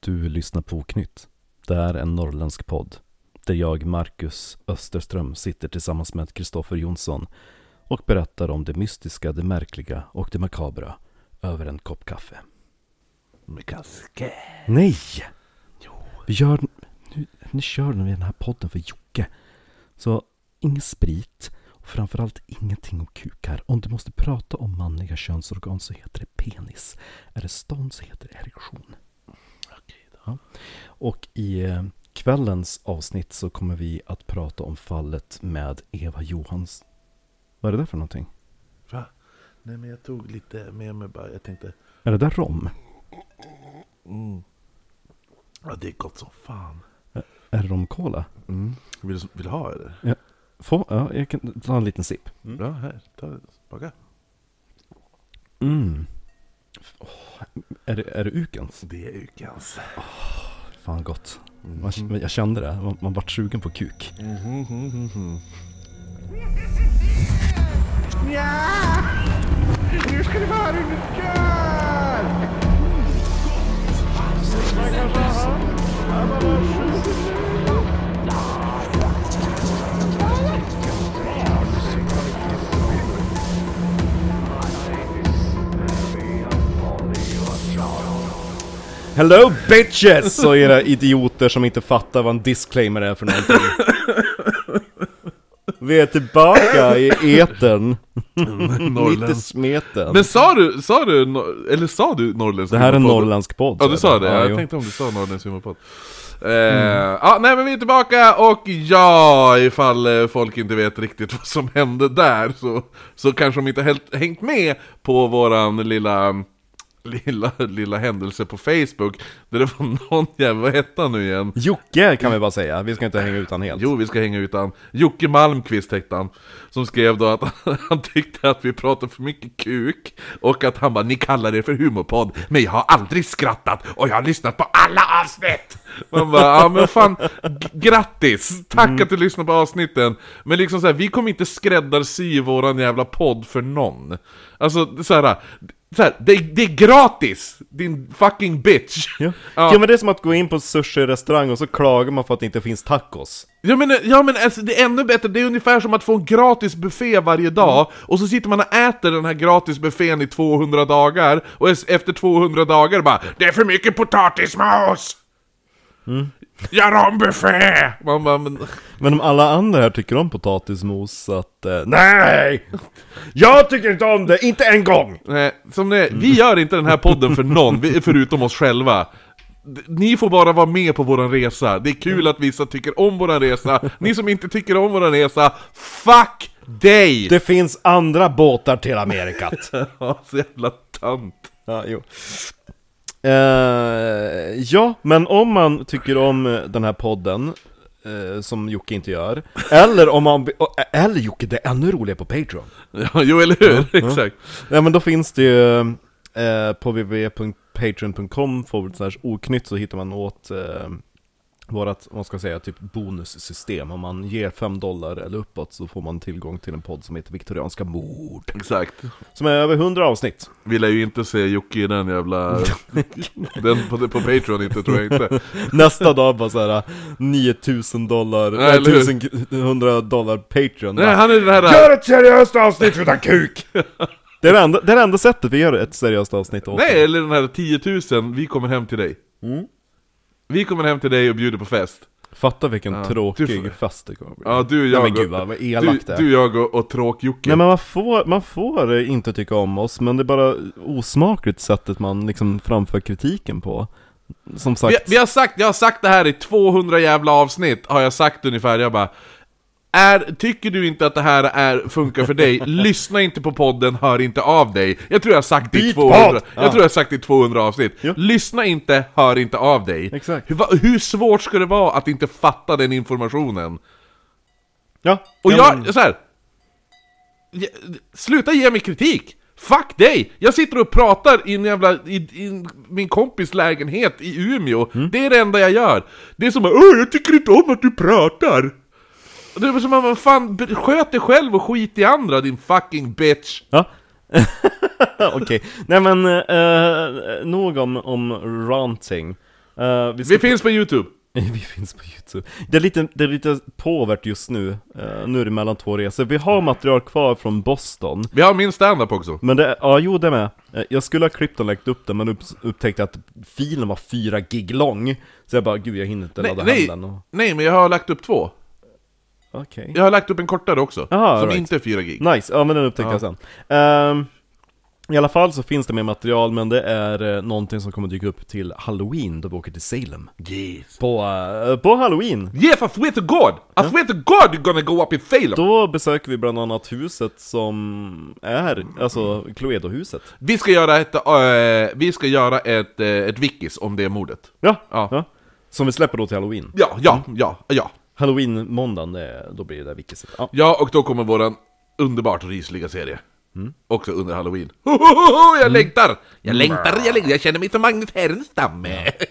Du lyssnar på Oknytt. Det är en norrländsk podd där jag, Marcus Österström, sitter tillsammans med Kristoffer Jonsson och berättar om det mystiska, det märkliga och det makabra över en kopp kaffe. Mikaske. Nej! Jo. Vi gör... Nu kör vi den här podden för Jocke. Så ingen sprit och framförallt ingenting om kukar. Om du måste prata om manliga könsorgan så heter det penis. Är det stånd så heter det erektion. Okej då. Ja. Och i kvällens avsnitt så kommer vi att prata om fallet med Eva Johans. Vad är det där för någonting? Va? Nej, men jag tog lite med mig bara. Jag tänkte... Är det där rom? Mm. Ja, det är gott som fan. Är det romcola? Mm. Vill du ha eller? Ja. Ja, jag kan ta en liten sipp. Mm. Ja, här. Smaka. Mm. Är det ukens? Det är ukens. Fan gott. Jag kände det. Man vart sugen på kuk. Ja! Nu ska det vara ukens! Hello bitches! Och era idioter som inte fattar vad en disclaimer är för någonting. Vi är tillbaka i etern. Mitt i smeten. Men sa du norrländsk? Det här är en norrländsk podd. Ja, du sa det. Jag tänkte om du sa norrländsk humorpodd. Ja, nej, men vi är tillbaka. Och ja, ifall folk inte vet riktigt vad som hände där, så kanske de inte helt hängt med på våran lilla händelse på Facebook, där det var någon jävla, vad hette han nu igen? Jocke kan vi bara säga, vi ska inte hänga utan helt. Jo, vi ska hänga utan. Jocke Malmqvist hette han, som skrev då att han tyckte att vi pratade för mycket kuk, och att han bara, ni kallar det för humorpodd, men jag har aldrig skrattat och jag har lyssnat på alla avsnitt. Man bara, ja men fan, grattis, tack att du lyssnar på avsnitten. Men liksom så här, vi kommer inte skräddarsy våran jävla podd för någon. Alltså så här, det är gratis, din fucking bitch. Ja. Ja, men det är som att gå in på en sushi-restaurang och så klagar man för att det inte finns tacos. Ja men alltså, det är ännu bättre. Det är ungefär som att få en gratis buffé varje dag, och så sitter man och äter den här gratis buffén i 200 dagar, och efter 200 dagar bara, det är för mycket potatismos. Gör om buffé. Men om alla andra här tycker om potatismos, så att nej! Jag tycker inte om det, inte en gång! Nej, vi gör inte den här podden för någon, förutom oss själva. Ni får bara vara med på våran resa. Det är kul att vissa tycker om våran resa. Ni som inte tycker om våran resa, fuck dig! Det finns andra båtar till Amerikat. Ja, så jävla tönt. Ja, jo. Ja, men om man tycker om den här podden, som Jocke inte gör, eller Jocke, det är ännu roligare på Patreon. Ja, jo, eller hur? Ja. Exakt. Ja, men då finns det ju på www.patreon.com/oknytt, så hittar man åt vårat, vad ska jag säga, typ bonussystem. Om man ger $5 eller uppåt så får man tillgång till en podd som heter Viktorianska mord. Exakt. Som är över 100 avsnitt. Vi lär ju inte se Jocke i den jävla... den på Patreon inte, tror jag inte. Nästa dag bara såhär $9,000, $1,100 Patreon. Nej, han är den här... Gör ett seriöst avsnitt utan kuk! Det är det enda sättet vi gör ett seriöst avsnitt åt. Nej, eller den här 10,000, vi kommer hem till dig. Vi kommer hem till dig och bjuder på fest. Fatta vilken tråkig fest det kommer bli. Ja, du, jag, men gud, vad elakt det är. du, jag och tråk-Jocke. Nej, men man får inte tycka om oss, men det är bara osmakligt sättet man liksom framför kritiken på. Som sagt. Jag har sagt det här i 200 jävla avsnitt, har jag sagt ungefär. Jag bara, tycker du inte att det här funkar för dig? Lyssna inte på podden, hör inte av dig. Jag tror jag har sagt det i 200. Jag tror jag har sagt det i 200 avsnitt. Jo. Lyssna inte, hör inte av dig. Exakt. Hur svårt ska det vara att inte fatta den informationen? Ja. Och så här, sluta ge mig kritik. Fuck dig! Jag sitter och pratar i min kompis lägenhet i Umeå. Det är det enda jag gör. Det är som att, jag tycker inte om att du pratar. Det är som att, fan, sköt dig själv och skit i andra, din fucking bitch. Ja. Okej. Nej, men nog om ranting. Vi finns på YouTube. Vi finns på YouTube. Det är lite påvärt just nu. Nu är det mellan 2 resor. Vi har material kvar från Boston. Vi har min stand-up också. Men det med. Jag skulle ha klippt och lagt upp den, men upptäckte att filen var 4 gig lång. Så jag bara, gud, jag hinner inte ladda hem den. Nej, men jag har lagt upp 2. Okej. Jag har lagt upp en kortare också. Aha, som right. inte är 4 gig. Nice, ja, men den upptäckte jag sen. I alla fall så finns det mer material, men det är någonting som kommer dyka upp till Halloween, då vi åker till Salem. Yes. På Halloween. Yes, I swear to God! I swear to God you're gonna go up in Salem! Då besöker vi bland annat huset som är, alltså Cluedo-huset. Vi ska göra ett wikis om det mordet. Ja. Som vi släpper då till Halloween. Ja. Halloween-måndagen, då blir det där wikiset. Ja, och då kommer våran underbart rysliga serie. Också under Halloween. Jag längtar! Jag känner mig som Magnus Härenstam.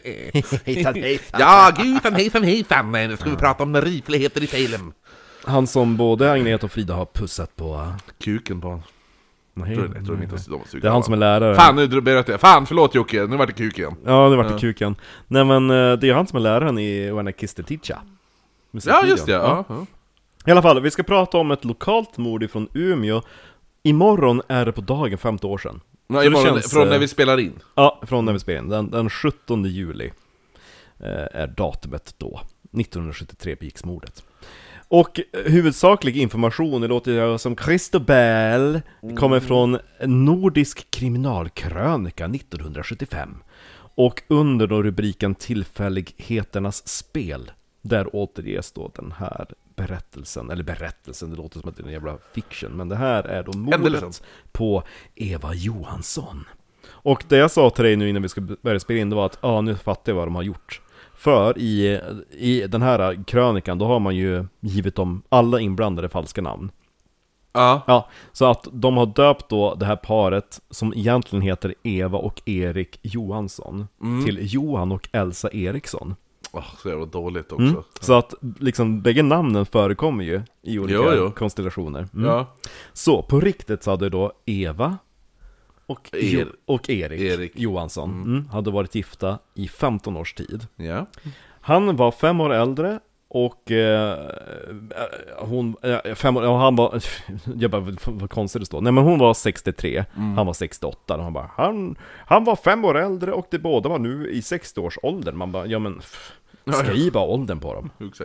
Ja, gud, hejsan. Nu ska vi prata om rifligheter i Salem. Han som både Agneta och Frida har pussat på kuken på honom. Nej, jag tror inte det är han som är lärare. Fan, nu berättar jag. Fan, förlåt Jocke, nu vart det kuken. Ja, nu vart det kuken. Nej, men det är han som är läraren i When I Kissed a Teacher. Ja, just det, ja. I alla fall, vi ska prata om ett lokalt mord från Umeå. Imorgon är det på dagen 50 år sedan. Ja, imorgon, från när vi spelar in. Ja, från när vi spelar in. Den 17 juli är datumet då. 1973 begicks mordet. Och huvudsaklig information, det låter jag som Christobel, kommer från Nordisk kriminalkrönika 1975. Och under då rubriken Tillfälligheternas spel, där återges då den här berättelsen, det låter som att det är en jävla fiction, men det här är då mordet på Eva Johansson. Och det jag sa till dig nu innan vi ska börja spela in, det var att nu fattar jag vad de har gjort. För i den här krönikan, då har man ju givit dem alla inblandade falska namn. Ja, så att de har döpt då det här paret, som egentligen heter Eva och Erik Johansson, till Johan och Elsa Eriksson. Så det var dåligt också. Så att liksom bägge namnen förekommer ju i olika konstellationer. Ja. Så på riktigt så hade då Eva och Erik Johansson hade varit gifta i 15 års tid. Ja. Han var 5 år äldre och hon 5 år, han var, jag bara, vad konstigt det står. Nej, men hon var 63, han var 68, och han bara, han var 5 år äldre och de båda var nu i 60-årsåldern. Man bara, ja men skriva åldern på dem. Exakt.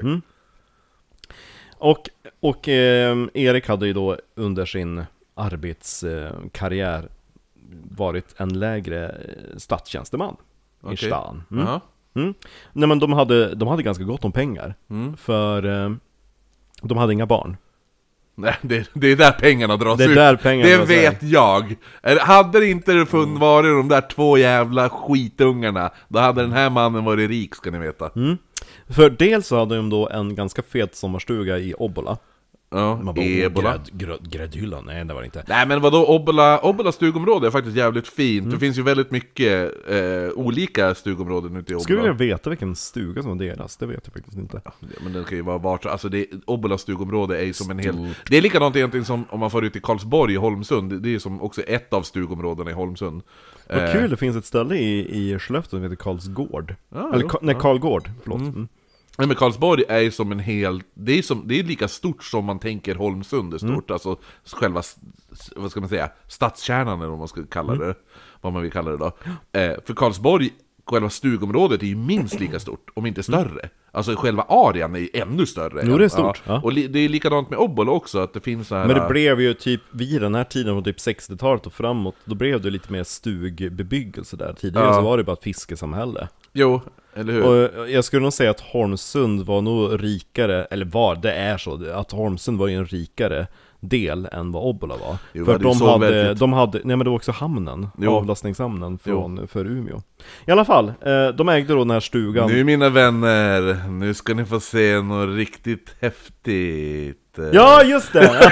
Och Erik hade ju då under sin arbetskarriär varit en lägre statstjänsteman i stan. Nej, men de hade ganska gott om pengar. För de hade inga barn. Nej, det är där pengarna dras ut. Det vet jag. Hade det inte varit de där 2 jävla skitungarna, då hade den här mannen varit rik, ska ni veta. För dels så hade de då en ganska fet sommarstuga i Obbola. Ja, Ebola. Gräddhyllan, nej det var det inte. Nej, men vadå, Obbola stugområde är faktiskt jävligt fint. Det finns ju väldigt mycket olika stugområden ute i Obbola. Skulle jag veta vilken stuga som var deras? Det vet jag faktiskt inte. Ja, men den kan ju vara vart. Alltså Obbola stugområde är ju som en hel... Det är likadant egentligen som om man får ut i Karlsborg i Holmsund. Det är ju som också ett av stugområdena i Holmsund. Vad kul, det finns ett ställe i Skellefteå som heter Karlsgård. Karlgård, förlåt. Men Karlsborg är ju som en hel... Det är lika stort som man tänker Holmsund är stort. Alltså själva, vad ska man säga, stadskärnan, eller vad man ska kalla det. Vad man vill kalla det då. För Karlsborg, själva stugområdet är ju minst lika stort, om inte större. Alltså själva arean är ju ännu större. Jo, det är stort. Ja. Och det är likadant med Obbola också, att det finns så här... Men det blev ju typ, vid den här tiden från typ 60-talet och framåt, då blev det lite mer stugbebyggelse där. Tidigare så var det bara ett fiskesamhälle. Jo, eller hur? Och jag skulle nog säga att Holmsund var nog rikare, eller det är så, att Holmsund var ju en rikare del än vad Obbola var. Jo, för de hade, nej men det var också hamnen, avlastningshamnen för Umeå. I alla fall, de ägde då den här stugan. Nu mina vänner, nu ska ni få se något riktigt häftigt. Ja, just det!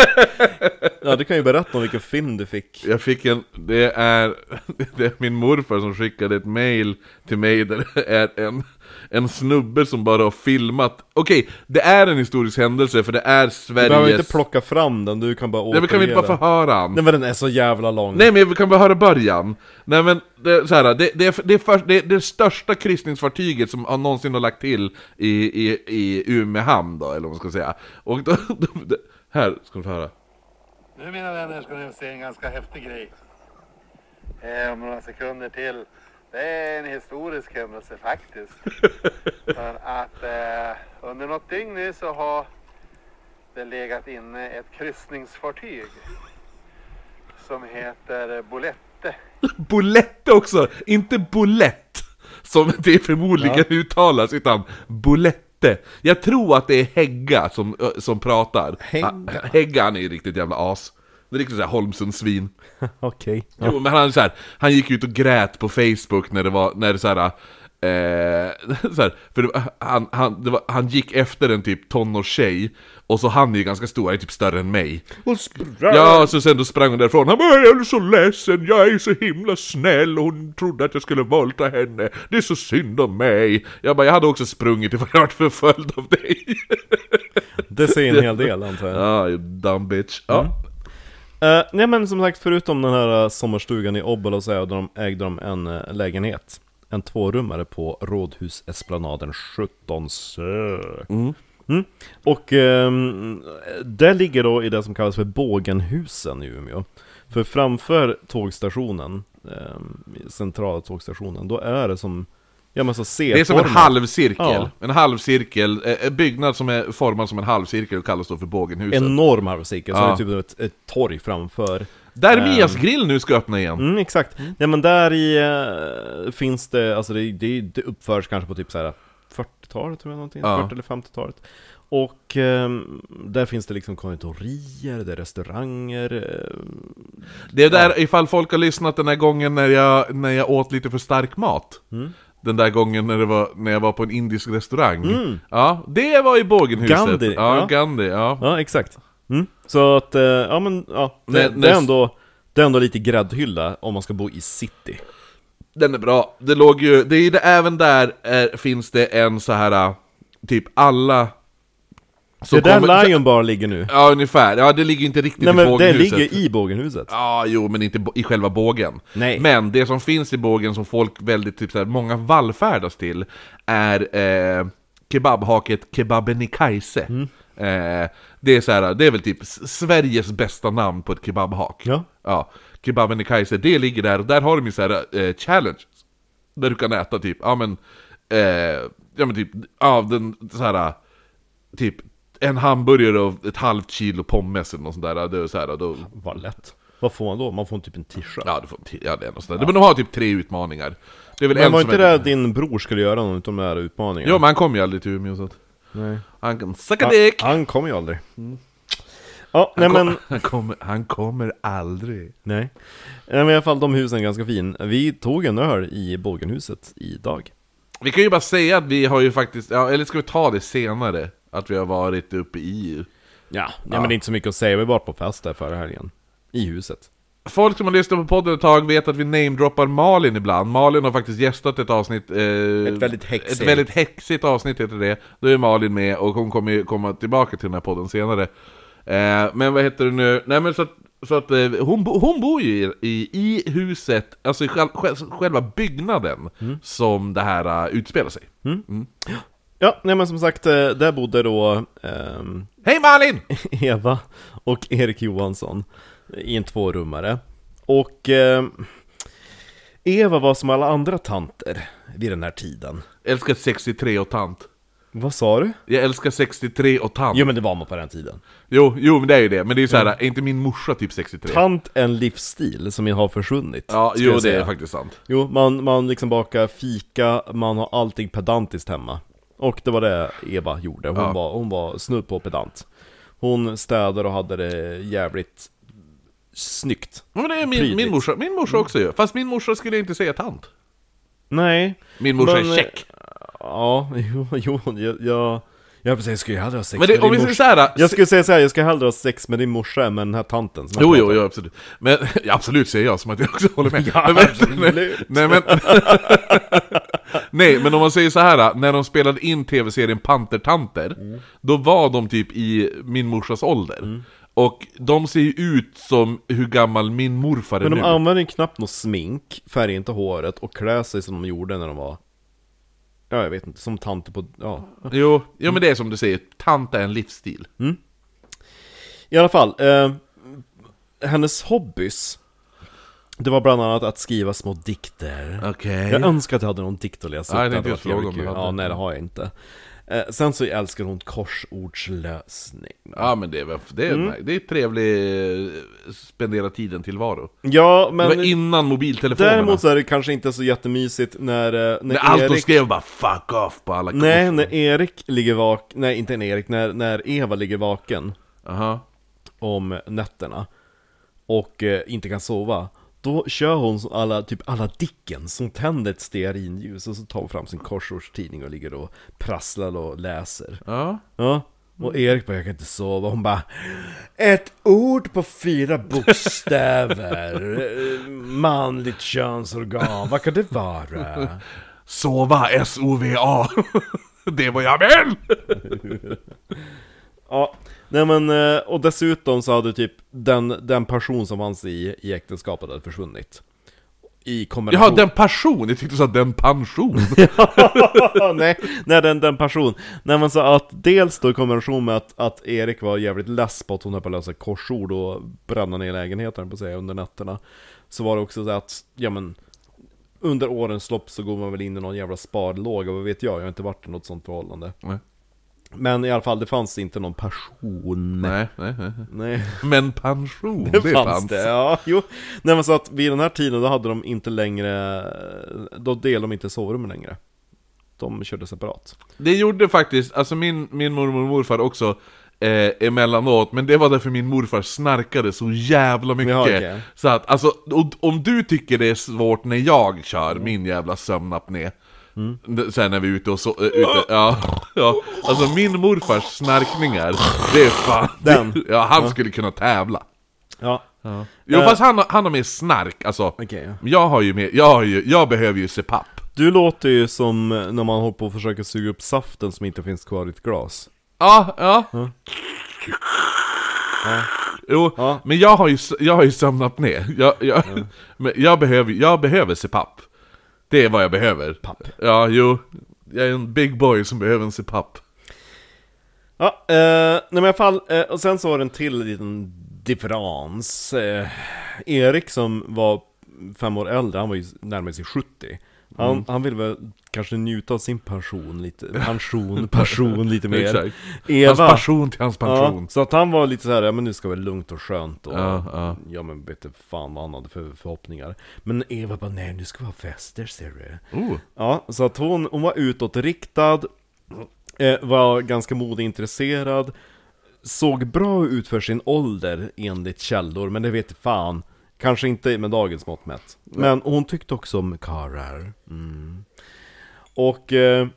Ja, du kan ju berätta om vilken film du fick. Jag fick det är min morfar som skickade ett mail till mig där det är en snubbe som bara har filmat. Okej, det är en historisk händelse, för det är Sveriges... Du behöver inte plocka fram den, du kan bara återge. Nej, men kan vi inte bara få höra den? Nej, men den är så jävla lång. Nej, men vi kan bara höra början. Nej, men Det är det största kryssningsfartyget som någonsin har lagt till i Umeå hamn då, eller vad man ska säga. Och då, här ska du få höra. Nu mina vänner ska ni se en ganska häftig grej. Om några sekunder till. Det är en historisk händelse faktiskt. För att under något dygn nu så har det legat inne ett kryssningsfartyg som heter Bolette. Bolette också, inte Bolett som det förmodligen uttalas, utan Bolette. Jag tror att det är Hägga som pratar. Hägga, han är riktigt jävla as. Det är riktigt såhär Holmsund-svin. Okej. Jo, men han gick ut och grät på Facebook när det såhär, för han gick efter en typ tonårstjej. Och så han är ju ganska stor, han är typ större än mig. Och sprang. Ja, så sen då sprang hon därifrån. Han bara, jag är så ledsen, jag är så himla snäll. Och hon trodde att jag skulle våldta henne. Det är så synd om mig. Jag bara, jag hade också sprungit ifall jag varit förföljd av dig. Det säger en hel del, antar jag. Ja, you dumb bitch. Ja. Nej, men som sagt, förutom den här sommarstugan i Obbola så ägde de en lägenhet. En 2-rummare på Rådhusesplanaden 17 sök. Och det ligger då i det som kallas för Bågenhusen i Umeå. För framför tågstationen, centrala tågstationen, då är det som, ja, men så C-format. Det är som en halvcirkel. Ja. En halvcirkel, en byggnad som är formad som en halvcirkel och kallas då för Bågenhusen. Enorm halvcirkel, så Ja. det är typ ett torg framför. Där Mias grill nu ska öppna igen. Exakt. Ja, men där i finns det, alltså det uppförs kanske på typ så här 40-talet tror jag någonting, 40 eller 50-talet. Och där finns det liksom konditorier, det är restauranger. Det är där, ifall folk har lyssnat den här gången när jag åt lite för stark mat. Den där gången när jag var på en indisk restaurang. Ja, det var i Bågenhuset. Gandhi, ja. Gandhi, ja. Ja, exakt. Så att, ja men, ja, det är ändå lite gräddhylla om man ska bo i city. Den är bra. Även där finns det en så här typ alla Det där Lion Bar ligger nu. Ja, ungefär. Ja, det ligger inte riktigt Nej, i men Bågenhuset. det ligger i Bågenhuset. Ja, jo, men inte i själva bågen. Nej. Men det som finns i bågen som folk väldigt typ så här, många vallfärdas till är kebabhaket Kebabbenikaise. Det är så här, det är väl typ Sveriges bästa namn på ett kebabhak. Ja, Kebabbenikaise, det ligger där och där har de ju så här challenge där du kan äta typ den så här typ en hamburgare och ett halvt kilo pommes eller något sånt där. Det är så här, då Vad lätt. Vad får man då? Man får typ en t-shirt. Ja, det är något sånt där. Men de har typ 3 utmaningar. Det är väl Men var som inte det din bror skulle göra någon av de här utmaningarna? Jo, men han kommer ju aldrig till Umeå så att Nej. han kan sucka dick. Han kommer ju aldrig. Ja, nej men Han kommer aldrig. nej. Men i alla fall de husen är ganska fin. Vi tog en öl i Bågenhuset idag. Vi kan ju bara säga att vi har ju faktiskt, eller ska vi ta det senare? Att vi har varit uppe i... Ja, men det är inte så mycket att säga. Vi var på fest där förra helgen. I huset. Folk som har lyssnat på podden ett tag vet att vi namedroppar Malin ibland. Malin har faktiskt gästat ett avsnitt. Ett väldigt häxigt avsnitt heter det. Då är Malin med och hon kommer ju komma tillbaka till den här podden senare. Men vad heter det nu? Nej, men så att hon bor ju i huset, alltså i själva byggnaden som det här utspelar sig. Ja, nej men som sagt, där bodde då Hej Malin! Eva och Erik Johansson i en 2-rummare. Och Eva var som alla andra tanter vid den här tiden. Älskar 63 och tant. Vad sa du? Jag älskar 63 och tant. Jo, men det var man på den tiden. Jo, men det är ju det. Men det är ju så här, är inte min morsa typ 63? Tant en livsstil som har försvunnit. Ja, jo, det är faktiskt sant. Jo, man liksom bakar fika, man har allting pedantiskt hemma. Och det var det Eva gjorde. Hon var snudd på pedant. Hon städade och hade det jävligt snyggt. Men det är min morsa också ju. Fast min morsa skulle jag inte säga tant. Nej. Min morsa är check. Ja, jag precis, skulle jag hellre ha sex men det, med om din vi morsa. säger så här, jag skulle säga så här, jag ska hellre ha sex med din morsa än med den här tanten som Jo, absolut. Men ja, absolut säger jag som att jag också håller med. Ja, Nej, men om man säger så här, när de spelade in tv-serien Pantertanter, då var de typ i min morsas ålder. Och de ser ju ut som hur gammal min morfar är Men nu. de använder knappt något smink, färgar inte håret och klär sig som de gjorde när de var... Ja, jag vet inte, som tanter på... Ja. Jo, men det är som du säger, tant är en livsstil. I alla fall, hennes hobbys, det var bland annat att skriva små dikter. Okej. Jag önskar att jag hade någon dikt att läsa upp. Ja, jag Det tänkte hade just fråga varit om du jävligt kul. hade. Ja, nej, det har jag inte. Sen så älskar hon korsordslösning. Ja, men det är trevlig spendera tiden tillvaro. Ja, men Det var innan mobiltelefonerna. däremot så är det kanske inte så jättemysigt när allt de Erik... skrev bara fuck off på alla Nej, kors. när Erik ligger vaken... Nej, inte Erik, när Eva ligger vaken Aha. om nätterna och inte kan sova, då kör hon alla Dickens. Hon tänder ett stearinljus och så tar hon fram sin korsordstidning och ligger och prasslar och läser. Ja. Ja. Och Erik bara, jag kan inte sova. Hon bara, ett ord på 4 bokstäver. Manligt könsorgan, vad kan det vara? Sova, S-O-V-A. Det var jag väl. Ja, nej men, och dessutom så hade typ den passion som fanns i äktenskapet hade försvunnit. I kombination... Ja, den passion. Jag tyckte du sa den pension. nej, den passion. Nej men så att dels då i kombination med att Erik var jävligt less på att hon höll på att lösa korsord och bränna ner lägenheten på sig under nätterna. Så var det också så att, ja men, under årens lopp så går man väl in i någon jävla sparlåga, vad vet jag har inte varit i något sånt förhållande. Nej. Men i alla fall, det fanns inte någon passion. Nej. Men pension, Det fanns det, ja, jo. Nej men så att vid den här tiden då hade de inte längre, då delade de inte sovrum längre. De körde separat. Det gjorde faktiskt, alltså min mormor och morfar också emellanåt, men det var därför min morfar snarkade så jävla mycket. Ja, okay. Så att, alltså, om du tycker det är svårt när jag kör min jävla sömnapné, sen när vi är ute och så, ja, alltså min morfars snarkningar, det är fan, ja, han skulle kunna tävla. Ja. Jo, fast han har mer snark, alltså. Okay, ja. Jag har ju mer, jag behöver ju se papp. Du låter ju som när man håller på och försöker suga upp saften som inte finns kvar i ett glas. Ja. Jo, Ja. men jag har ju sömnapné. Men jag behöver se papp. Det är vad jag behöver. Papp. Ja, jo. Jag är en big boy som behöver en se papp. Ja, nej men i alla fall, och sen så var det en till liten differens. Erik som var 5 år äldre, han var ju närmare sig 70. Han ville väl kanske njuta av sin passion lite lite mer. Exakt. Eva, Hans passion till hans pension. ja, så att han var lite så här, ja men nu ska det vara lugnt och skönt och Ja. men vet inte fan vad han hade för förhoppningar. Men Eva bara, nej nu ska vi ha fester, ser du. Ja, så att hon var utåtriktad, var ganska modeintresserad, såg bra ut för sin ålder enligt källor, men det vet fan. Kanske inte med dagens mått mätt. Men hon tyckte också om karlar. Och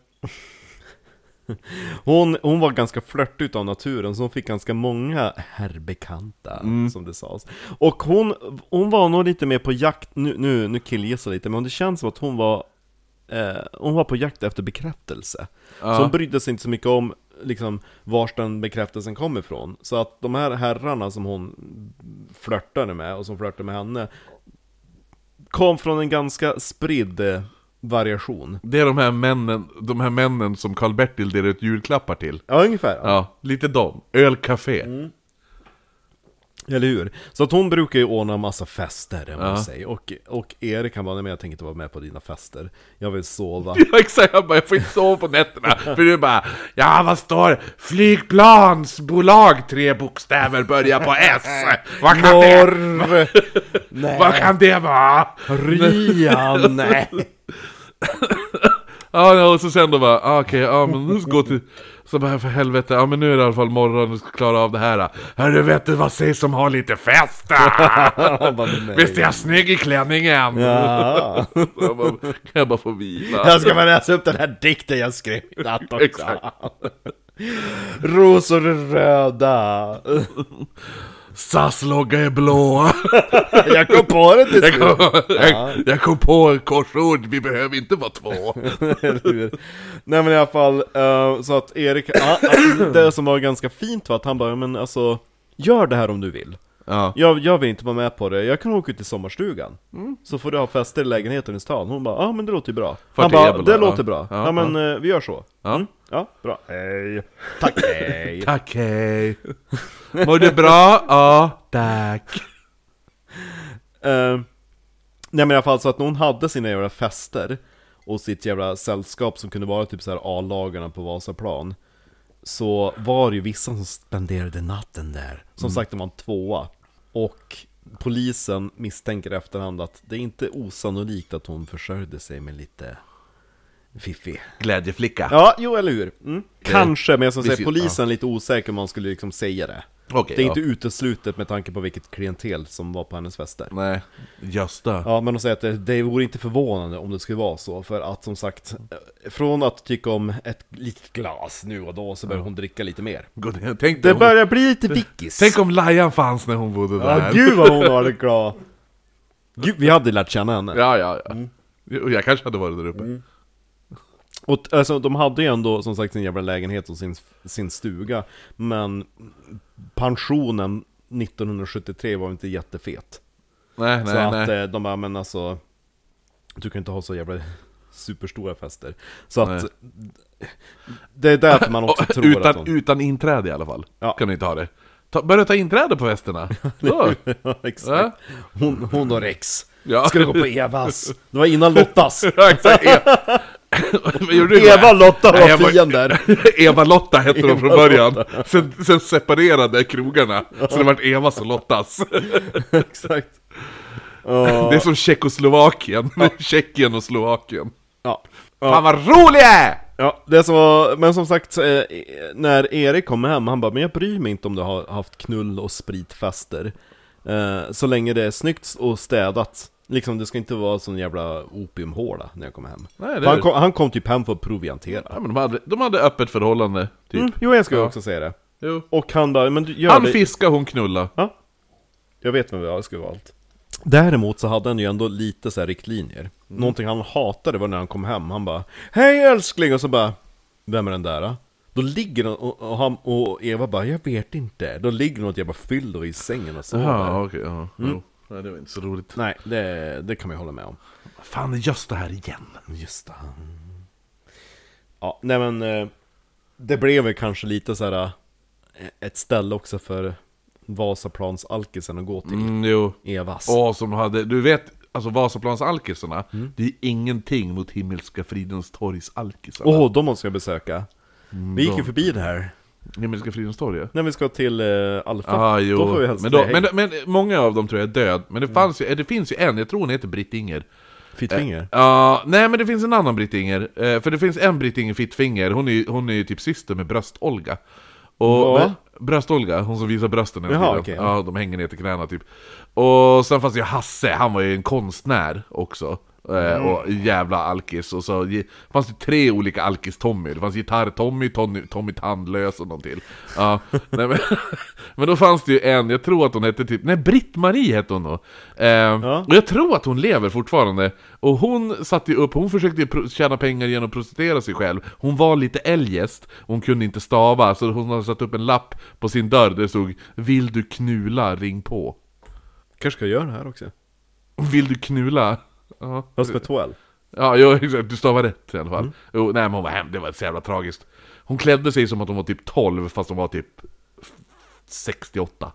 hon var ganska flörtig utav naturen, så hon fick ganska många herrbekanta, som det sades. Och hon var nog lite mer på jakt, nu killgissar lite, men det känns som att hon var på jakt efter bekräftelse. Så hon brydde sig inte så mycket om liksom vars den bekräftelsen kom ifrån. Så att de här herrarna som hon flörtade med och som flörtade med henne kom från en ganska spridd variation. Det är de här männen som Karl-Bertil delar ut julklappar till. Ja, ungefär. Ja, lite dem. Ölcafé. Eller hur? Så att hon brukar ju ordna en massa fester med sig. Och Erik kan bara, nej men jag tänker inte vara med på dina fester. Jag vill sova. Ja, exakt, jag får inte sova på nätterna. För du bara, ja vad står det? Flygplansbolag, 3 bokstäver börjar på S. Vad kan det? Nej. Vad kan det vara? Ryan, nej. Ja, och så sen då bara, okej, ja men nu ska gå till... Så bara, för helvete, ja men nu är det i alla fall morgon, nu ska klara av det här. Hörru, vet du vad sägs som har lite fest? Visst är jag snygg i klänningen? Ja. Kan jag bara få vila? Jag ska bara läsa upp den här dikten jag skrev i natt också. Exakt. Rosor är röda. SAS-logga är blå. Jag kom på det till slut. Jag kom på korsord, vi behöver inte vara 2. Nej men i alla fall, så att Erik, det som var ganska fint var att han bara, men alltså, gör det här om du vill. Ja. Jag vill inte vara med på det. Jag kan åka ut till sommarstugan. Så får du ha fester i lägenheten i stan. Hon bara, men det låter ju bra. Han bara, det låter bra. Ja, men vi gör så. Ja, bra. Hej. Tack, hej. Tack, hej. Mår du bra? Ja, tack. Nej men i alla fall så att när hon hade sina jävla fester och sitt jävla sällskap som kunde vara typ så här A-lagarna på Vasaplan, så var det ju vissa som spenderade natten där. Som sagt, det var en 2:a. Och polisen misstänker efterhand att det är inte osannolikt att hon försörjde sig med lite fiffi. Glädjeflicka. Ja, jo eller hur. Kanske, men jag ska säga polisen är lite osäker om man skulle liksom säga det. Okay, det är inte uteslutet med tanke på vilket klientel som var på hennes fester. Nej, just det. Ja, men de säger att det vore inte förvånande om det skulle vara så. För att som sagt, från att tycka om ett litet glas nu och då, så börjar hon dricka lite mer. Det börjar bli lite vickis. Tänk om Lajan fanns när hon bodde där. Ja, gud vad hon var glad. Gud, vi hade lärt känna henne. Ja. Jag kanske hade varit där uppe. Och alltså, de hade ju ändå som sagt sin jävla lägenhet och sin stuga. Men pensionen 1973 var inte jättefet. Nej. Att de bara, men alltså, du kan inte ha så jävla superstora fester. Så att det är därför man också tror att utan inträde i alla fall. Kan du inte ha det. Börja ta inträde på festerna. Ja, exakt. Hon och Rex skulle gå på Evas. Det var innan Lottas. Exakt. Eva Lotta var fiender. Eva Lotta hette de från början. Sen separerade krogarna. Så det var Evas och Lottas. Exakt. Det är som Tjeckoslovakien. Tjeckien och Slovakien. Ja. Fan vad roliga! Ja, det som var, men som sagt, när Erik kom hem, han bara, men jag bryr mig inte om du har haft knull och spritfester. Så länge det är snyggt och städat. Liksom, det ska inte vara sån jävla opiumhåla när jag kommer hem. Nej, han kom typ hem för att proviantera. Ja, men de hade öppet förhållande typ. Jo, jag ska också säga det. Jo. Och han bara, men gör han det. fiskar, hon knulla. Ja. Jag vet vad jag skulle valt. Däremot så hade han ju ändå lite så här riktlinjer. Någonting han hatade var när han kom hem. Han bara, hej älskling! Och så bara, vem är den där? Då ligger han och Eva bara, jag vet inte. Då ligger något jävla fylld i sängen och så. Ja, okej. Nej, det var inte så roligt. Nej, det kan man ju hålla med om. Fan, just det här igen. Just det. Ja, nej men det blev väl kanske lite så här ett ställe också för Vasaplans alkisen att gå till. Jo. Evas. Som hade, du vet, alltså Vasaplans alkisarna, det är ingenting mot Himmelska Fridens torgs alkisarna. De måste jag besöka. Vi gick ju förbi det här. Himmelska Fridens torg, ja. När vi ska till Alfa, jo. då får vi hälsa men många av dem tror jag är död. Men det finns ju en, jag tror hon heter Britt-Inger. Fittfinger? Nej, men det finns en annan Britt-Inger. För det finns en Britt-Inger Fittfinger. Hon är ju typ syster med Bröst-Olga. Bröst-Olga, hon som visar brösten hela tiden. Okay. Ja, de hänger ner till knäna typ. Och sen fanns det ju Hasse, han var ju en konstnär också. Och jävla alkis. Och så fanns det 3 olika alkis-Tommy. Det fanns gitarr-Tommy, Tommy Tandlös och någon till. Ja, nej, men då fanns det ju en, jag tror att hon hette typ, Britt-Marie hette hon då. Och jag tror att hon lever fortfarande. Och hon satte ju upp, hon försökte ju tjäna pengar genom att prostituera sig själv. Hon var lite eljest, hon kunde inte stava. Så hon hade satt upp en lapp på sin dörr där det stod, vill du knula, ring på. Kanske ska jag göra det här också. Vill du knula? Ja. Fast med 12. Ja, exakt, du stavar rätt i alla fall. Jo, nej, men hon var hem, det var så jävla tragiskt. Hon klädde sig som att hon var typ 12 fast hon var typ 68.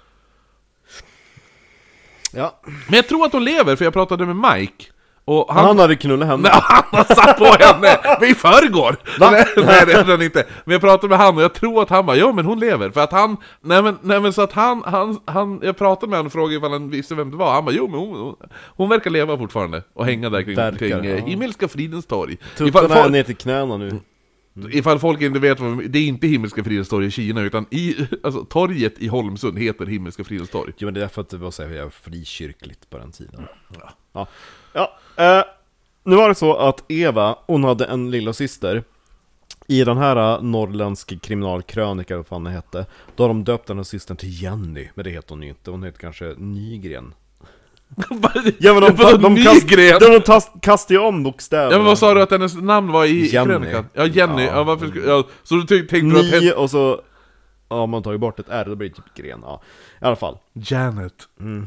Ja. Men jag tror att hon lever, för jag pratade med Mike. Och han hade knullat henne. Nej, han har satt på henne i förrgår. Nej, det hade han inte. Men jag pratade med han och jag tror att han bara, ja men hon lever. För att han, nej men så att han jag pratade med honom och frågade ifall han visste vem det var. Han bara, jo men hon verkar leva fortfarande. Och hänga där kring Himmelska Fridens torg. Tuttarna är ner till knäna nu. Ifall folk inte vet det är inte Himmelska Fridens torg i Kina, utan alltså, torget i Holmsund heter Himmelska Fridens torg. Jo, men det är därför att det var så här frikyrkligt på den tiden. Ja. Nu var det så att Eva, hon hade en lilla syster. I den här norrländska kriminalkrönika, vad fan det hette, då har de döpt den här systern till Jenny. Men det heter hon ju inte, hon heter kanske Nygren. Ja, men de kastade ju om bokstäver. Ja, men vad sa du att hennes namn var i krönikan? Ja, Jenny. Ja, varför så du tänkte att och så om man tar bort ett R, då blir det typ gren. Ja, i alla fall. Janet.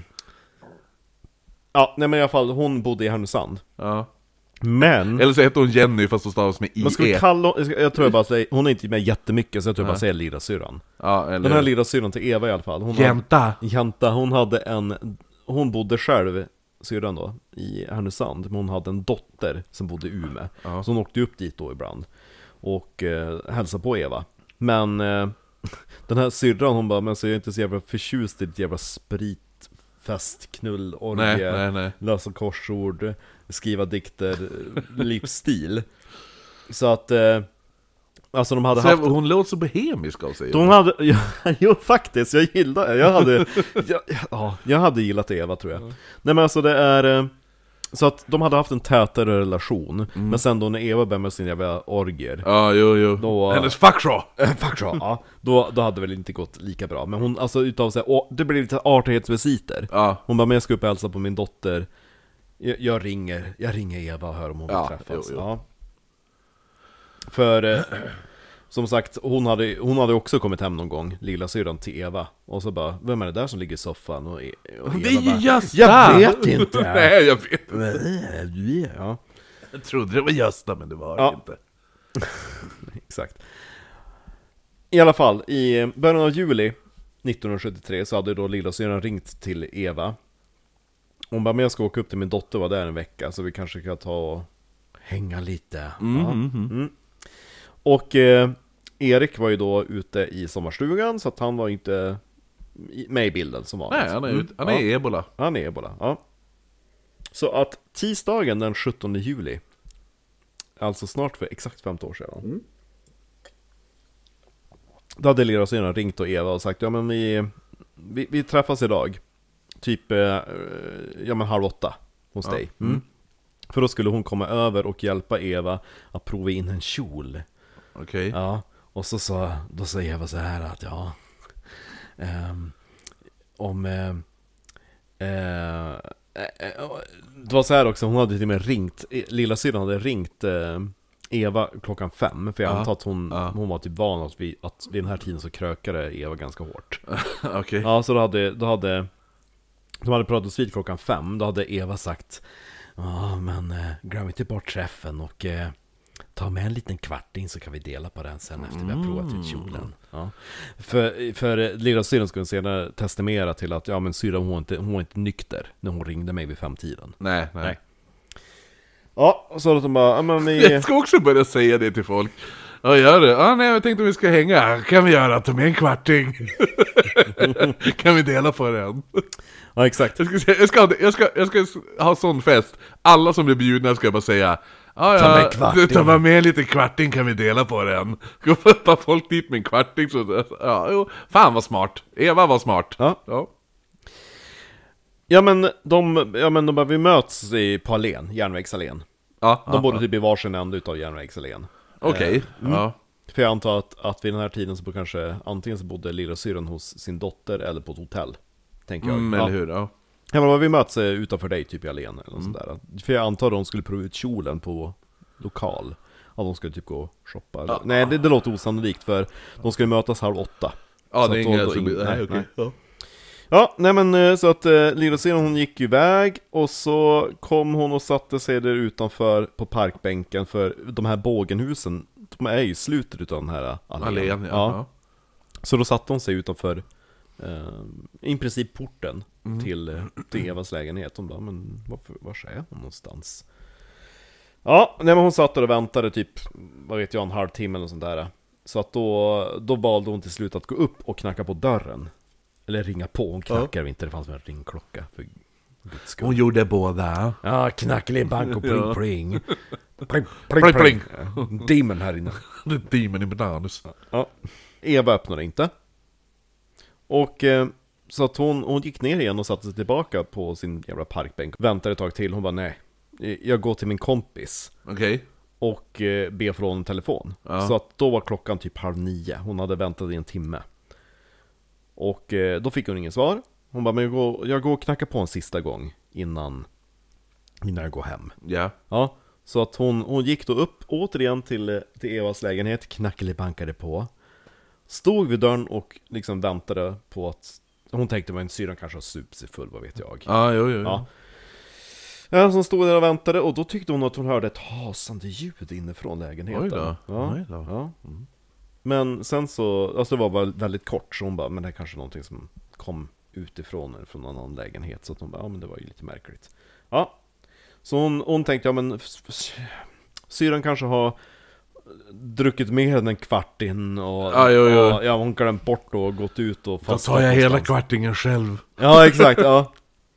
Ja, nej men i alla fall, hon bodde i Härnösand. Ja. Men Eller så heter hon Jenny fast hon stavas med man ska vi IE. kalla, jag tror jag bara säger, hon är inte med jättemycket, så jag tror jag bara säger lirasyrran. Ja, eller... Den här lirasyrran till Eva i alla fall. Jänta. Hon bodde själv, syrran då, i Härnösand. Men hon hade en dotter som bodde i Umeå. Ja. Så hon åkte upp dit då ibland och hälsade på Eva. Men den här syrran, hon bara, men så är jag inte så jävla förtjust i ett jävla spritfest, knull, orgie, Nej. lösa korsord, skriva dikter, livsstil. Så att alltså de hade Så haft... hon låter så bohemisk av sig. De hade, jo faktiskt, jag gillade, jag hade gillat Eva tror jag. Nej men alltså det är, så att de hade haft en tätare relation. Men sen då när Eva började med sin jävla orgier, Ja, jo. Då- Hennes fuckshaw. ja, då hade det väl inte gått lika bra. Men hon, alltså utav sig, det blev lite artighetsvisiter. Ja. Hon bara, men jag ska upp och hälsa på min dotter. Jag ringer Eva och hör om hon vill träffas. Jo. Ja. För som sagt, hon hade också kommit hem någon gång, lilla syrran till Eva. Och så bara, vem är det där som ligger i soffan? Och Det är ju Gösta! jag vet inte. Nej, jag vet inte. Ja, Jag trodde det var Gösta, men det var Ja. det inte. exakt. I alla fall, i början av juli 1973 så hade då lilla syrran ringt till Eva. Hon bara, men jag ska åka upp till min dotter, var där en vecka, så vi kanske kan ta och hänga lite. Och Erik var ju då ute i sommarstugan, så att han var inte med i bilden som vanligt. Nej, han är ebola. Han är ebola, ja. Så att tisdagen den 17 juli, alltså snart för exakt 50 år sedan, då hade lirasyrran ringt och Eva och sagt, ja men vi träffas idag, typ 7:30 hos dig. För då skulle hon komma över och hjälpa Eva att prova in en kjol. Okej. Ja, och så sa Eva så här att det var så här också, hon hade till och med ringt, lillasyrran hade ringt Eva klockan 5, för jag antar att hon var typ van att vid den här tiden så krökade Eva ganska hårt. Okej. Ja, så då hade de hade pratat vid klockan 5, då hade Eva sagt, ja men glöm inte bort träffen och ta med en liten kvarting så kan vi dela på den sen efter vi har provat ut kjolen. Ja. För lillasyrran skulle senare testimera till att ja men syrran hon var inte nykter när hon ringde mig vid 5-tiden. Nej. Ja, och så att de bara, ja men vi... Jag ska också börja säga det till folk. Ja, gör det. Ja, nej, jag tänkte om vi ska hänga. Kan vi göra? Ta med en kvarting. Kan vi dela på den? Ja, exakt. Jag ska ha sån fest. Alla som blir bjudna ska jag bara säga, Ta med en kvarting. du tar med en liten kvarting, kan vi dela på den. Ska ta folk dit med en kvarting så, ja, jo, fan vad smart. Eva var smart. Ja. Ja men de bara, vi möts på allén, järnvägsallén. De bodde typ i varsin ände utav järnvägsallén. Okej. Ja. För jag antar att vid den här tiden så kanske antingen så bodde lirasyrran hos sin dotter eller på ett hotell, tänker jag. Eller hur? Ja. Ja men vi möts utanför dig typ i allén eller något sådär. För jag antar att de skulle prova ut kjolen på lokal. Ja, de skulle typ gå och shoppa eller... Nej, det låter osannolikt, för de skulle mötas 7:30. Ja, Så det är att inga... nej, okej. nej. Ja, nej men så att lirasyrran hon gick iväg, och så kom hon och satte sig där utanför på parkbänken, för de här bågenhusen, de är ju slutet utav den här allén. Ja. Så då satte hon sig utanför i princip porten till Evas lägenhet. Hon bara, men var är hon någonstans? Ja, nej, men hon satt där och väntade typ, vad vet jag, en halvtimme eller sånt där. Så att då valde hon till slut att gå upp och knacka på dörren. Eller ringa på, hon knackade inte, det fanns en ringklocka för Guds skull. Hon gjorde båda. Ja, knacklig bank och pling pling. Pling Pling, pling. Demon här inne. The demon in bananas. Ja. Eva öppnade inte. Och så att hon gick ner igen och satte sig tillbaka på sin jävla parkbänk. Väntade ett tag till, hon bara nej, jag går till min kompis Okej. och ber från en telefon. Så att då var klockan typ 8:30. Hon hade väntat i en timme. Och då fick hon ingen svar. Hon bara, men jag går och knackar på en sista gång innan jag går hem. Ja. Ja, så att hon gick då upp återigen till Evas lägenhet, bankade på. Stod vid dörren och liksom väntade på att... Hon tänkte att syrran kanske har supt sig full, vad vet jag. Jo. Ja. Ja, så stod där och väntade, och då tyckte hon att hon hörde ett hasande ljud inifrån lägenheten. Oj då. Ja. Oj då. Ja. Men sen så, alltså det var bara väldigt kort, så hon bara, men det är kanske någonting som kom utifrån eller från någon annan lägenhet. Så att hon bara, ja men det var ju lite märkligt. Ja, så hon tänkte, ja men syrran kanske har druckit mer än en kvart in och, och ja, hon glömt bort och gått ut och då tar jag hela kvartingen själv. Ja, exakt, ja.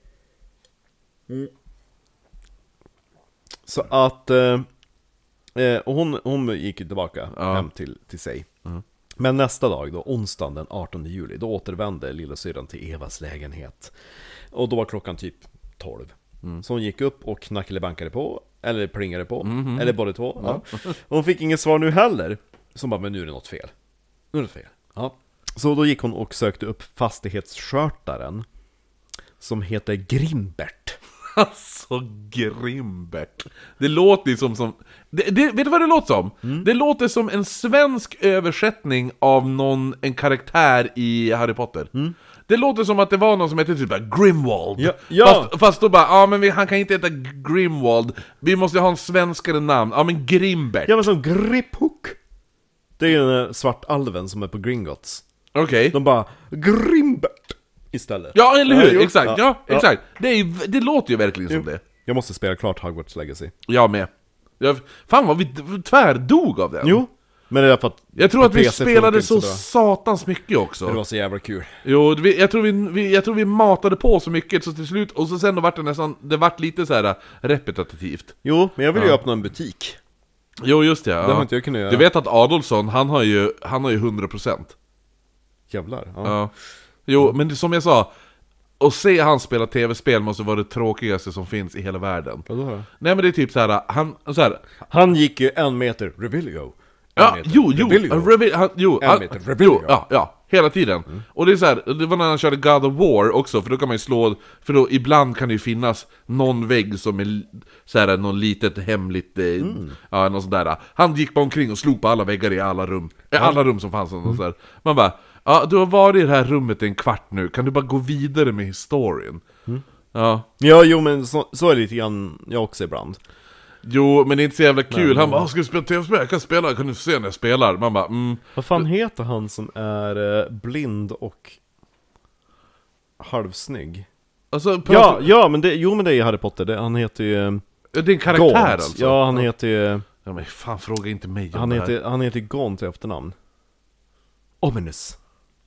Så att och hon gick ju tillbaka hem till sig. Men nästa dag då, onsdagen den 18 juli, då återvände lilla syrran till Evas lägenhet. Och då var klockan typ 12. Så hon gick upp och bankade på, eller plingade på, eller både två. Ja. Och hon fick inget svar nu heller. Så hon bara, men nu är det något fel. Nu är det fel. Ja. Så då gick hon och sökte upp fastighetsskötaren som heter Grimbert. Alltså, Grimbert. Det låter ju som vet du vad det låter som? Det låter som en svensk översättning av en karaktär i Harry Potter. Det låter som att det var någon som hette typ Grimwald. Ja. Fast då bara, men han kan inte heta Grimwald. Vi måste ha en svenskare namn. Ja, men Grimbert. Ja, men som Griphook. Det är ju den svartalven som är på Gringotts. Okej. De bara, Grimbert istället. Ja, eller hur? Exakt, ja. exakt. Det låter ju verkligen som det. Jag måste spela klart Hogwarts Legacy. Jag med. Fan vad vi tvärdog av den. Jo, men det är för att jag tror att vi PC spelade så bra. satans mycket också. Det var så jävla kul. Jo, jag tror vi matade på så mycket så till slut, och så sen då vart det vart lite så här repetitivt. Jo, men jag vill ju öppna en butik. Jo, just det. Det har inte jag kunnat göra. Du vet att Adolfsson, han har ju 100%. Jävlar. Ja. Jo, men som jag sa, att se han spela tv-spel måste vara det tråkigaste som finns i hela världen. Vadå? Nej, men det är typ så här. Han gick ju 1 meter Revelio. Ja, jo, hela tiden. Och det är så här, det var när han körde God of War också, för då kan man ju slå, för då ibland kan det ju finnas någon vägg som är så här, någon litet hemligt ja, något sånt där. Han gick bara omkring och slog på alla väggar i alla rum. Alla rum som fanns och så här. Man bara, ja, du har varit i det här rummet i en kvart nu. Kan du bara gå vidare med historien? Ja, jo, men så är det lite grann jag också ibland. Jo, men det är inte så jävla kul. Han bara, ska du spela tv-spel? Jag kan spela, kan du få se när jag spelar? Man bara, Vad fan heter han som är blind och halvsnygg? Alltså, Ja, men det är ju Harry Potter. Han heter ju... det är en karaktär Gaunt. alltså. Ja, han heter ju... Ja, men fan, fråga inte mig om Han heter Gaunt i efternamn. Ominous.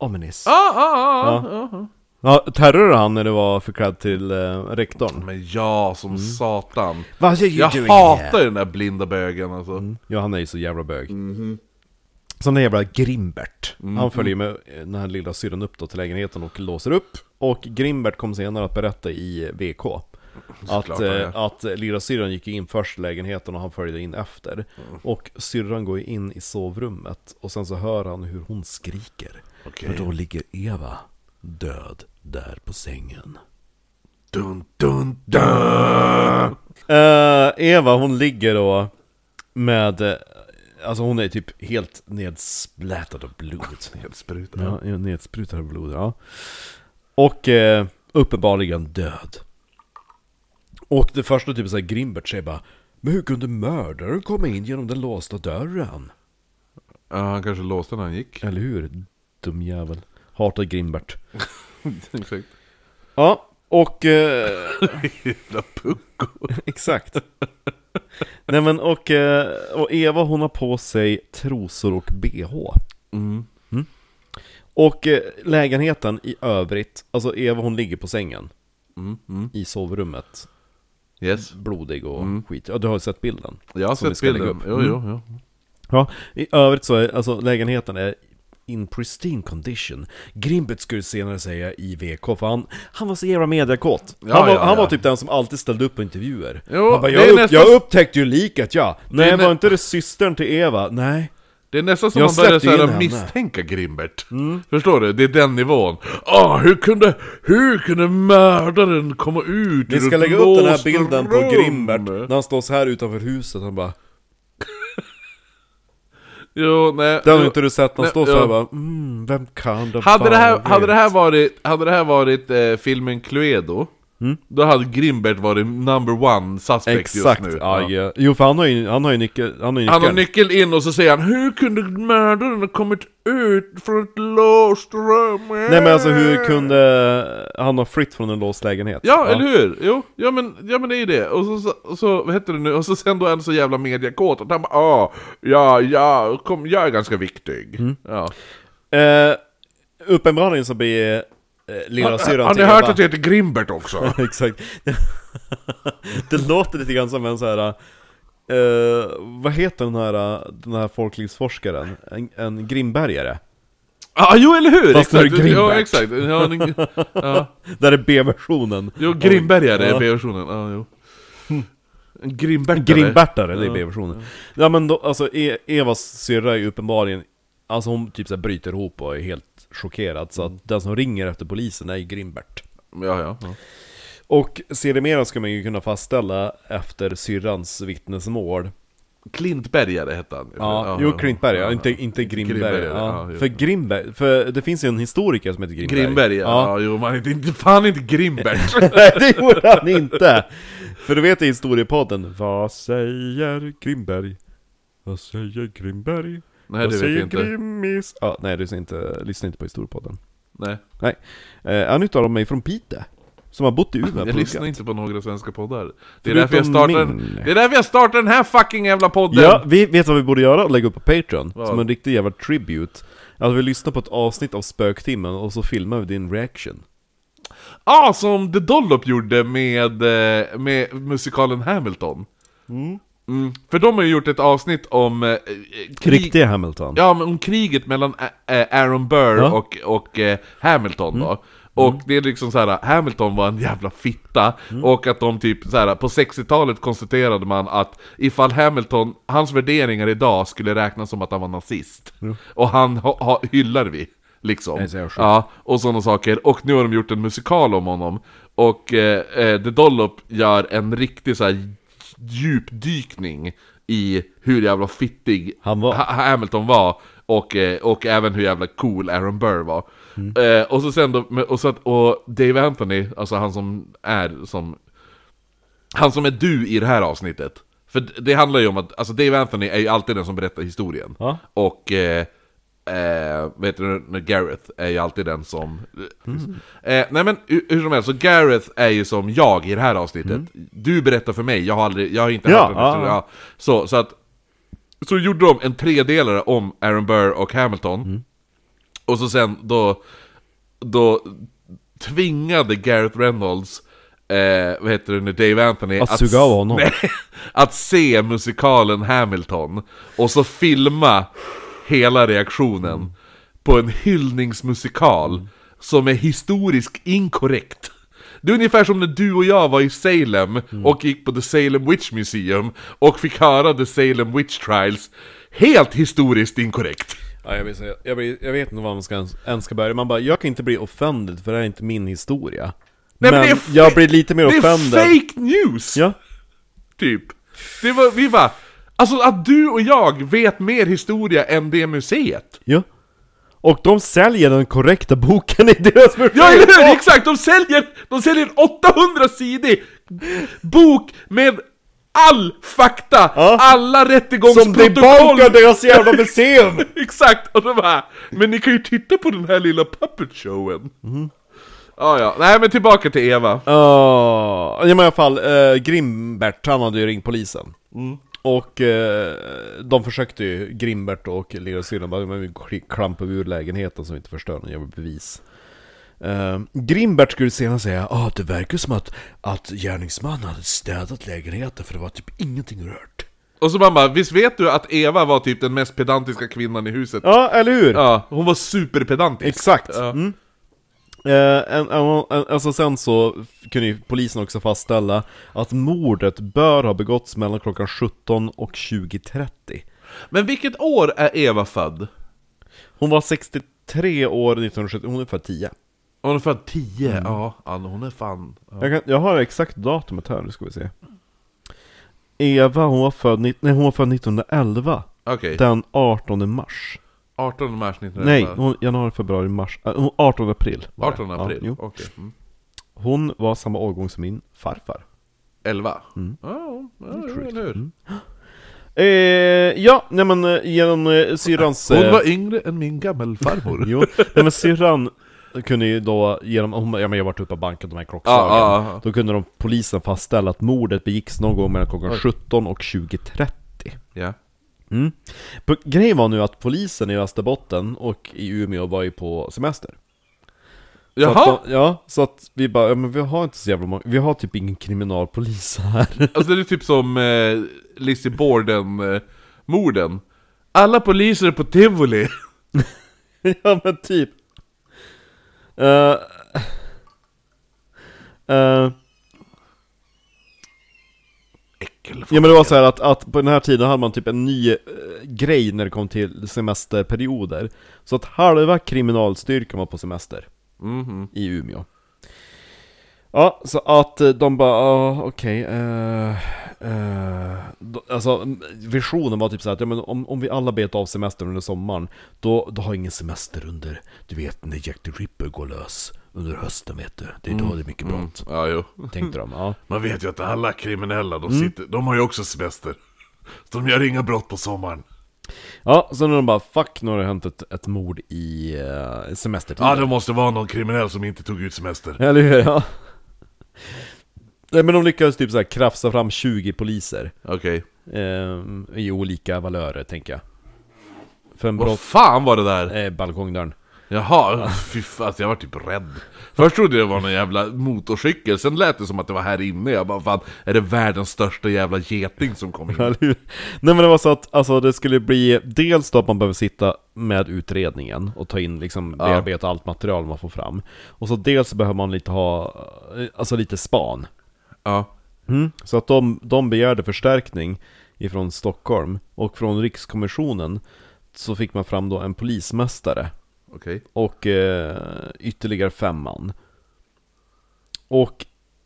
Ja, terror han när det var förklädd till rektorn. Men ja, som satan. Jag hatar den där blinda bögen alltså. Ja, han är ju så jävla bög. Sån där jävla Grimbert. Han följer med den här lilla syrran upp då till lägenheten och låser upp. Och Grimbert kom senare att berätta i VK att lilla syrran gick in först i lägenheten och han följde in efter. Och syrran går in i sovrummet och sen så hör han hur hon skriker. För då ligger Eva död där på sängen. Dun, dun, dun. Eva, hon ligger då med... Alltså hon är typ helt nedsplätad av blod. Nedsprutad av blod, ja. Och uppenbarligen död. Och det första typ såhär Grimbert säger bara, men hur kunde mördaren komma in genom den låsta dörren? Ja, han kanske låste när han gick. Eller hur? Dum jävel. Hatar Grimbert. Exakt. Ja, och... Jävla pucko. Exakt. Nej men, och Eva hon har på sig trosor och BH. Och lägenheten i övrigt, alltså Eva hon ligger på sängen i sovrummet. Yes. Blodig och skit. Ja, du har sett bilden. Jag har sett bilden. Jo. Ja, i övrigt så är alltså lägenheten är in pristine condition. Grimbert skulle senare säga i VK, för han var så jävla mediakåt. Han var typ den som alltid ställde upp på intervjuer. Jo, han bara, jag upptäckte ju likat, Nej, var inte det systern till Eva? Nej. Det är nästan som man börjar såhär misstänka Grimbert. Förstår du? Det är den nivån. Hur kunde mördaren komma ut? Vi ska lägga upp den här bilden på Grimbert när han står så här utanför huset. Han bara... Jo, nej. Det har inte du sett, han står så här ja. bara, vem kan det Hade det här vara? varit filmen Cluedo, då hade Grimbert varit number one suspect Exakt, just nu. ja. Jo, för han har ju nyckel. Han har nyckel in och så säger han: hur kunde mördaren ha kommit ut från ett låst rum? Nej, men alltså hur kunde han ha flytt från en låst lägenhet? Ja, eller hur? Jo, ja men det är ju det. Och så vad heter det nu? Och så sen då är han så jävla mediakåt att han bara, jag är ganska viktig. Ja. Uppenbarligen så blir lilla syrran har ni hört att det heter Grimbert också? Exakt. Det låter lite grann som en så här. Vad heter den här folklivsforskaren? En Grimbergare. Ja, jo, eller hur? Fast Exakt. Grimbert. Ja, exakt. Ja. Där är B-versionen. Jo, Grimbergare är B-versionen. Ja, jo. Grimbertare, det är B-versionen. Ja, men då, alltså Evas syrra är ju uppenbarligen, alltså hon typ så här bryter ihop och är helt chockerad. Så att den som ringer efter polisen är ju Grimbert. Ja. Och sedermera ska man ju kunna fastställa efter syrrans vittnesmål. Klintbergare hette han. Jo, Klintberg, inte Grimberg. För Grimberg, för det finns ju en historiker som heter Grimberg. Grimberg, jo, man är inte fan inte Grimbert. Nej, det gjorde han inte. För du vet i historiepodden, vad säger Grimberg? Vad säger Grimberg? Nej, det vet jag inte. Grimmis? Nej, du lyssnar inte på historiepodden. Nej. Han utav mig från Piteå, som har bott i Umeå. Jag lyssnar inte på några svenska poddar. Det är därför jag startar den här fucking jävla podden. Ja, vi vet vad vi borde göra och lägga upp på Patreon. Som en riktig jävla tribute. Att vi lyssnar på ett avsnitt av Spöktimmen och så filmar vi din reaction. Som The Dollop gjorde med musikalen Hamilton. För de har ju gjort ett avsnitt om riktiga Hamilton. Ja, men om kriget mellan Aaron Burr och Hamilton då. Och det är liksom så här: Hamilton var en jävla fitta. Och att de typ så här, på 60-talet konstaterade man att ifall Hamilton, hans värderingar idag skulle räknas som att han var nazist. Och han hyllar vi liksom. Ja, och sådana saker. Och nu har de gjort en musikal om honom. Och The Dollop gör en riktig så här djupdykning i hur jävla fittig Hamilton var. Och även hur jävla cool Aaron Burr var. Och så sen då, och Dave Anthony, alltså han som är du i det här avsnittet. För det handlar ju om att, alltså Dave Anthony är ju alltid den som berättar historien. Och vet du, Gareth är ju alltid den som nej men hur som helst, så Gareth är ju som jag i det här avsnittet. Du berättar för mig, jag har inte hört den historien. Så gjorde de en 3-delare om Aaron Burr och Hamilton. Och så sen då tvingade Gareth Reynolds Dave Anthony att suga av honom. Att se musikalen Hamilton och så filma hela reaktionen på en hyllningsmusikal som är historiskt inkorrekt. Det är ungefär som när du och jag var i Salem och gick på The Salem Witch Museum och fick höra The Salem Witch Trials. Helt historiskt inkorrekt. Ja, jag vet inte vad man ska börja. Man bara, jag kan inte bli offended för det är inte min historia. Nej, men jag blir lite mer offended. Det är fake news! Ja. Typ. Vi var... Alltså att du och jag vet mer historia än det museet. Ja. Och de säljer den korrekta boken i deras museum. Ja, eller hur? Exakt! De säljer 800 sidor bok med all fakta, alla rättegångsprotokoll som debakar deras jävla museum. Exakt, och de bara, men ni kan ju titta på den här lilla puppet showen. Ja, nej men tillbaka till Eva. Ja, men i alla fall, Grimbert, han hade ju ringt polisen. Och de försökte ju, Grimbert och lilla syrran, bara klampa ur lägenheten så vi inte förstör någon jävla bevis. Grimbert skulle senare säga det verkar som att gärningsmannen hade städat lägenheten för det var typ ingenting rört. Och så man bara, visst vet du att Eva var typ den mest pedantiska kvinnan i huset? Ja, eller hur? Ja, hon var superpedantisk. Exakt. Alltså sen så kunde ju polisen också fastställa att mordet bör ha begåtts mellan klockan 17 och 20:30. Men vilket år är Eva född? Hon var 63 år 1970, hon är född 10. Hon är född 10, ja, hon är fan... Ja. Jag har exakt datumet här, nu ska vi se. Eva, hon var född 1911. Okej. den 18 mars. 18 mars 1911. Nej, januari, februari, mars. 18 april. var det. 18 april, Ja, jo. okej. Mm. Hon var samma årgång som min farfar. 11? Mm. Ja, eller hur? Ja, nej men genom syrrans... Hon var yngre än min gammelfarmor. Jo, nej men syrran kunde ju då genom, jag har varit uppe på banken de här klockslagen. Ja. Då kunde polisen fastställa att mordet begicks någon gång mellan klockan 17 och 20:30. Ja. Mm. Grejen var nu att polisen i Västerbotten och i Umeå var ju på semester. Jaha? Så att vi bara, ja, men vi har inte så jävla många, vi har typ ingen kriminalpolis här. Alltså det är typ som Lizzie Borden-morden. Alla poliser är på Tivoli. Ja men typ. Ja men det var så här att på den här tiden hade man typ en ny grej när det kom till semesterperioder. Så att halva kriminalstyrkan var på semester i Umeå. Ja, så att de bara, okej. Alltså visionen var typ så här att ja, men om vi alla bet av semester under sommaren, då har ingen semester under, du vet, när Jack the Ripper går lös under hösten, vet du. Det är då det är mycket brott. Ja, jo. Tänkte de, ja. Man vet ju att alla kriminella, de har ju också semester. Så de gör inga brott på sommaren. Ja, så när de bara, fuck, nu har det hänt ett mord i semestertid. Ja, det måste vara någon kriminell som inte tog ut semester. Eller hur, ja. Nej, men de lyckades typ så här krafsa fram 20 poliser. Okej. I olika valörer, tänker jag. För en Vad fan var det där? balkongdörren. Jaha, fy fan, alltså jag var typ rädd. Först trodde jag det var någon jävla motorcykel. Sen lät det som att det var här inne. Jag bara, fan, är det världens största jävla geting som kom in? Nej men det var så att alltså, det skulle bli dels då att man behöver sitta med utredningen och ta in, liksom, bearbeta allt material man får fram. Och så dels behöver man lite ha, alltså lite span. Ja. Så att de begärde förstärkning ifrån Stockholm. Och från Rikskommissionen så fick man fram då en polismästare. Okej. Och ytterligare 5 man. Och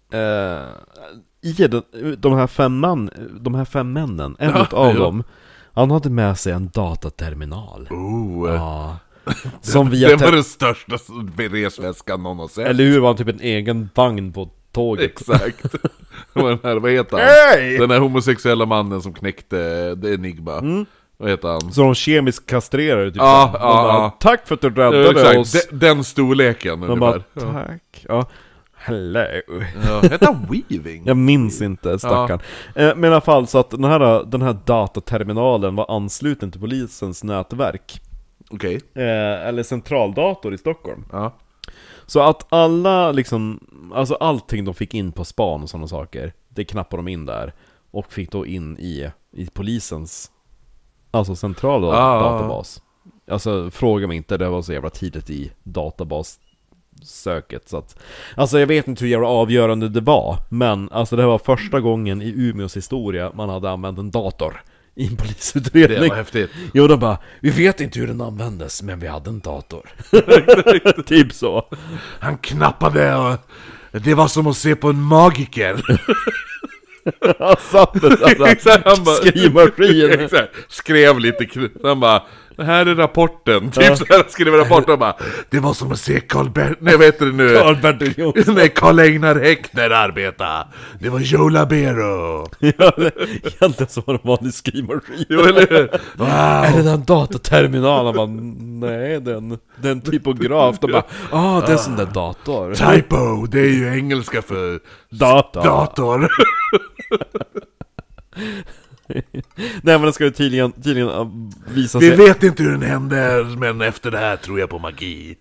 i de här 5 männen, en av dem, han hade med sig en dataterminal. Ja. Som det var den största resväskan någon har sett. Eller hur, var typ en egen vagn på tåget. Exakt. Den här, vad heter han? Hey! Den här homosexuella mannen som knäckte det Enigma. Vad heter han? Så de kemiskt kastrerade typ. Tack för att du räddade oss. Den storleken de bara, tack. Ja. Hello. Ja, heter han Weaving? Jag minns inte, stackarn. Men i alla fall så att den här dataterminalen var ansluten till polisens nätverk. Okej. Eller centraldator i Stockholm. Ja. Så att alla liksom, alltså allting de fick in på span och sådana saker, det knappade de in där. Och fick då in i polisens, alltså centrala databas. Alltså fråga mig inte, det var så jävla tidigt i databassöket så att, alltså jag vet inte hur jävla avgörande det var, men alltså det var första gången i Umeås historia man hade använt en dator i en polisutredning. Det var häftigt. Jo, de bara, vi vet inte hur den användes, men vi hade en dator. Typ så. Han knappade och det var som att se på en magiker. Han satte skrivmaskin. Skrev lite, han bara, det här är rapporten. Typ så här skrev rapporten bara, det var som att se Karl Einar Häckner arbeta. Det var Joe Labero. Egentligen som en vanlig skrivmaskin. Jo, eller hur? Wow. Är det en dataterminal? Han bara, nej, den typograf. De bara, det är en sån där dator. Typo, det är ju engelska för dator. Nej, men det ska ju tydligen visa Vi sig. vet inte hur den hände, men efter det här tror jag på magi.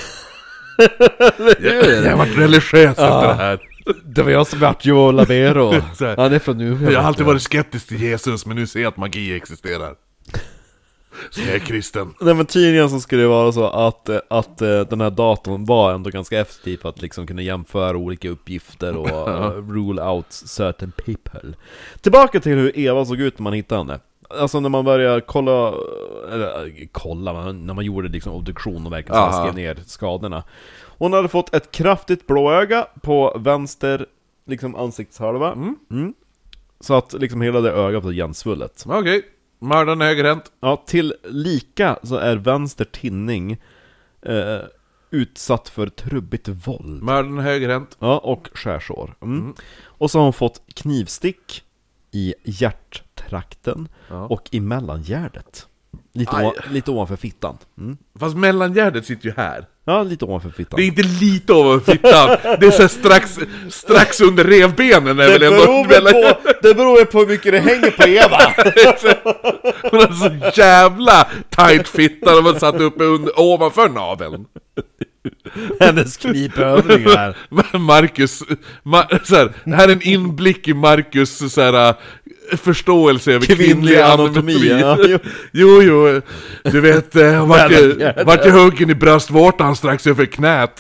jag har varit religiös efter det här. Det var jag som vart Joe Labero. Han är från Umeå. Jag har alltid varit skeptisk till Jesus, men nu ser jag att magi existerar. Så jag är kristen. Nej, men tydligen så skulle det vara så att den här datorn var ändå ganska effektiv för att liksom kunna jämföra olika uppgifter och rule out certain people. Tillbaka till hur Eva såg ut när man hittade henne. Alltså när man började kolla, när man gjorde liksom obduktion och verkligen skrev ner skadorna. Hon hade fått ett kraftigt blåöga på vänster liksom ansiktshalva. Så att liksom hela det ögat var igensvullet. Okej. Mördaren är högerhänt. Ja, till lika så är vänster tinning utsatt för trubbigt våld. Mördaren är högerhänt. Ja, och skärsår. Och så har hon fått knivstick i hjärttrakten och i mellangärdet. Lite ovanför fittan. Fast mellangärdet sitter ju här. Ja, lite ovanför fittan. Det är inte lite ovanför fittan. Det är så strax under revbenen är väl ändå. Det beror ju på hur mycket det hänger på Eva. Hon har så jävla tight fitta. De har satt uppe ovanför naveln. Hennes knipövningar. Marcus, så här är en inblick i Marcus så här, förståelse över kvinnlig anatomi. Ja, jo, du vet, vart jag huggen i bröstvårtan strax över knät.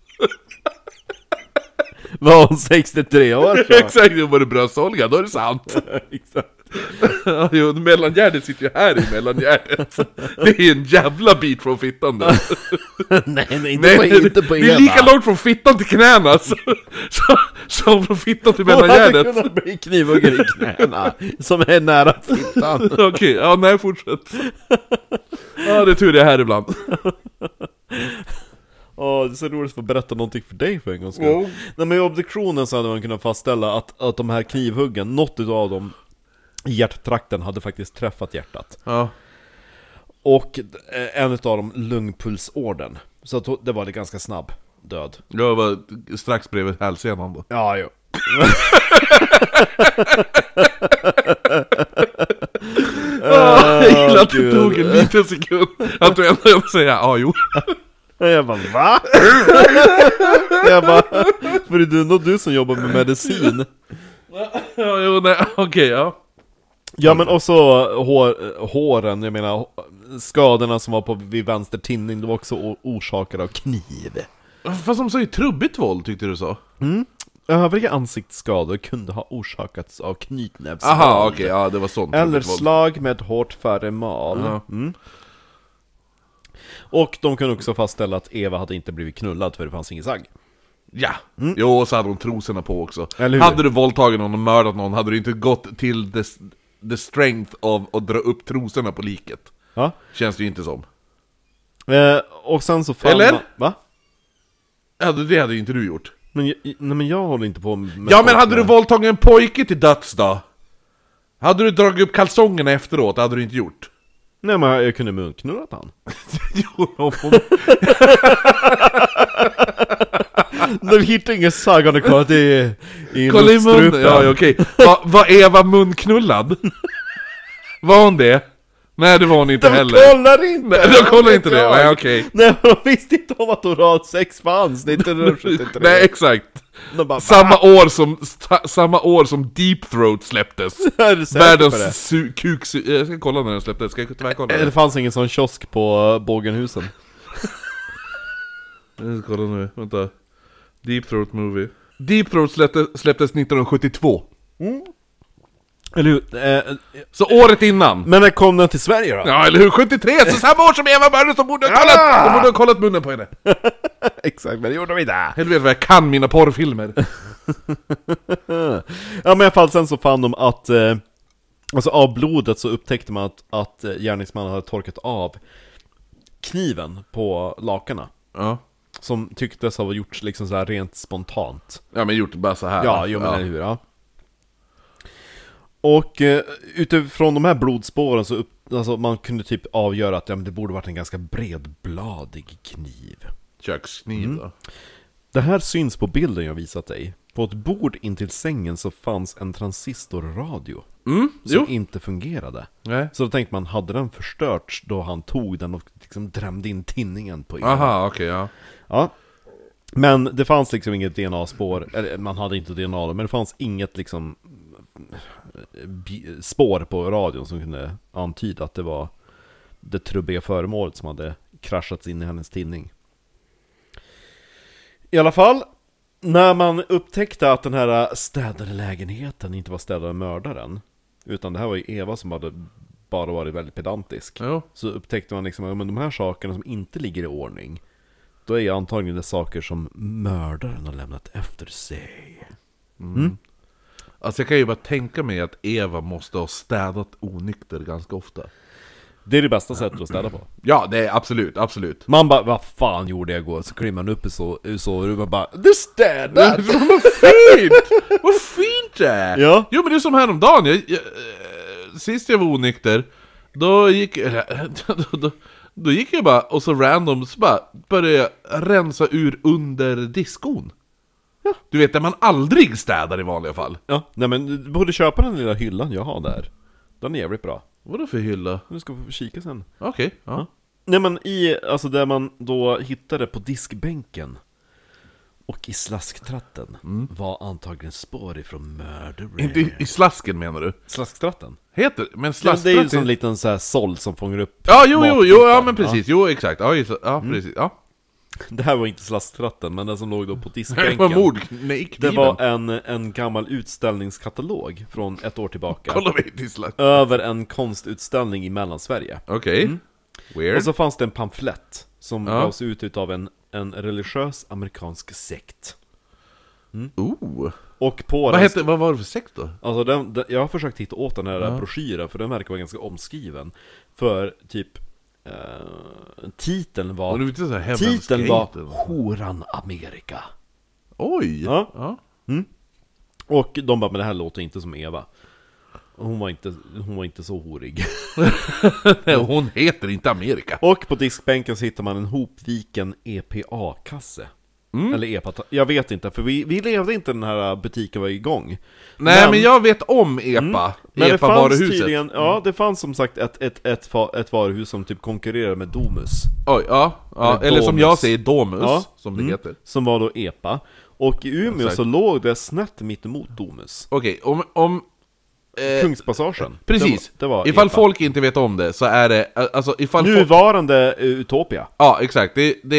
Var hon 63 år så? Exakt, det var det brösthålliga, då är det sant. Exakt. Jo, mellangärdet sitter ju här i mellangärdet. Det är en jävla bit från fittan där. Nej, inte på Eva. Det är lika långt från fittan till knäna som från fittan till mellangärdet. Hon hade kunnat bli knivhuggen i knäna som är nära fittan. Okej, ja, nej, fortsätt. Ja, det är tur det är här ibland. Det är så roligt att få berätta någonting för dig för en gång skull. Nej, men i obduktionen så hade man kunnat fastställa att de här knivhuggen, något av dem i hjärttrakten hade faktiskt träffat hjärtat. Ja. Och en av dem lungpulsorden. Så att det var det ganska snabb död. Jag var strax bredvid hälsenan då. Ja, jo. Jag gillar att det tog en liten sekund att du ändå säger ja, jo. Jag bara, va? Jag bara, för det är nog du som jobbar med medicin. Ja, jo, nej, okej, ja. Ja, men också håren, jag menar skadorna som var vid vänster tinning, det var också orsakade av kniv. Fast de sa ju trubbigt våld, tyckte du så? Övriga ansiktsskador kunde ha orsakats av knytnävsvåld. Aha, okej, ja, det var sånt. Eller slag med hårt föremal. Och de kunde också fastställa att Eva hade inte blivit knullad för det fanns ingen sagg. Ja, jo, så hade hon trosorna på också. Eller hade du våldtagit någon och mördat någon, hade du inte gått till the strength av att dra upp trosorna på liket. Ja. Känns det ju inte som. Och sen så fann Eller? Man, va? Ja, det hade ju inte du gjort. Men jag håller inte på med ja, men hade du våldtagit en pojke till döds då? Hade du dragit upp kalsongerna efterat, hade du inte gjort. Nej, men jag kunde munknullat han. Jo, De hittar ingen sagande kvar i kolla i munnen, strupen. ja, okej. Var Eva munknullad? Var hon det? Nej, det var hon inte heller. De kollar inte! Nej, de kollar inte det, nej, okej. Nej, de visste inte om att oral-sex fanns. Det är inte nej, exakt. Bara, Samma år som Deep Throat släpptes. Världens kuk... Jag ska kolla när den släpptes. Ska jag tyvärr kolla? Det fanns ingen sån kiosk på Bågenhusen. Jag ska kolla nu, vänta. Deep Throat Movie. Deep Throat släpptes 1972. Eller hur? Så året innan. Men när kom den till Sverige då? Ja, eller hur? 73, så samma år som Eva Börne, som borde ha kollat. De borde ha kollat munnen på henne. Exakt, men det gjorde de inte. Helvete vad jag kan mina porrfilmer. Ja, men i alla fall sen så fann de att alltså av blodet så upptäckte man att gärningsmannen hade torkat av kniven på lakarna. Ja. Som tycktes ha gjorts liksom så här rent spontant. Ja, men gjort bara så här. Ja, jo, men eller hur, ja. Och utifrån de här blodspåren så alltså, man kunde typ avgöra att det borde varit en ganska bredbladig kniv. Kökskniv då. Det här syns på bilden jag visat dig. På ett bord intill sängen så fanns en transistorradio som inte fungerade. Nej. Så då tänkte man, hade den förstörts då han tog den och liksom drämde in tinningen på Eva? Aha, okej, ja. Ja. Men det fanns liksom inget DNA-spår, eller man hade inte DNA, men det fanns inget liksom spår på radion som kunde antyda att det var det trubbiga föremålet som hade kraschats in i hennes tinning. I alla fall, när man upptäckte att den här städade lägenheten inte var städad av mördaren, utan det här var ju Eva som hade bara varit väldigt pedantisk, så upptäckte man liksom att de här sakerna som inte ligger i ordning, då är antagligen det saker som mördaren har lämnat efter sig. Alltså jag kan ju bara tänka mig att Eva måste ha städat onykter ganska ofta. Det är det bästa sättet att städa på. Ja, det är absolut. Man bara, vad fan gjorde jag igår? Så kliver man upp i sovrummet och bara, det städat! Vad fint! Vad fint det är! Ja. Jo men det är som häromdagen, sist jag var onykter, då gick jag bara, och så random så bara började jag rensa ur under diskon. Ja. Du vet, där man aldrig städar i vanliga fall. Ja, nej men du borde köpa den lilla hyllan jag har där. Den är jävligt bra. Vadå för hylla? Du ska få kika sen. Okej, ja. Nej men alltså där man då hittade på diskbänken och i slasktratten var antagligen spår ifrån mördaren. Inte i slasken menar du? Slasktratten? Heter men Ja, slasktratt? det är ju som en liten så här såll som fångar upp. Ja, jo, ja men matbitar. precis, jo exakt, ja precis, ja. Det här var inte slasktratten, men den som låg då på Det diskbänken. var mord med Det var en gammal utställningskatalog från ett år tillbaka. Kolla mig till slask. Över en konstutställning i Mellansverige. Okej, weird. Och så fanns det en pamflett som gavs ut utav en religiös amerikansk sekt. Och på Vad var det för sekt då? alltså jag har försökt hitta åt den här broschyren, för den verkar vara ganska omskriven. För typ titeln Och det var inte så här Heaven's titeln Gate var eller något. Horan Amerika. Oj! Ja. Och de bara, men det här låter inte som Eva. Och hon var inte så horig. Hon heter inte Amerika. Och på diskbänken så hittar man en hopviken EPA-kasse. Eller EPA, jag vet inte, för vi levde inte den här butiken var igång. Nej men jag vet om EPA. Men det fanns EPA-varuhuset. tydligen, ja det fanns som sagt ett varuhus som typ konkurrerade med Domus. Oj, ja. Eller som Domus. jag säger, Domus, Ja. som det heter. Som var då EPA. Och i Umeå Exakt. så låg det snett mitt emot Domus. Okej, om Kungspassagen. precis. Det var ifall EPA. folk inte vet om det så är det, alltså ifall Nuvarande Utopia. Ja, exakt.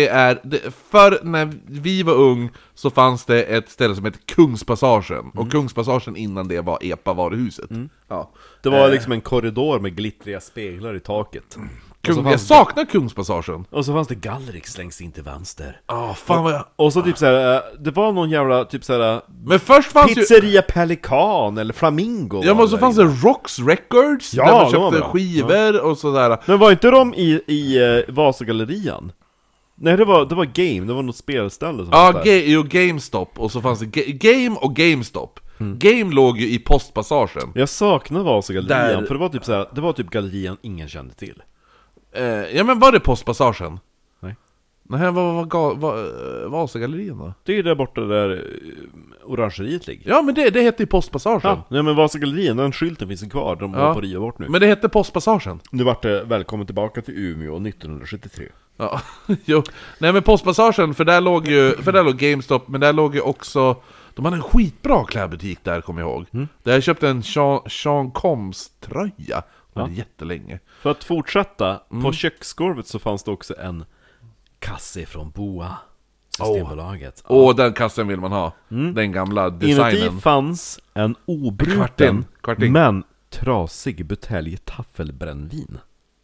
För när vi var ung så fanns det ett ställe som hette Kungspassagen. Och Kungspassagen innan det var EPA-varuhuset. Ja. Det var liksom en korridor med glittriga speglar i taket. Jag saknar Kungspassagen. Och så fanns det Gallerix längst in till vänster. Fan vad jag... Och så typ såhär, det var någon jävla typ såhär Men först fanns ju... Pizzeria Pelikan eller Flamingo. Ja men så fanns det Rocks Records, Ja, där man de var köpte bra. skivor och sådär. Men var inte de i Vasagallerian? Nej, det var Game, det var något spelställe som Ja, fanns där. GameStop, och så fanns det Game och GameStop. Game låg ju i Postpassagen. Jag saknar Vasagallerian, Där- för det var typ såhär, det var typ gallerian ingen kände till. Ja men var det Postpassagen? Nej. Nej, vad Vasagallerien då? Det är ju där borta där orangeriet ligger. Ja men det heter ju Postpassagen. Ja, nej men Vasagallerian, den skylten finns ju kvar, de var på riva bort nu. Men det hette Postpassagen. Nu vart det välkommen tillbaka till Umeå 1973. Ja, jo. Nej men Postpassagen, för där låg GameStop, men där låg ju också... De hade en skitbra klädbutik där, kommer jag ihåg. Där jag köpte en Sean Combs tröja. Det var jättelänge. För att fortsätta, på köksgolvet så fanns det också en kasse från Boa, Systembolaget. Den kassen vill man ha. Den gamla designen. Inuti fanns en obruten Kvarting. men trasig butelj taffelbrännvin.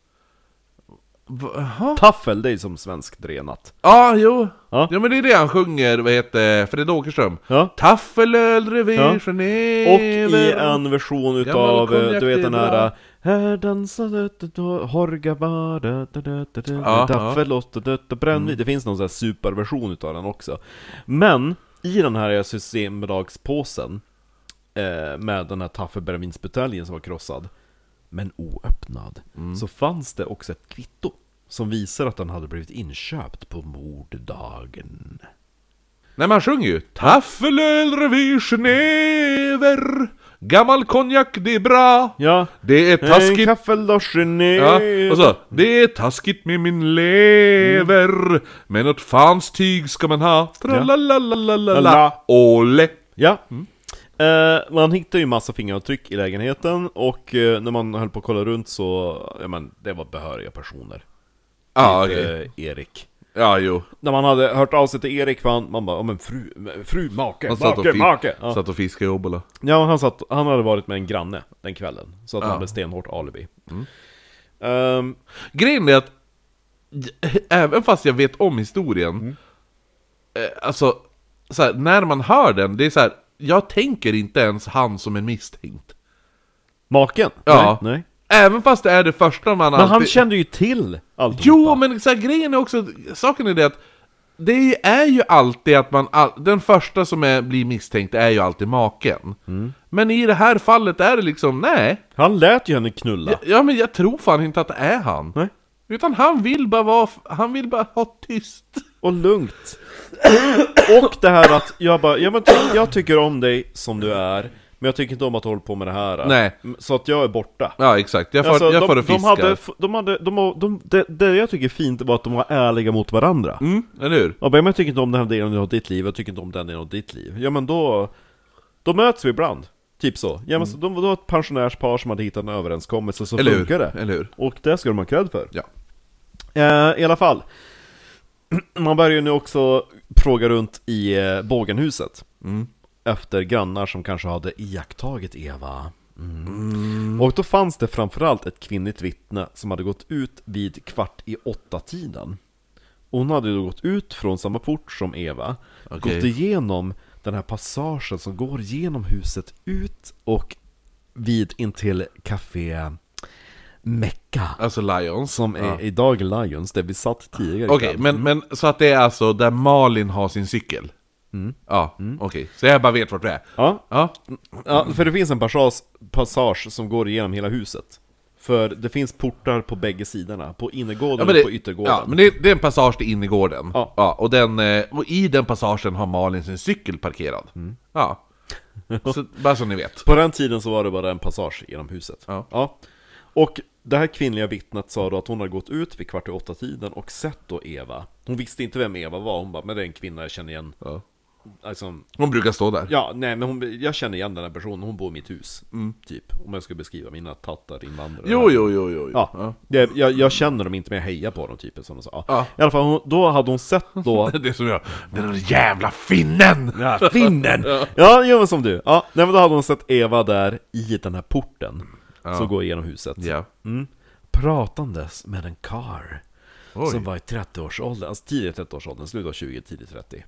Taffel, det är som svenskt renat. Ja, jo. Ja. Ja, men det är det han sjunger, vad heter Fred Åkerström. Ja. Taffelöl, revir, Genève. Och i en version utav, konjak, du vet det är den här bra. här dansade Horga bara taffel och brännvin. Det finns någon sån här superversion utav den också. Men i den här Systembolagspåsen med den här taffelbrännvinsbuteljen som var krossad men oöppnad, så fanns det också ett kvitto som visar att den hade blivit inköpt på morddagen. Nej, man sjunger ju Taffelöl, revir, Genève. Gammal konjak, det är bra. Ja, Det är en taskigt. kaffeldoschene. Ja, och så, det är taskigt med min lever. Men något fanstyg ska man ha. Tralalalala. Ole. Ja. Man hittar ju massa fingeravtryck i lägenheten. Och när man höll på att kolla runt så, ja men, det var behöriga personer. Ja, Typ, okej. Erik. Ja, jo. När man hade hört av sig till Erik, man bara, men fru, make, Han satt och make. Ja. satt och fiskade i Obbola. Ja, han hade varit med en granne den kvällen. Så att han hade stenhårt alibi. Grejen är att även fast jag vet om historien, alltså så här, när man hör den, det är så här, jag tänker inte ens han som en misstänkt. Maken? Ja. Nej. Även fast det är det första man Men alltid... han kände ju till allt. Jo, men så här, grejen är också... Saken är det att det är ju alltid att man... Den första som blir misstänkt är ju alltid maken. Men i det här fallet är det liksom, nej. Han lät ju henne knulla. Ja, men jag tror fan inte att det är han. Nej. Utan han vill bara ha tyst. Och lugnt. Och det här att jag tycker om dig som du är, men jag tycker inte om att hålla på med det här. Nej. Så att jag är borta. Ja, exakt. Jag får det fiska. Det jag tycker är fint var att de var ärliga mot varandra. Eller hur? Ja, men jag tycker inte om den här delen av ditt liv, jag tycker inte om den delen av ditt liv. Ja, men då möts vi ibland. Typ så. Ja, men så de var ett pensionärspar som hade hittat en överenskommelse, så Eller hur? funkar det. Eller hur? Och det ska de ha cred för. Ja. I alla fall. Man börjar ju nu också fråga runt i bågenhuset. Efter grannar som kanske hade iakttagit Eva. Och då fanns det framförallt ett kvinnligt vittne som hade gått ut vid 7:45. Hon hade då gått ut från samma port som Eva. Okej. Gått igenom den här passagen som går genom huset ut och vid intill café Mecca. Alltså Lions. Som är idag Lions, där vi satt tidigare. Okej, men så att det är alltså där Malin har sin cykel. Ja, okej. Så jag bara vet vart det är. Ja, för det finns en passage som går igenom hela huset. För det finns portar på bägge sidorna, på innergården och på yttergården. Ja, men det är en passage till innergården. Ja. Och i den passagen har Malin sin cykel parkerad. Ja. Så, bara så ni vet. På den tiden så var det bara en passage genom huset. Ja. Och det här kvinnliga vittnet sa då att hon hade gått ut vid 7:45 och sett då Eva. Hon visste inte vem Eva var, hon bara, men det är en kvinna jag känner igen. Ja. Alltså, Hon brukar stå där. ja, nej, men jag känner igen den här personen, hon bor i mitt hus. Typ, om jag ska beskriva mina tattar invandrare. Jo. Ja, jag känner dem inte, men jag hejar på dem typ. Som sa. Ja. I alla fall, då hade hon sett då... Det är som jag. Den där jävla finnen! Ja, finnen! Ja, men som du. Ja, nej, men då hade hon sett Eva där i den här porten som går igenom huset. Ja. Pratandes med en karl Oj. som var i 30-årsåldern, alltså tidigt 30-årsåldern, slut av 20, tidigt 30.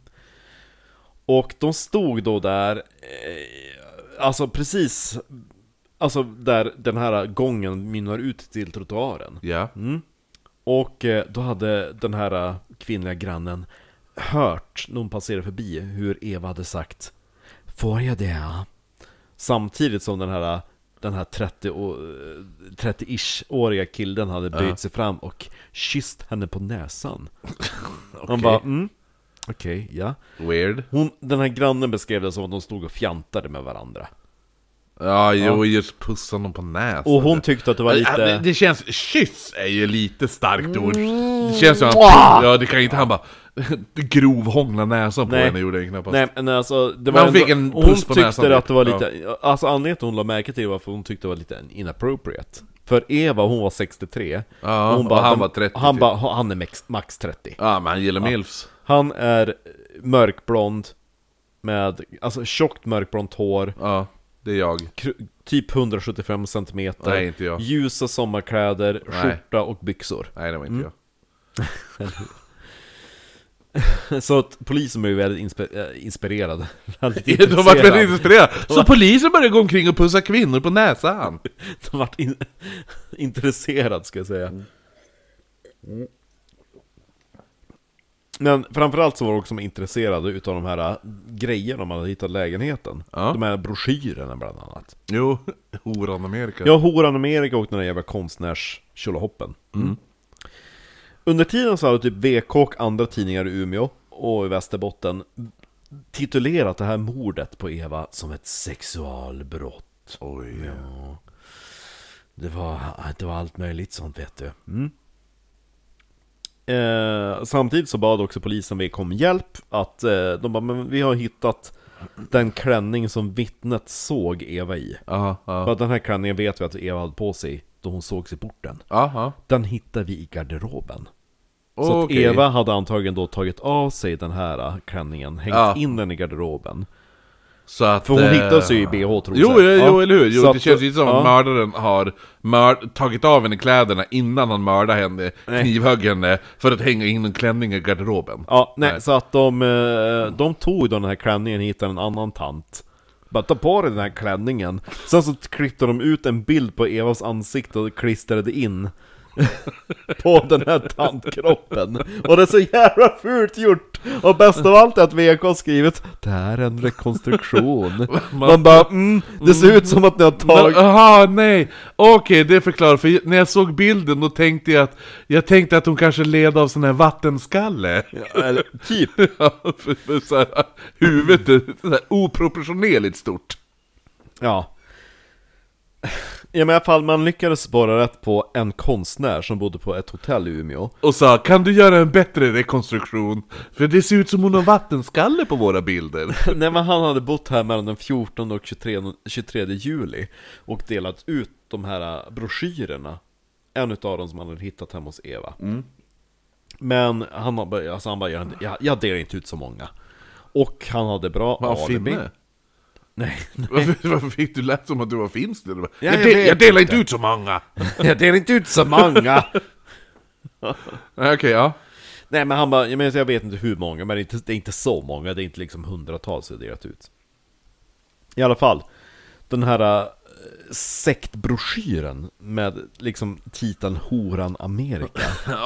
Och de stod då där, alltså precis, alltså där den här gången mynnar ut till trottoaren. Ja. Och då hade den här kvinnliga grannen hört när hon passerade förbi hur Eva hade sagt: får jag det? Samtidigt som den här 30-ish-åriga killen hade böjt sig fram och kysst henne på näsan. Han bara, okej, ja. Weird. Den här grannen beskrev det som att de stod och fjantade med varandra. Ja, just pussa någon på näsan. Och hon tyckte att det var lite... Det känns, kyss är ju lite starkt ord. Det känns som att, ja, det kan inte han bara grovhångla näsan på henne, gjorde jag knappast. Nej, men alltså, det Men var hon fick en hon puss på näsan. tyckte att det var lite, alltså anledningen till hon la märke till det var för hon tyckte det var lite inappropriate. För Eva, hon var 63. Ja, och hon bara, han var 30. Han är max 30. Ja, men han gillar milfs. Han är mörkblond med, alltså tjockt mörkblont hår. Ja, det är jag. Typ 175 cm. Nej, inte jag. Ljusa sommarkläder, Nej. skjorta och byxor. Nej, det var inte jag. Så att polisen blev väldigt inspirerad. De var väldigt inspirerade. Så polisen började gå omkring och pussa kvinnor på näsan. De var intresserad, ska jag säga. Men framförallt så var de också intresserade utav de här grejerna man hade hittat i lägenheten. Ja. De här broschyrerna bland annat. Jo, Horan Amerika. Ja, Horan Amerika och den där jävla konstnärs-tjolahoppen. Under tiden så hade typ VK och andra tidningar i Umeå och i Västerbotten titulerat det här mordet på Eva som ett sexualbrott. Oj. Ja. Det var allt möjligt sånt, vet du. Samtidigt så bad också polisen VK om hjälp. Att de bara, men vi har hittat den klänning som vittnet såg Eva i. För att den här klänningen vet vi att Eva hade på sig då hon sågs i porten. Den hittade vi i garderoben. Så att Eva hade antagligen då tagit av sig den här klänningen, hängt in den i garderoben. Så att, För hon hittas ju i BH tror Jo, eller hur? Jo, Så det att- känns ju som att mördaren har tagit av henne kläderna innan han mördade henne, knivhögg henne, för att hänga in en klänning i garderoben. Ja, nej, så att de tog då den här klänningen och hittade en annan tant. Bara ta på dig den här klänningen. Sen så klippte de ut en bild på Evas ansikte och klistrade in på den här tantkroppen. Och det är så jävla fult gjort. Och bäst av allt är att VK har skrivit: det här är en rekonstruktion. Man bara, det ser ut som att ni har tagit... Jaha, nej. Okej, det förklarar. För när jag såg bilden då tänkte jag tänkte att hon kanske led av sån här vattenskalle. Eller typ. Ja, för så här, huvudet är så här oproportionerligt stort. Ja. Ja, men i alla fall, man lyckades spåra rätt på en konstnär som bodde på ett hotell i Umeå. Och sa, kan du göra en bättre rekonstruktion? För det ser ut som hon har vattenskalle på våra bilder. Nej, men han hade bott här mellan den 14 och 23 juli och delat ut de här broschyrerna. En utav dem som han hade hittat hemma hos Eva. Men han bara, jag delar inte ut så många. Och han hade bra Var han alibi. finne? Nej. Varför fick du lätt som att du var finsk? Jag delar inte ut så många. Jag delar inte ut så många. Okej, ja. Nej, men han bara, jag vet inte hur många, men det är inte så många. Det är inte liksom hundratals jag delat ut. I alla fall, den här sektbroschyren med liksom titeln Horan Amerika.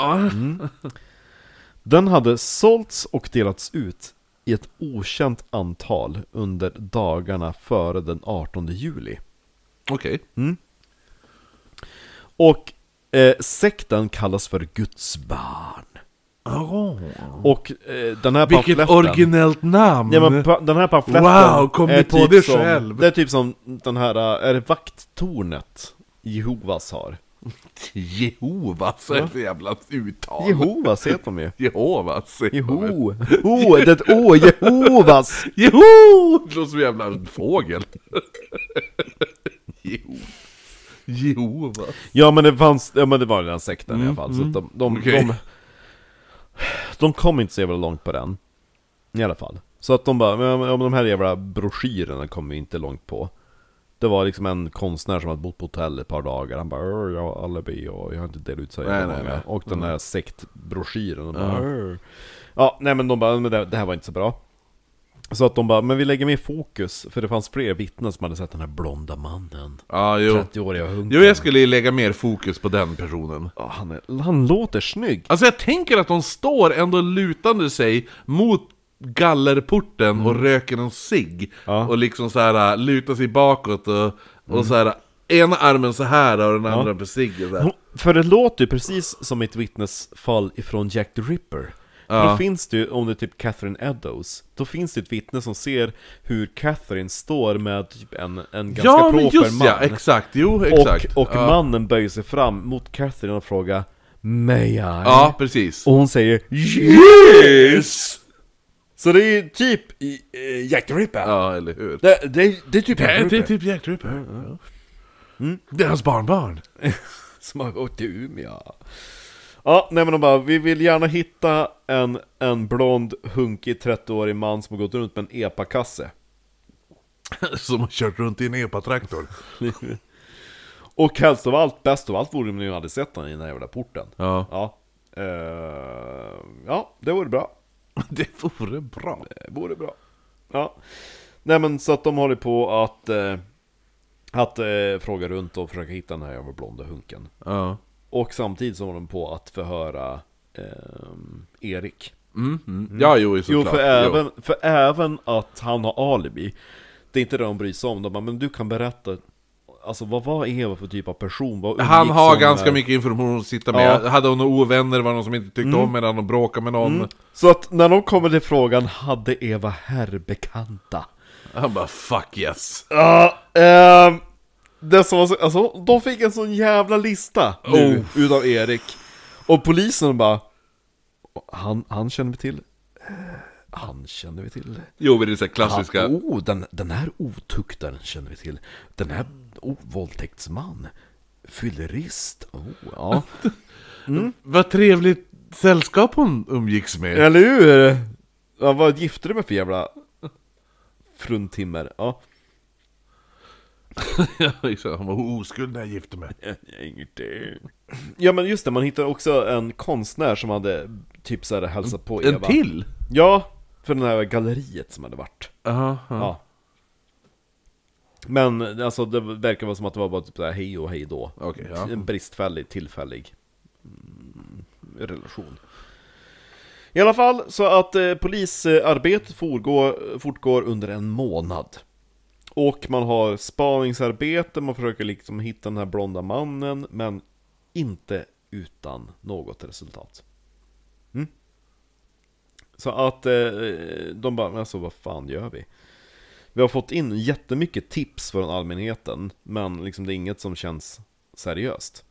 Den hade sålts och delats ut i ett okänt antal under dagarna före den 18 juli. Okej. Och sekten kallas för Guds barn. Och den här Vilket pamfletten, originellt namn. ja, men den här pamfletten, Wow, kom ni är på typ det som, själv? det är typ som den här, är det vakttornet Jehovas har? Jehovas, är det jävla uttal. Jehovas heter de ju. Jehovas. Det är ett Jehovas. Jeho! Det låter som en jävla fågel. Jehovas. Ja, men det fanns, ja, men det var den sekten i alla fall. Så att Okej. de kom inte så jävla långt på den. I alla fall. Så att de bara, men de här jävla broschyrerna kom vi inte långt på. Det var liksom en konstnär som hade bott på hotell ett par dagar. Han bara, jag har alibi och jag har inte delat ut så jävla många. Nej. Och den här sektbroschyren, de bara, ja, nej, men de bara, men det här var inte så bra. Så att de bara, men vi lägger mer fokus. För det fanns fler vittnen som hade sett den här blonda mannen. Ja, jo. 30-åriga hunken. Jo, jag skulle lägga mer fokus på den personen. Ja, han låter snygg. Alltså jag tänker att de står ändå lutande sig mot gallerporten och röker en cigg. Ja. Och liksom så här lutar sig bakåt och så här ena armen så här och den andra på ciggen där. För det låter ju precis som ett vittnesfall ifrån Jack the Ripper. För då finns det ju, om det är typ Catherine Eddowes, då finns det ett vittne som ser hur Catherine står med typ en ganska Ja, men proper just man. ja, exakt, jo, exakt. Och mannen böjer sig fram mot Catherine och frågar May I? Ja, precis. Och hon säger Yes! Så det är ju typ Jack the Ripper. Ja, eller hur? Det är typ Jack the Det är Ripper. typ Jack the Ripper. Det är hans barnbarn. Som har gått till Umeå. Ja, nej, men de bara, vi vill gärna hitta en blond, hunkig 30-årig man som har gått runt med en EPA-kasse. Som har kört runt i en EPA-traktor. Och helst av allt, bäst av allt vore det om ni hade sett den i den här jävla porten. Ja. Ja, ja, det vore bra. Det vore bra. Det vore bra. Ja. Nej, men så att de håller på att fråga runt och försöka hitta den här jävla blonda hunken. Ja. Och samtidigt så håller de på att förhöra Erik. Ja, jo, såklart. Jo, för även att han har alibi. Det är inte det de bryr sig om. De bara, men du kan berätta. Alltså vad var Eva för typ av person? Han har ganska mycket information att sitta med. Ja. Hade hon några ovänner, var någon som inte tyckte om henne, hade hon bråkat med någon. Så att när de kommer till frågan, hade Eva herrbekanta? Han bara, fuck yes. Ja, det som var så, alltså, de fick en sån jävla lista nu, utav Erik. Och polisen bara, han känner vi till. Han känner vi till. Jo, men det är så här klassiska. Den här otuktaren känner vi till. Den här våldtäktsman. Fyllerist. Ja. Vad trevligt sällskap hon umgicks med. Eller hur? Ja, vad gifte du med för jävla fruntimmer. Ja. Han var oskuld när jag gifte mig. Ja, men just det, man hittar också en konstnär som hade typ så här hälsat på Eva. En till? Ja, för den här galleriet som hade varit. Ja. Men alltså det verkar vara som att det var bara typ så här hej och hej då. Okej, ja. En bristfällig, tillfällig relation. I alla fall så att polisarbetet fortgår under en månad. Och man har spaningsarbete, man försöker liksom hitta den här blonda mannen, men inte utan något resultat. Så att de bara, alltså vad fan gör vi? Vi har fått in jättemycket tips från allmänheten, men liksom det är inget som känns seriöst.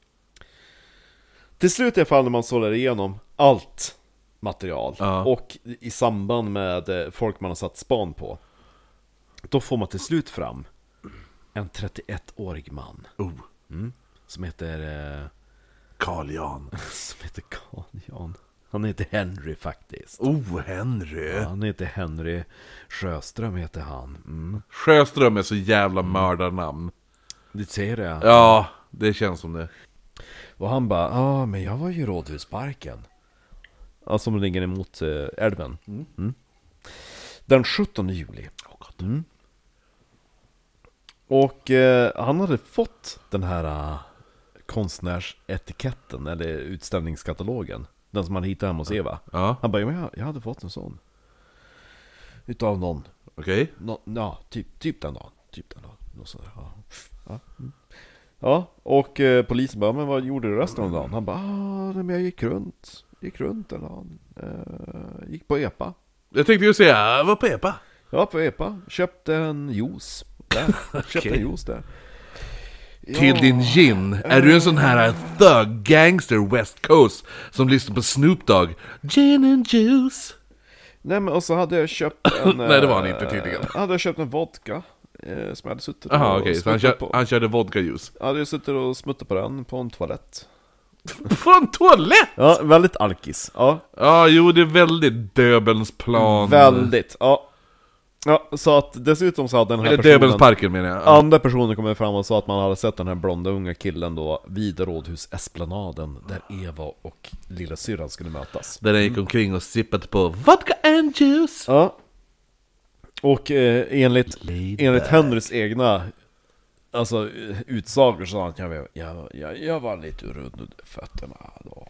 Till slut i alla fall när man sållar igenom allt material och i samband med folk man har satt span på, då får man till slut fram en 31-årig man som heter Carl Jan. som heter Carl Jan. Han heter Henry faktiskt. Henry. Ja, han heter Henry Sjöström heter han. Sjöström är så jävla mördarnamn. Det ser det. Ja, det känns som det. Och han bara, men jag var ju i Rådhusparken. Ja, som ligger emot älven. Den 17 juli. Och han hade fått den här konstnärsetiketten, eller utställningskatalogen. Den som han hittade hemma hos Eva. Ja. Han bara, men jag hade fått en sån. Utav någon. Okej. Ja, typ den dagen. Något sådär. Ja, och polisen bara, men vad gjorde du resten av dagen? Han bara, men jag gick runt den dagen. Gick på EPA. Jag tänkte ju säga, vad på EPA? Ja, på EPA. Köpte en juice där. Köpte en juice där. Till din gin. Är du en sån här thug gangster West Coast som lyssnar på Snoop Dogg? Gin and juice. Nej, men och så hade jag köpt en... Nej, det var han inte tydligen. Hade jag köpt en vodka som jag hade suttit Aha, och okej, så smuttat på. han körde vodka juice. Jag hade suttit och smuttat på den på en toalett. På en toalett? Ja, väldigt alkis. Ja, jo, det är väldigt Döbelnsplan. Väldigt, ja, så att dessutom så hade den här Eller Döbelnsparken menar jag. andra personen kommit fram och sa att man hade sett den här blonda unga killen då vid Rådhusesplanaden där Eva och lilla syrran skulle mötas. Där den gick omkring och sippat på vodka and juice. Ja. Och enligt Henrys egna utsagor så att jag var lite rund under fötterna då.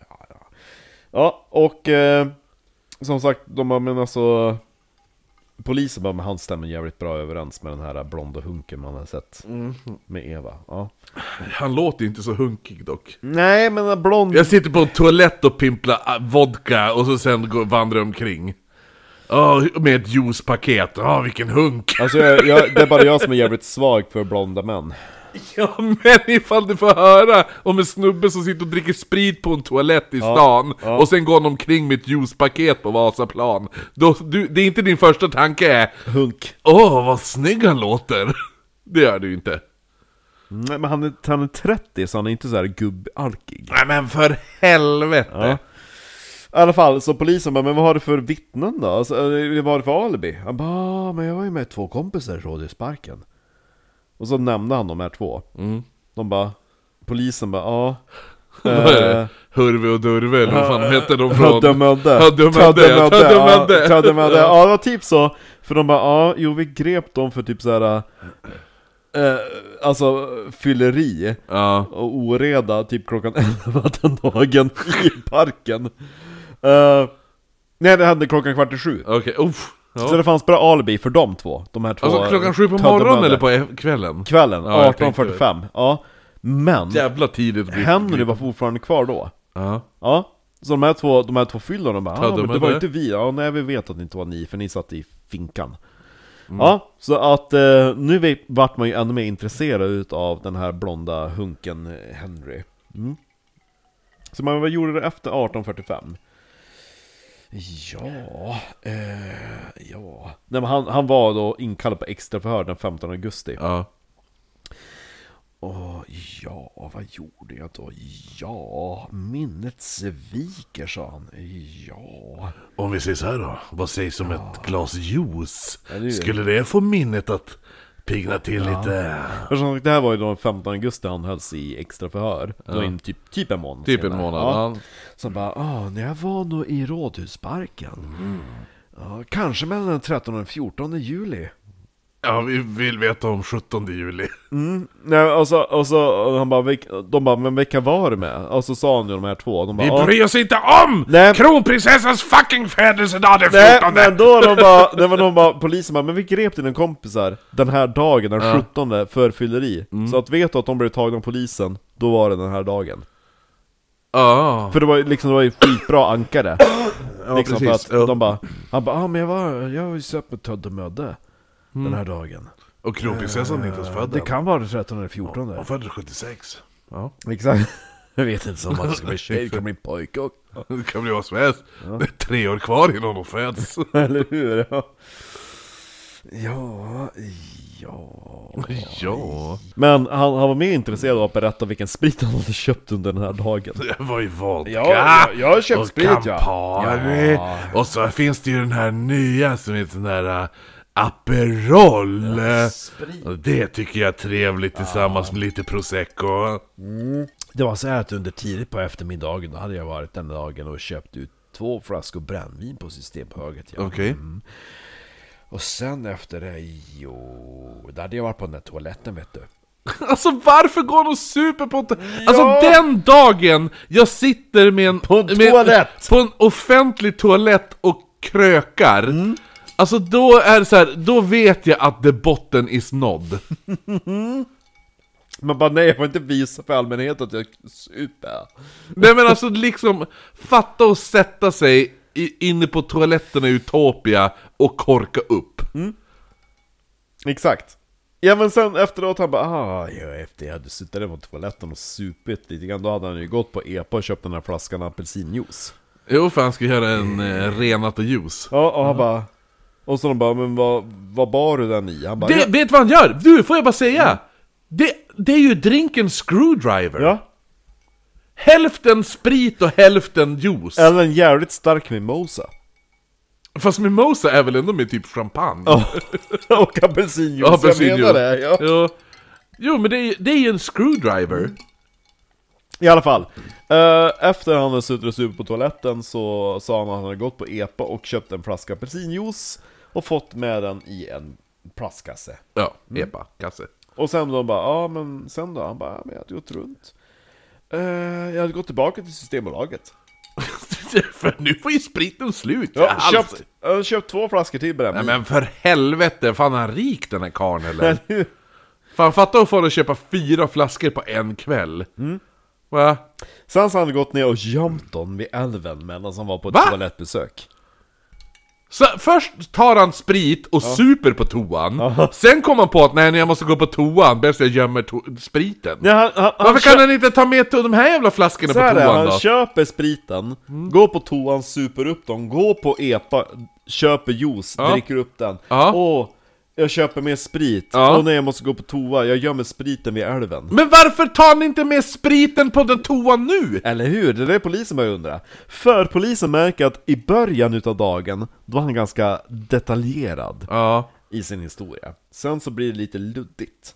Ja, och som sagt, de har men alltså polisen bara, men han stämmer jävligt bra överens med den här blonda hunken man har sett med Eva. Ja. Han låter inte så hunkig dock. Nej, men blond. Jag sitter på en toalett och pimplar vodka och så sen vandrar omkring. Med ett juicepaket. Vilken hunk. Alltså det är bara jag som är jävligt svag för blonda män. Ja, men ifall du får höra om en snubbe som sitter och dricker sprit på en toalett i stan och sen går han omkring med ett juicepaket på Vasaplan, då, det är inte din första tanke hunk. Vad snygg han låter. Det gör du inte. Nej, men han är 30 så han är inte så här gubbalkig. Nej, men för helvete. Ja. I alla fall, så polisen bara, men vad har du för vittnen då? Alltså, vad har du för alibi? Han bara, men jag var ju med 2 kompisar i Rådhusparken. Och så nämnde han de här 2. De bara, polisen bara, Vad är det? Hurve och Durve, eller vad fan heter de från? Töddemödde. Ja, det var typ så. För de bara, vi grep dem för typ såhär alltså fylleri och oreda typ klockan 11 den dagen i parken. Nej, det hände klockan 6:15. Okej, Så det fanns bra alibi för de 2. De här 2. Alltså klockan 7 på morgonen eller på kvällen? Kvällen, 18:45. Ja. Men jävla tidigt. Henry var fortfarande kvar då. Ja. Så de här två fyllor, de bara, men det var inte vi. Ja, nej, vi vet att det inte var ni, för ni satt i finkan. Ja, så att nu vart man ju ännu mer intresserad av den här blonda hunken Henry. Så vad gjorde det efter 18:45? Ja. Nej, men han var då inkallad på extra förhör den 15 augusti. Ja, vad gjorde jag då? Ja, minnet sviker, sa han. Ja. Om vi säger så här då, vad sägs om ett glas juice? det- Skulle det få minnet att pigna till lite? Det här var ju då 15 augusti han hölls i extra förhör. Det var ju typ en månad Typ en senare. månad. Ja. Ja. Så bara, när jag var nog i Rådhusparken. Ja, kanske mellan den 13 och den 14 juli. Ja, vi vill veta om 17 juli. Nej, och så han bara, de bara, men vilka var det med? Och så sa han ju de här två. De bara, Vi bryr oss inte om Nej. kronprinsessans fucking födelsedag den nej, 14. men då var de bara, polisen bara, men vi grep dina kompisar den här dagen, den 17 för fylleri. Så att vet du att de blev tagna av polisen, då var det den här dagen. Ja. För det var ju skitbra ankare. Liksom för precis, att ja. de bara, Han bara, men jag var ju söp med Tödd och Mödde den här dagen. Och kronprinsessan är inte ens född Det än. kan vara den 13 eller 14. Hon föddes 76. Ja. exakt. Jag vet inte som att det ska bli tjej, det kan bli pojke och... Det kan bli vad som helst. Det är 3 år kvar innan hon föds. Eller hur? Ja. Ja. Men han var mer intresserad av att berätta vilken sprit han hade köpt under den här dagen. Det var ju vodka. Jag har köpt och sprit, Campari. ja. Och så finns det ju den här nya som heter den där Aperol. Och det tycker jag är trevligt tillsammans med lite prosecco. Det var så här att under tidigt på eftermiddagen då hade jag varit den dagen och köpt ut 2 flaskor brännvin på Systembolaget. Ja. Okej. Och sen efter det, då hade jag varit på den där toaletten, vet du. Alltså varför går de super på Alltså den dagen jag sitter med en toalett. på en offentlig toalett och krökar. Alltså då är det så här, då vet jag att the bottom is nådd. Man bara, nej, jag får inte visa för allmänheten att jag super. Nej men alltså liksom, fatta och sätta sig inne på toaletten i Utopia och korka upp. Exakt. Ja, men sen efteråt han bara, efter jag hade suttit där på toaletten och supit lite grann, då hade han ju gått på EPA och köpt den här flaskan apelsinjuice. Jo, för han ska göra en renat och juice. Ja, och han bara, och så de bara, men vad bar du den i? Han bara, Vet du vad han gör? Du, får jag bara säga? Det är ju drinken screwdriver. ja. Hälften sprit och hälften juice. Eller en jävligt stark mimosa. Fast mimosa är väl ändå med typ champagne. Och apelsinjuice, Ja, apelsinjuice. jag menar det, ja. Ja. Jo, men det är ju en screwdriver. I alla fall, efter han hade suttit och supit på toaletten så sa han att han hade gått på EPA och köpt en flaska apelsinjuice och fått med den i en plastkasse. Ja, epa, kasse. Och sen de bara, men sen då? Han bara, men jag hade gått runt. Jag hade gått tillbaka till Systembolaget. För nu får ju spriten slut. Jag har köpt 2 flaskor till Nej brännvin. men för helvete, fan är han rik den här karln eller? Fan, fatta att få att köpa 4 flaskor på en kväll. Va? Sen så hade han gått ner och gömt dem vid älven medan han var på ett Va? toalettbesök. Så först tar han sprit och super på toan. Sen kommer han på att nej, jag måste gå på toan, bäst jag gömmer spriten. Ja, Varför kan han inte ta med de här jävla flaskorna så på här är, toan han då? köper spriten, går på toan, super upp dem, går på EPA, köper juice, dricker upp den. Ja. Och jag köper mer sprit. Ja. Och när jag måste gå på toa, jag gömmer spriten vid älven. Men varför tar ni inte med spriten på den toan nu? Eller hur? Det är det polisen börjar undra. För polisen märker att i början utav dagen, då var han ganska detaljerad Ja. i sin historia. Sen så blir det lite luddigt.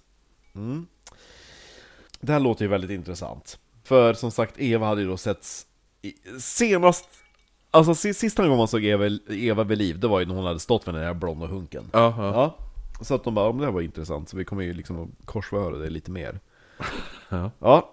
Det här låter ju väldigt intressant. För som sagt, Eva hade ju då setts senast, alltså sista gången man såg Eva vid liv, det var ju när hon hade stått med den här blonda hunken. Ja. Så att de bara, det här var intressant, så vi kommer ju liksom att korsföra det lite mer. Ja.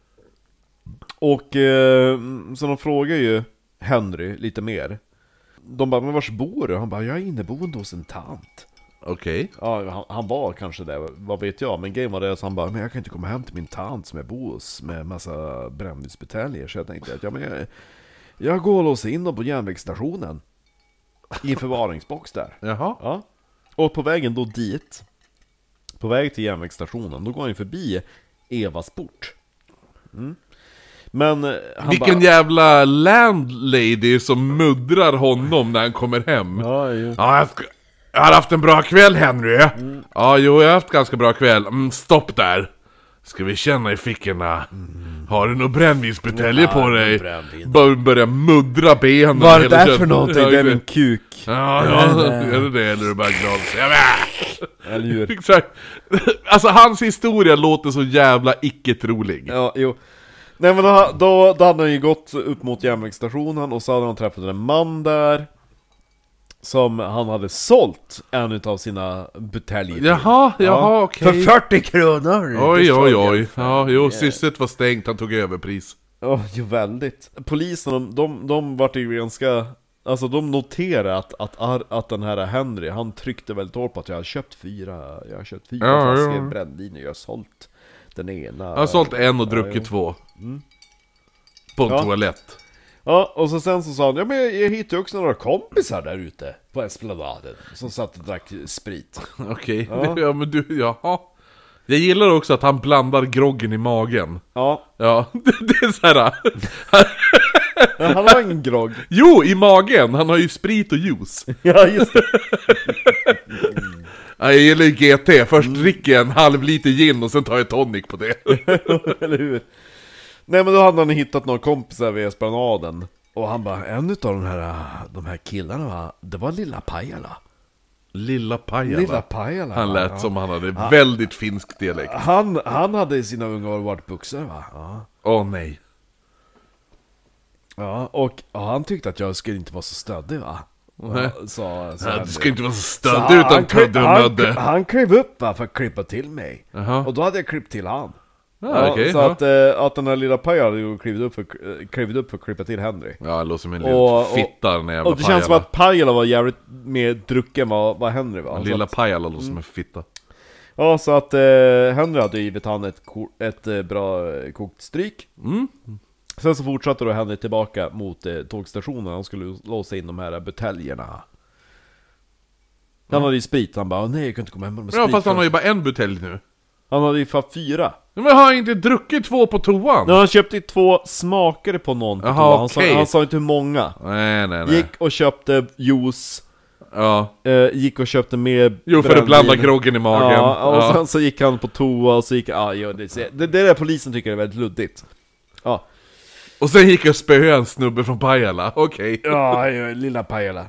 Och så de frågar ju Henry lite mer. De bara, men vars bor du? Han bara, jag är inneboende hos en tant. Okej. Ja, han var kanske det, vad vet jag. Men grejen var det, så han bara, men jag kan inte komma hem till min tant som jag bor hos med massa brännvinsbuteljer. Så jag tänkte att, ja men jag går och låser in dem på järnvägsstationen i en förvaringsbox där. Jaha. Ja. Och på vägen då dit, på väg till järnvägsstationen, då går han förbi Evas port. Men han Vilken jävla landlady som muddrar honom när han kommer hem. Ja, ju. Ja, jag har haft en bra kväll, Henry. Ja, jo, jag har haft ganska bra kväll. Stopp där. Ska vi känna i fickorna? Har du några brännvinsbuteljer på dig? brännvin. Börja muddra benen. Vad är det hela där tiden. för någonting? Ja, Det är min kuk. Ja, är det det? Eller är det bara glad? Eller hur? Exakt. Alltså hans historia låter så jävla icke-trolig. Ja, jo. Nej men då hade han ju gått upp mot järnvägsstationen och så hade han träffat en man där som han hade sålt en utav sina buteljer till. Jaha, okej. För 40 kronor! Oj. Ja, jo, sysset var stängt, han tog överpris. Ja, ju väldigt. Polisen, de vart ju ganska... Alltså de noterade att den här Henry, han tryckte väldigt hårt på att jag har köpt fyra flaskor brännvin och jag har sålt den ena. Jag har sålt en och druckit två. På en toalett. Ja, och så sen så sa han, ja men jag hittade ju också några kompisar där ute på Esplanaden som satt och drack sprit. Okej, ja men du, jaha. Jag gillar också att han blandar groggen i magen. Ja, Ja, det är så här. han har ingen grogg. Jo, i magen, han har ju sprit och juice. Ja, just det. Ja, jag gillar ju GT, först dricker jag en halv liter gin och sen tar jag tonic på det. Eller hur? Nej men då hade han hittat några kompisar vid Esplanaden. Och han bara, en utav de här killarna va, det var Lilla Pajala. Lilla Pajala. Lilla Pajala. Han lät som han hade väldigt finsk dialekt. Han hade i sina unga år varit buxare va? Ja. Åh nej. Ja, och han tyckte att jag skulle inte vara så stöddig va? Nej. Så Du ska inte vara så stöddig utan kudde och mödde. Han klev upp va, för att klippa till mig. Jaha. Och då hade jag klippt till han. Ja, okej, så ja. att den här lilla Pajala hade ju klivit upp för att klippa till Henry. Ja, det låter som en liten fitta den jävla och det känns som att Pajala var jävligt mer drucken vad Henry var. Lilla Pajala låter som en fitta. Ja, så att Henry hade givit han ett bra kokt stryk. Sen så fortsatte då Henry tillbaka mot tågstationen. Han skulle låsa in de här buteljerna. Han hade ju sprit, han bara, nej jag kan inte komma hem med sprit. Ja, fast han har ju bara en butelj nu. Han hade ju fan 4. Men har han inte druckit 2 på toan? Ja, han köpte ju 2 smaker på någon på toan. Han sa inte hur många. Nej. Gick och köpte juice. Ja. Gick och köpte med Jo, för att blanda groggen i magen. Ja, och sen så gick han på toa och så gick det där polisen tycker är väldigt luddigt. Ja. Och sen gick jag och spöade en snubbe från Pajala. Okej. Ja, lilla Pajala.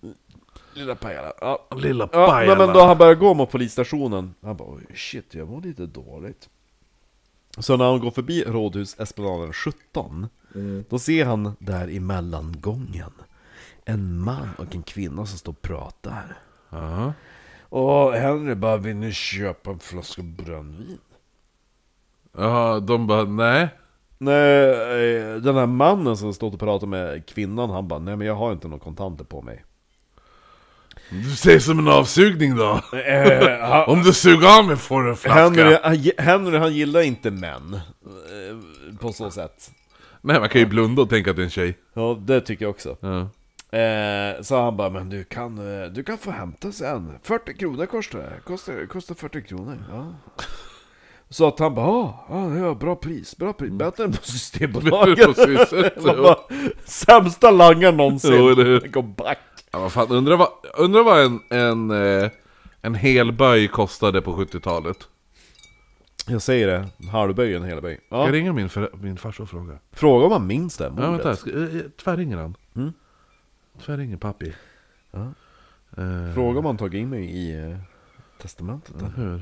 Ja. Lilla Pajala. Ja, men då han började gå mot polisstationen. Han bara, shit, jag mår lite dåligt. Så när han går förbi Rådhus Esplanaden 17, då ser han där i mellangången en man och en kvinna som står och pratar. Och Henry bara, vill ni köpa en flaska brännvin? Ja, de bara, nej. Nej, den här mannen som stod och pratade med kvinnan, han bara, nej men jag har inte några kontanter på mig. Du säger som en avsugning då. Om du suger av mig får du en flaska. Henry han gillar inte män på så sätt. Nej, man kan ju blunda och tänka att det är en tjej. Ja, det tycker jag också. Ja. Så han bara, men du kan få hämta sen. 40 kronor kostar det. Kostar 40 kronor. Ja. Så att han bara, ja, bra pris. Bättre än på Systembolaget. Sämsta langar någonsin. Jo, det går back. Ja, vad fan, undrar vad en helböj kostade på 70-talet. Jag säger det, halvböj en helböj. Ja. Jag ringer min farsa och fråga. Fråga om man minns det. Ja, vänta, tvärringer han. Tvärringer pappi. Ja. Fråga om man tagit in mig i testamentet. Hur?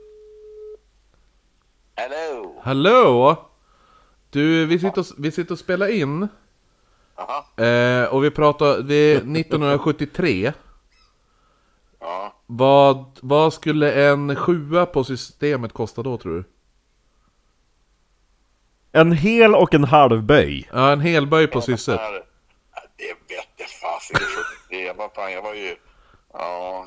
Hello. Hallå! Du, vi sitter och spelar in. Och vi pratar, det är 1973. Ja. Vad skulle en 7 på systemet kosta då, tror du? En hel och en halvböj. Ja, en helböj på syset. Det vet jag fasen. Jag var ju... Ja...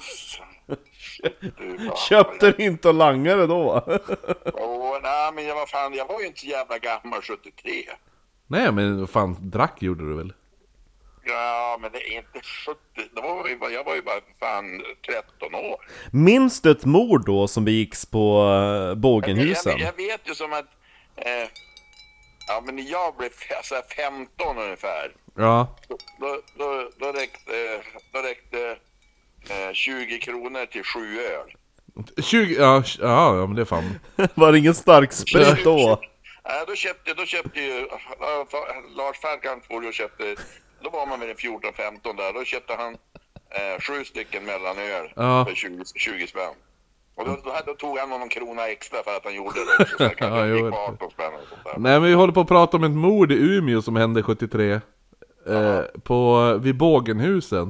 Köpte du inte och langare då? Nej, men jag var ju inte så jävla gammal 73. Nej, men fan, drack gjorde du väl? Ja, men det är inte 70. Jag var ju bara fan 13 år. Minns du ett mord då som begicks på Bågenhusen? Jag vet ju som att... ja, men när jag blev 15 ungefär. Ja. Då räckte 20 kronor till 7 öl. 20, ja, men det är fan. Var det ingen stark sprit då? Nej, då köpte ju Lars Färkant och köpte, då var man med en 14-15 där, då köpte han 7 stycken mellanöl för 20 spänn. Och då tog han någon krona extra för att han gjorde det också, så jag kanske fick 18 spänn och sånt där. Nej, men vi håller på att prata om ett mord i Umeå som hände 73 vid Bågenhusen.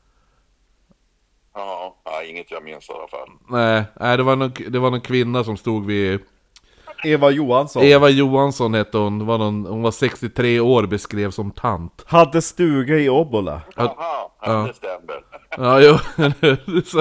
Ja, inget jag minns i alla fall. Nej, det var någon kvinna som stod vid... Eva Johansson. Eva Johansson hette hon. Hon var 63 år, beskrevs som tant. Hade stuga i Obbola. Jaha, det stämmer. Ja, jo. Så...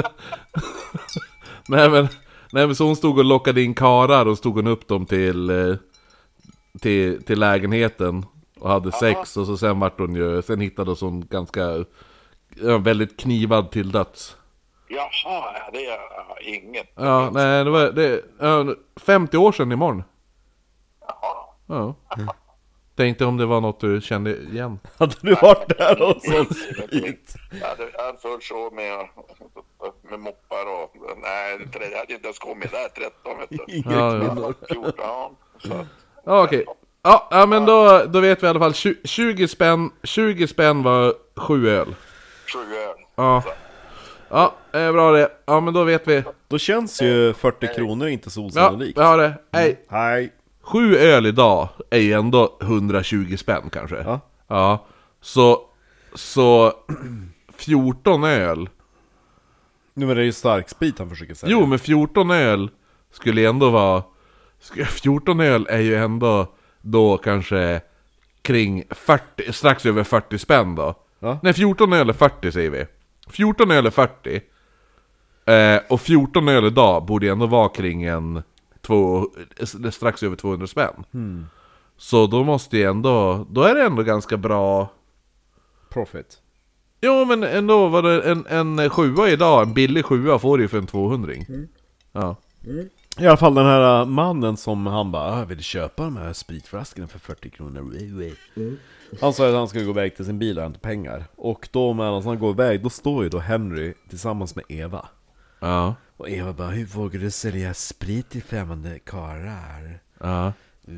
nej, men så hon stod och lockade in karar och stod hon upp dem till lägenheten och hade sex, och så sen hittades hon ganska väldigt knivad till döds. Jaha, det är inget. Ja, nej, det var 50 år sedan imorgon. Jaha. Ja. Tänkte om det var något du kände igen. Hade du varit där och sålt sprit? Jag hade fullt så med moppar och... Nej, jag hade inte ens kommit där, 13 vet du. Ja. 14, så. Ja, okej. Ja, men då vet vi i alla fall 20 spänn var 7 öl. 7 öl. Ja. Ja, bra det. Ja, men då vet vi. Då känns ju 40 kronor inte så Ja, osannolikt. vi har det. Hej. Hej. 7 öl idag är ju ändå 120 spänn kanske. Ja. Ja. Så 14 öl. Nu är det ju stark sprit han försöker säga. Jo, men 14 öl skulle ändå vara... 14 öl är ju ändå då kanske kring 40, strax över 40 spänn då. Ja. Nej, 14 öl är 40 säger vi. 14 öl är 40. Och 14 öl idag borde ändå vara kring strax över 200 spänn. Så då måste ju ändå... Då är det ändå ganska bra... Profit. Jo, men ändå var det en 7 idag. En billig 7 får du ju för en 200. Ja. I alla fall den här mannen som han bara, jag vill köpa de här spritflaskorna för 40 kronor. Han sa att han skulle gå iväg till sin bil och hämta pengar. Och då medan han går iväg, då står ju då Henry tillsammans med Eva. Ja. Och Eva bara, hur vågar du sälja sprit till främmande karlar? Ja.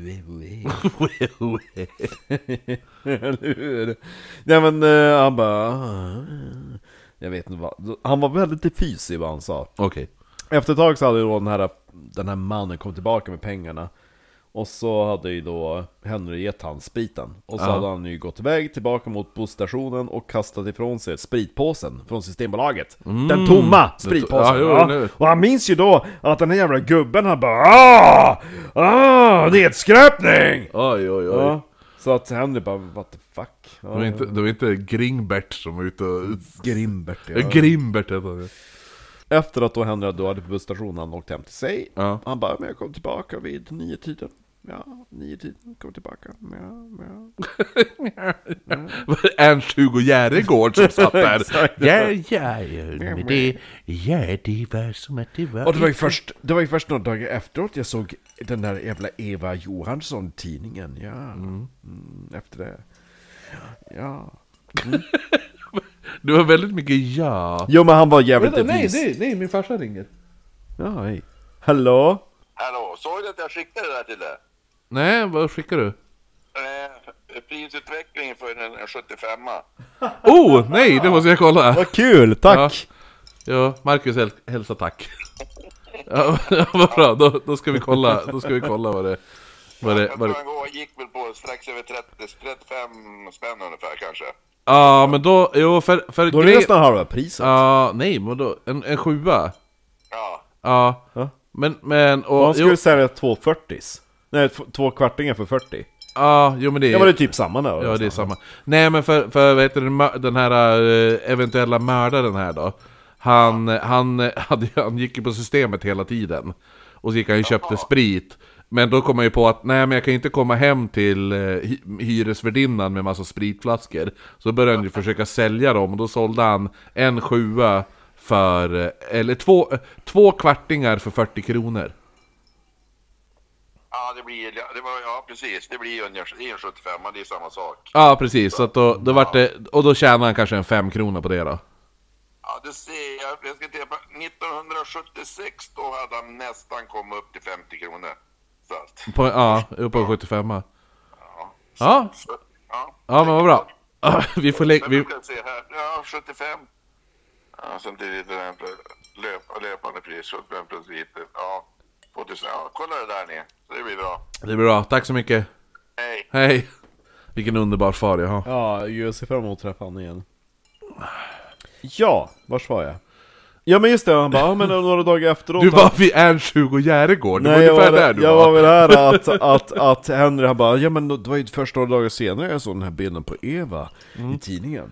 Eller hur? Nej men han bara, jag vet inte vad. Han var väldigt diffus i vad han sa. Okej. Efter ett tag så hade då den här mannen kommit tillbaka med pengarna. Och så hade ju då Henry gett han spriten. Och så hade han ju gått iväg tillbaka mot busstationen och kastat ifrån sig spritpåsen från Systembolaget. Den tomma spritpåsen. Ja. Och han minns ju då att den här jävla gubben han bara nedskräpning! Oj. Ja. Så att Henry bara, what the fuck? Ja. Det var inte Gringbert som var ute och... Grimbert, ja. Grimbert heter det. Efter att då Henry då hade på busstationen, han åkte hem till sig. Ja. Han bara, men jag kom tillbaka vid 9-tiden. Ja, 9-tiden, kom tillbaka. Ja. Var det Ernst-Hugo Järegård som satt där? Det var som att det var... Och det var ju först några dagar efteråt jag såg den där jävla Eva Johansson-tidningen. Ja, efter det. Ja. Det var väldigt mycket ja. Jo, men han var jävligt Nej, min farsa ringer. Ja, hej. Hallå? Hallå, såg du att jag skickade det där till dig? Nej, vad skickar du? Prisutveckling för en 75a. Nej, det måste jag kolla. Vad kul, tack! Ja, Marcus hälsa tack. Ja, vad bra, då ska vi kolla. Då ska vi kolla vad det... Jag tror han gick väl på strax över 35 spänn ungefär kanske. Ja, men då... Jo, för då är det nästan halva priset. Ja, nej, men då... En 7. Ja. Ja. Men... Och han skulle sälja 2,40s. Nej, 2 kvartingar för 40. Ja, jo men det är... Ja, var det typ samma då? Ja, det är samma. Nej, men för vad heter det, den här eventuella mördaren här då. Han gick ju på systemet hela tiden. Och så gick han ju köpte sprit. Men då kom man ju på att nej, men jag kan inte komma hem till hyresvärdinnan med massa spritflaskor. Så började han ju försöka sälja dem. Och då sålde han en 7 för... Eller 2 kvartingar för 40 kronor. Ja, precis. Det blir ju en 75, det är samma sak. Ja, precis. Så att då vart det... Och då tjänar han kanske en 5 kronor på det då. Ja, det ser jag. Jag ska titta på... 1976 då hade han nästan kommit upp till 50 kronor. Så att, Upp på 75. ja. Ja. Så, ja. Ja, men vad bra. Vi får Men vi ska se här. Ja, 75. Ja, samtidigt löpande pris 75 plus lite. Ja, 2000. Ja, kolla det där ner. Så det blir bra. Det blir bra, tack så mycket. Hej. Hej. Vilken underbar far jag har. Ja, jag ser fram emot att träffa honom igen. Ja, vars var jag? Ja men just det, han bara, ja, men några dagar efteråt. Du var vid Ernstjug och Järegård. Nej, jag var väl här att Henry, han bara, ja men det var ju första dagar senare jag såg den här bilden på Eva i tidningen.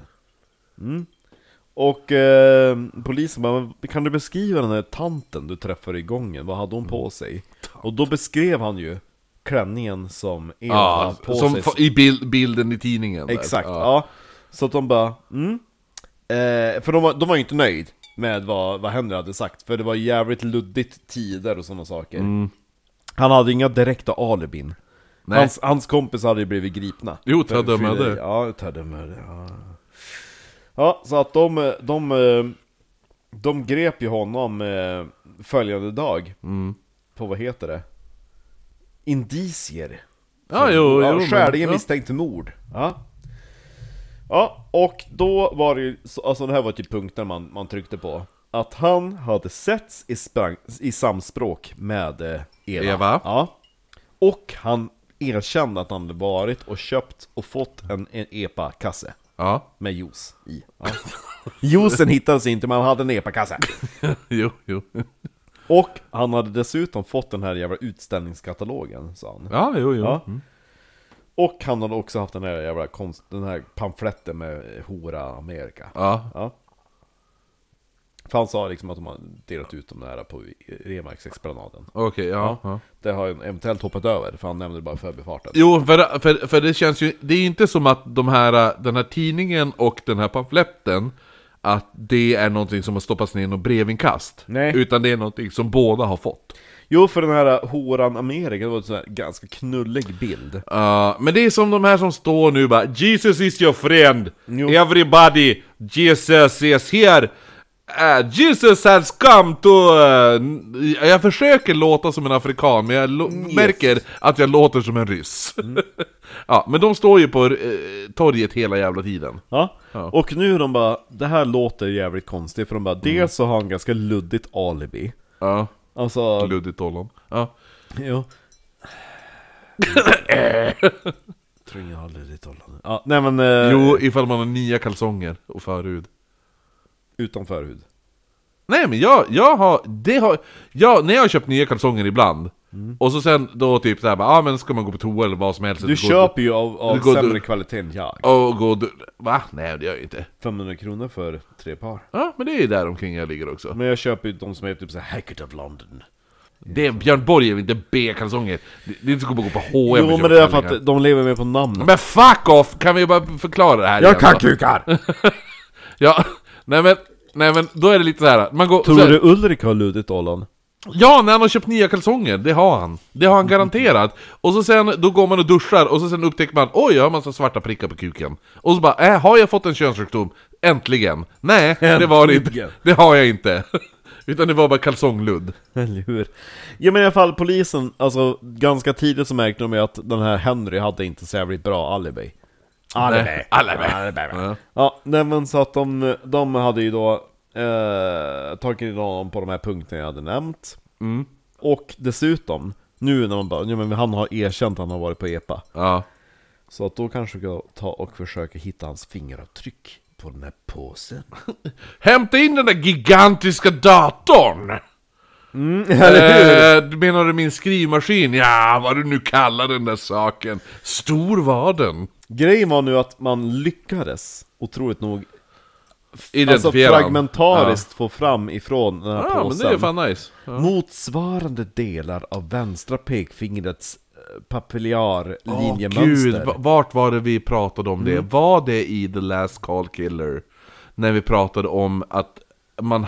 Och polisen bara, kan du beskriva den här tanten du träffade i gången? Vad hade hon på sig? Och då beskrev han ju klänningen som Eva hade på som sig. i bilden i tidningen. Exakt, ja. Så att de bara, för de var ju inte nöjd med vad Henry hade sagt. För det var jävligt luddigt tider och sådana saker. Han hade inga direkta alibin. Hans kompis hade ju blivit gripna. Jo, Tödemöde. Ja, Tödemöde, ja. Ja, så att de grep ju honom följande dag. På vad heter det? Indicier. Jo, skäligen misstänkt mord. Ja, och då var det ju, alltså det här var typ punkten man tryckte på. Att han hade setts i samspråk med Eva. Ja. Och han erkände att han hade varit och köpt och fått en EPA-kasse. Ja. Med juice i. Ja. Juicen hittades inte, men han hade en EPA-kasse. Jo. Och han hade dessutom fått den här jävla utställningskatalogen, sa han. Ja, jo. Ja. Och han hade också haft den här jävla den här pamfletten med Hora Amerika. Ja. För han sa liksom att de har delat ut dem där på Remarksexplanaden. Okej, ja. Det har han eventuellt hoppat över, för han nämnde bara förbifarten. Jo, för det känns ju, det är ju inte som att den här tidningen och den här pamfletten, att det är någonting som har stoppats ner i någon brevinkast. Nej. Utan det är någonting som båda har fått. Jo, för den här Horan Amerika, det var en sån här ganska knullig bild. Men det är som de här som står nu bara, Jesus is your friend. Jo. Everybody, Jesus is here. Jesus has come to... jag försöker låta som en afrikan, men jag märker att jag låter som en ryss. Ja, men de står ju på torget hela jävla tiden. Ja. Och nu de bara, det här låter jävligt konstigt. För de bara, dels så har han ganska luddigt alibi. Ja, alltså... luddigt ollon. Ja. Jo. Tror jag har luddigt ollon. Ja, nej men... Jo, ifall man har nya kalsonger och förhud. Utan förhud. Nej, men när jag har köpt nya kalsonger ibland, och så sen då typ såhär, men ska man gå på toa eller vad som helst. Du köper ju av sämre kvalitet än jag. Va? Nej, det gör jag inte. 500 kronor för 3 par. Ja, men det är ju där omkring jag ligger också. Men jag köper ju de som är typ såhär Hackett of London. Det är Björn Borg, är inte B-kalsonger. Det är inte så att gå på H&M. Jo, men det är för att de lever med på namnet. Men fuck off! Kan vi bara förklara det här? Jag kan kukar! Ja, nej men då är det lite så här. Man går, tror du Ulrik har luddigt ollon? Ja, när han har köpt nya kalsonger, det har han. Det har han garanterat. Och så sen, då går man och duschar, och så sen upptäcker man, oj, jag har massa svarta prickar på kuken. Och så bara, har jag fått en könssjukdom? Äntligen! Nej, det var det inte. Det har jag inte. Utan det var bara kalsongludd. Eller hur? Ja, men i alla fall polisen, alltså ganska tidigt så märkte de ju att den här Henry hade inte så jävligt bra alibi. Ja, nej, men så att de hade ju då tagit honom på de här punkterna jag hade nämnt. Och dessutom, nu när man bara, men han har erkänt att han har varit på EPA. Ja. Så att då kanske vi ska ta och försöka hitta hans fingeravtryck på den här påsen. Hämta in den där gigantiska datorn! Eller hur? Menar du min skrivmaskin? Ja, vad du nu kallar den där saken. Stor var den. Grejen var nu att man lyckades otroligt nog alltså fragmentariskt få fram ifrån den här påsen. Men det är fan nice. Motsvarande delar av vänstra pekfingrets papillarlinjemönster. Gud, vart var det vi pratade om det? Var det i The Last Call Killer? När vi pratade om att man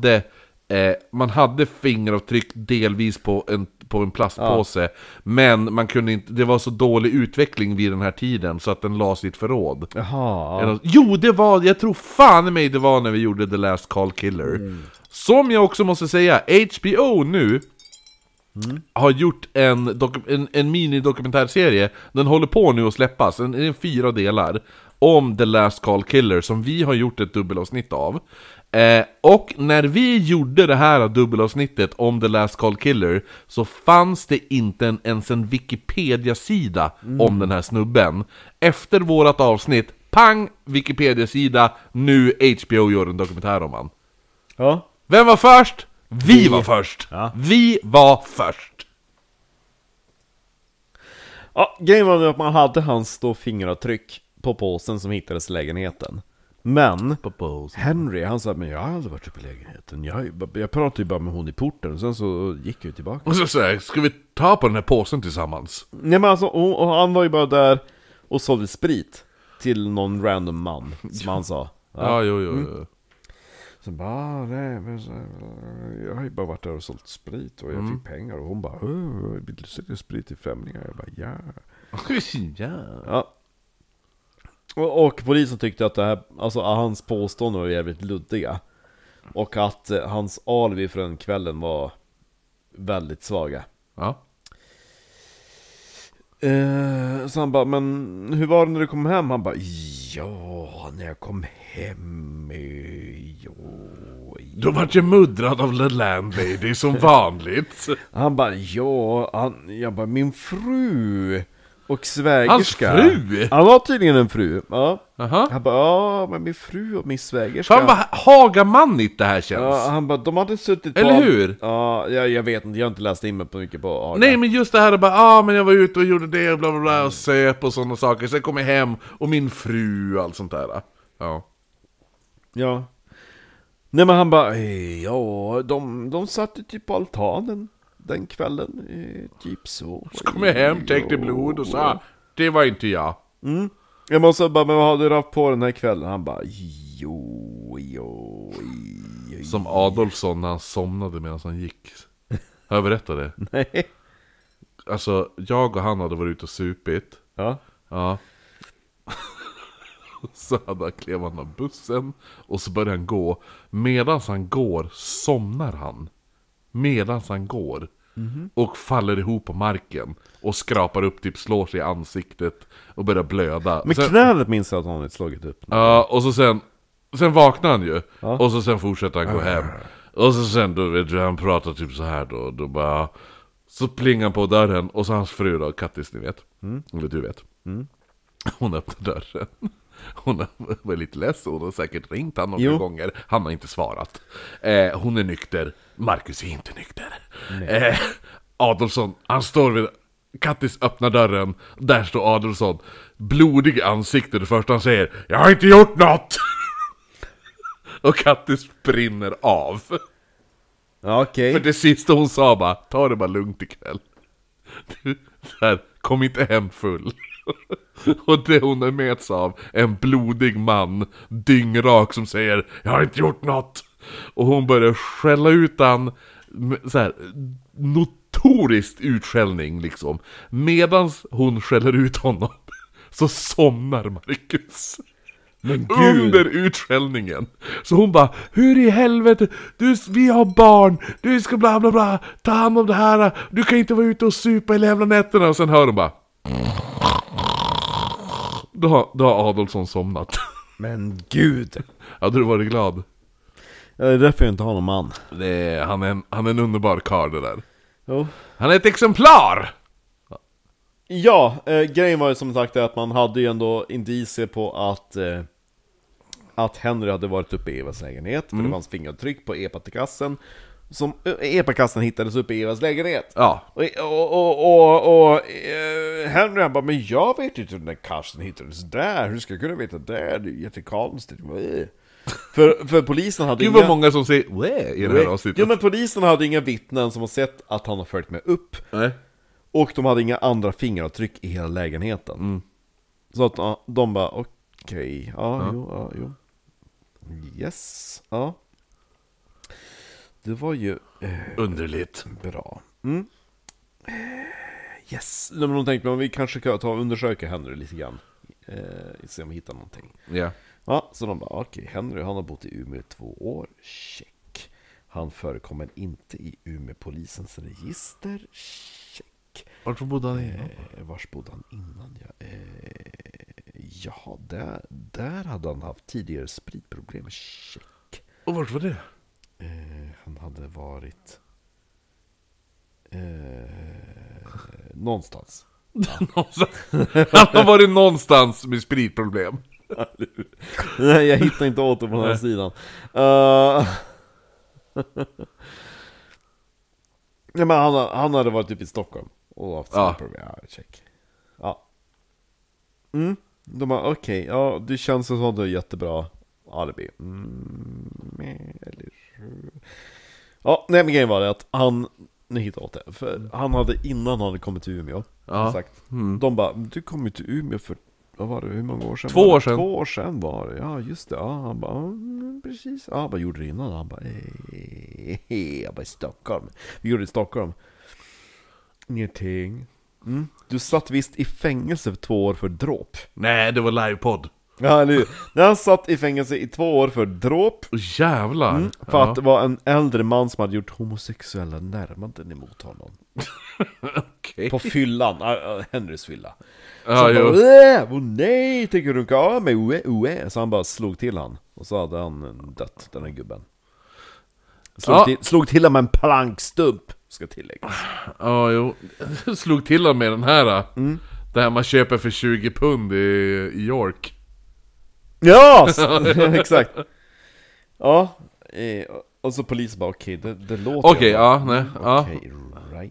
hade fingeravtryck delvis på en plastpåse, men man kunde inte, det var så dålig utveckling vid den här tiden så att den la sitt förråd. Jaha. Jo, det var, jag tror fan i mig det var när vi gjorde The Last Call Killer. Som jag också måste säga, HBO nu har gjort en mini-dokumentärserie. Den håller på nu att släppas, den är 4 delar, om The Last Call Killer, som vi har gjort ett dubbelavsnitt av. Och när vi gjorde det här dubbelavsnittet om The Last Call Killer, så fanns det inte ens en Wikipedia-sida om den här snubben. Efter vårat avsnitt, pang, Wikipedia-sida, nu HBO gör en dokumentär om han. Ja. Vem var först? Vi var först! Ja. Vi var först! Ja, grejen var nu att man hade hans då fingeravtryck på påsen som hittades i lägenheten. Men Henry, han sa, men jag har aldrig varit uppe i lägenheten. Jag pratade ju bara med hon i porten, och sen så gick jag ju tillbaka. Och så säger, ska vi ta på den här påsen tillsammans? Nej, men alltså, och han var ju bara där och sålde sprit till någon random man, som han sa. Ja, jo. Så bara, nej, men jag har ju bara varit där och sålt sprit och jag fick pengar, och hon bara, vill du sälja sprit till främlingar? Jag bara, ja. Och polisen tyckte att det här, alltså hans påståenden var jävligt luddiga. Och att hans alibi för den kvällen var väldigt svaga. Ja. Så han bara, men hur var det när du kom hem? Han bara, ja, när jag kom hem, Då var jag muddrad av the landlady som vanligt. Han bara, jag bara, min fru och svägerska. Hans fru? Han har tydligen en fru, ja. Aha. Han bara, ja, men min fru och min svägerska. Fan vad hagamannigt det här känns. Ja, han bara, de hade suttit på... Eller hur? Ja, jag vet inte, jag har inte läst in mig på mycket på Haga. Nej, men just det här är bara, men jag var ute och gjorde det och bla bla bla och söp och sådana saker. Sen kom jag hem och min fru och allt sånt där. Ja. Nej, men han bara, ja, de satt ju typ på altanen den kvällen, typ så. Så kom jag hem, täckte blod och sa, det var inte jag. Jag måste bara, men vad hade du haft på den här kvällen? Han bara, jo. Som Adolfsson när han somnade medan han gick. Har jag berättat det? Nej. Alltså, jag och han hade varit ute och supit. Ja. Så hade han klev han av bussen och så började han gå. Medan han går somnar han. Medan han går. Och faller ihop på marken och skrapar upp, typ slår sig i ansiktet och börjar blöda. Men knälet minns jag att han hade slagit upp. Ja, och så sen vaknar han ju. Och så sen fortsätter han gå hem. Och så sen då vet du, han pratar typ så här då bara, så plingar han på dörren. Och så hans fru då, Kattis, ni vet. Eller du vet. Hon öppnar dörren. Hon var lite ledsen, hon har säkert ringt han några gånger. Han har inte svarat. Hon är nykter, Marcus är inte nykter. Adolfsson, han står vid... Kattis öppnar dörren, där står Adolfsson, blodig i ansiktet. Det första han säger, jag har inte gjort något. Och Kattis brinner av. Okej. För det sista hon sa bara, ta det bara lugnt ikväll. Här, kom inte hem full. Och det hon är med av, en blodig man, dyngrak, som säger, jag har inte gjort något. Och hon börjar skälla ut han, så här, notoriskt utskällning liksom. Medans hon skäller ut honom så somnar Marcus. Men gud. Under utskällningen. Så hon bara, hur i helvete, vi har barn, du ska bla bla bla, ta hand om det här, du kan inte vara ute och supa i jävla nätterna. Och sen hör hon bara, då har Adolfsson somnat. Men gud. Hade du varit glad? Ja, det är därför jag inte har någon man. Han är en underbar karl, det där. Jo. Han är ett exemplar! Ja, grejen var ju som sagt att man hade ju ändå indicier på att Henry hade varit uppe i Evas lägenhet. För det fanns fingeravtryck på epatekassen. Som epakassen hittades uppe i Evas lägenhet. Ja. Och Henry han bara, men jag vet inte hur den där kassen hittades där. Hur ska jag kunna veta det? Det är jättekonstigt. För polisen hade Gud vad många som säger i det här avsnittet. Jo, men polisen hade inga vittnen som har sett att han har följt med upp. Nej. Och de hade inga andra fingeravtryck i hela lägenheten. Så att de bara, okej, jo. Yes, ja. Det var ju underligt bra. Yes. Men de tänkte, men vi kanske kan ta och undersöka Henry lite grann. Se om vi hittar någonting. Ja. Ja, så de bara, okej, Henry han har bott i Umeå i 2 år. Check. Han förekommer inte i Umeåpolisens register. Check. Vart bodde han innan? Vars bodde han innan? Jaha, där hade han haft tidigare spritproblem. Check. Och vart var det? Han hade varit någonstans. Han har varit någonstans med spritproblem. Nej, jag hittar inte åter på den här sidan. Nej, men han hade varit typ i Stockholm och haft spritproblem. Ja, check. Ja. De bara, okej, ja, det känns som att du är jättebra alibi. Eller... Ja, nej, men grejen var det att han... Nu hittar jag åt det. För han hade, innan han hade kommit till Umeå, sagt. De bara, du kom ju till Umeå för... Vad var det? Hur många år sedan? 2 år sedan. 2 år sedan var det. Ja, just det. Ja, han bara, precis. Ja, vad gjorde du innan? Han bara, jag bara i Stockholm. Vi gjorde det i Stockholm. Ingenting. Du satt visst i fängelse för 2 år för dråp. Nej, det var livepodd. Ja, nu. När han satt i fängelse i 2 år för dråp. Jävlar. För att det var en äldre man som hade gjort homosexuella närmanden emot honom. Okej. På fyllan, Henrys fylla. Ja, Så jo. han bara, nej, tänker du runka av mig? Så han bara slog till han. Och så hade han dött, den här gubben. Slog till han med en plankstump, ska tilläggas. Ja, jo. Slog till honom med den här. Det här man köper för 20 pund i York. Ja, exakt. Ja, och så polisen bara, okej, det låter... Okej, ja, nej. Ja. Okej, right.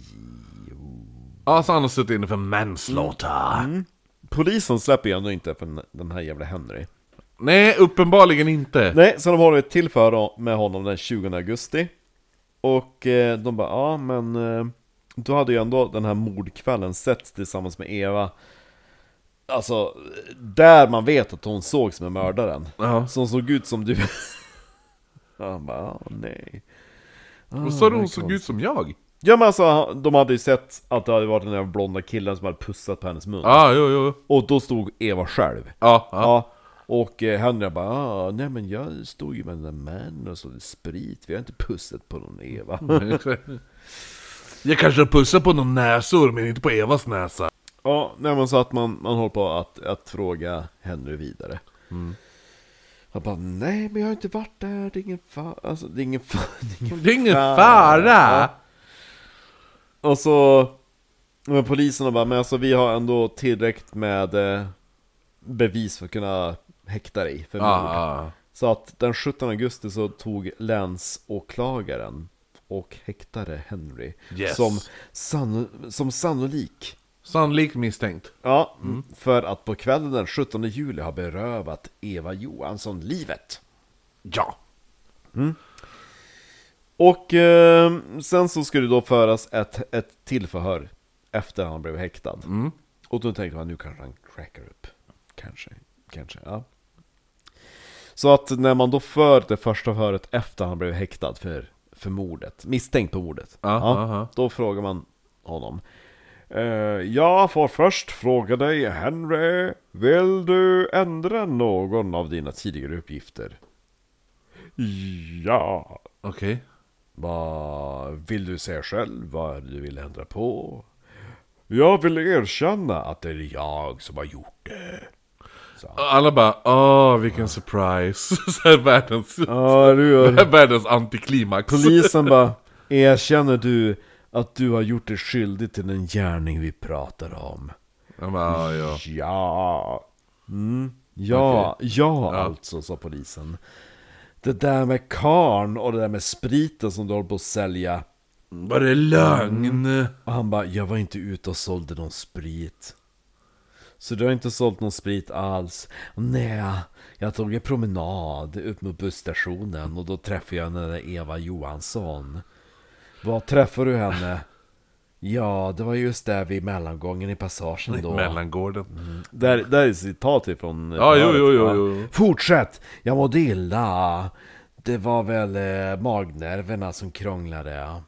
Ja, så han har suttit inne för manslaughter. Polisen släpper ju ändå inte för den här jävla Henry. Nej, uppenbarligen inte. Nej, så de håller ett tillfälle med honom den 20 augusti. Och de bara, ja men då hade ju ändå den här mordkvällen setts tillsammans med Eva. Alltså, där man vet att hon såg som en mördaren. Som såg ut som du. Han bara, nej. Och så hon såg ut som jag. Ja, men alltså, de hade ju sett att det hade varit den där blonda killen som hade pussat på hennes mun. Jo. Och då stod Eva själv. Ja. Och Henry bara, nej men jag stod ju med den där mannen och så sprit. Vi har inte pussat på någon Eva. Jag kanske har pussat på någon näsor, men inte på Evas näsa. Ja, nej, men så att man håller på att fråga Henry vidare. Han bara, nej men jag har inte varit där. Det är ingen fara. Alltså, det är ingen fara. Ja. Och så men poliserna bara, men alltså vi har ändå tillräckligt med bevis för att kunna häkta dig för mord. Så att den 17 augusti så tog länsåklagaren och häktade Henry som sannolikt misstänkt. Ja, för att på kvällen den 17 juli har berövat Eva Johansson livet. Ja. Och sen så skulle det då föras ett tillförhör efter han blev häktad. Och då tänkte man, nu kanske han crackar upp. Kanske, ja. Så att när man då för det första förhöret efter han blev häktad för mordet, misstänkt på mordet, då frågar man honom. Jag får först fråga dig, Henry, vill du ändra någon av dina tidigare uppgifter? Ja. Okej. Vad vill du säga själv vad du vill ändra på? Jag vill erkänna att det är jag som har gjort det. Så. Alla bara, vilken surprise. Så här världens antiklimax. Polisen bara, erkänner du att du har gjort dig skyldig till den gärning vi pratar om? Ja, alltså, sa polisen. Det där med karn och det där med spriten som du håller på att sälja, var det lögn? Och han bara, jag var inte ute och sålde någon sprit. Så du har inte sålt någon sprit alls? Nej, jag tog en promenad upp mot busstationen och då träffade jag den där Eva Johansson. Vad träffade du henne? Ja, det var just där vid mellangången i passagen då. Mellangården. Där är citat ifrån. Jo. Fortsätt, jag mådde illa. Det var väl magnerverna som krånglade.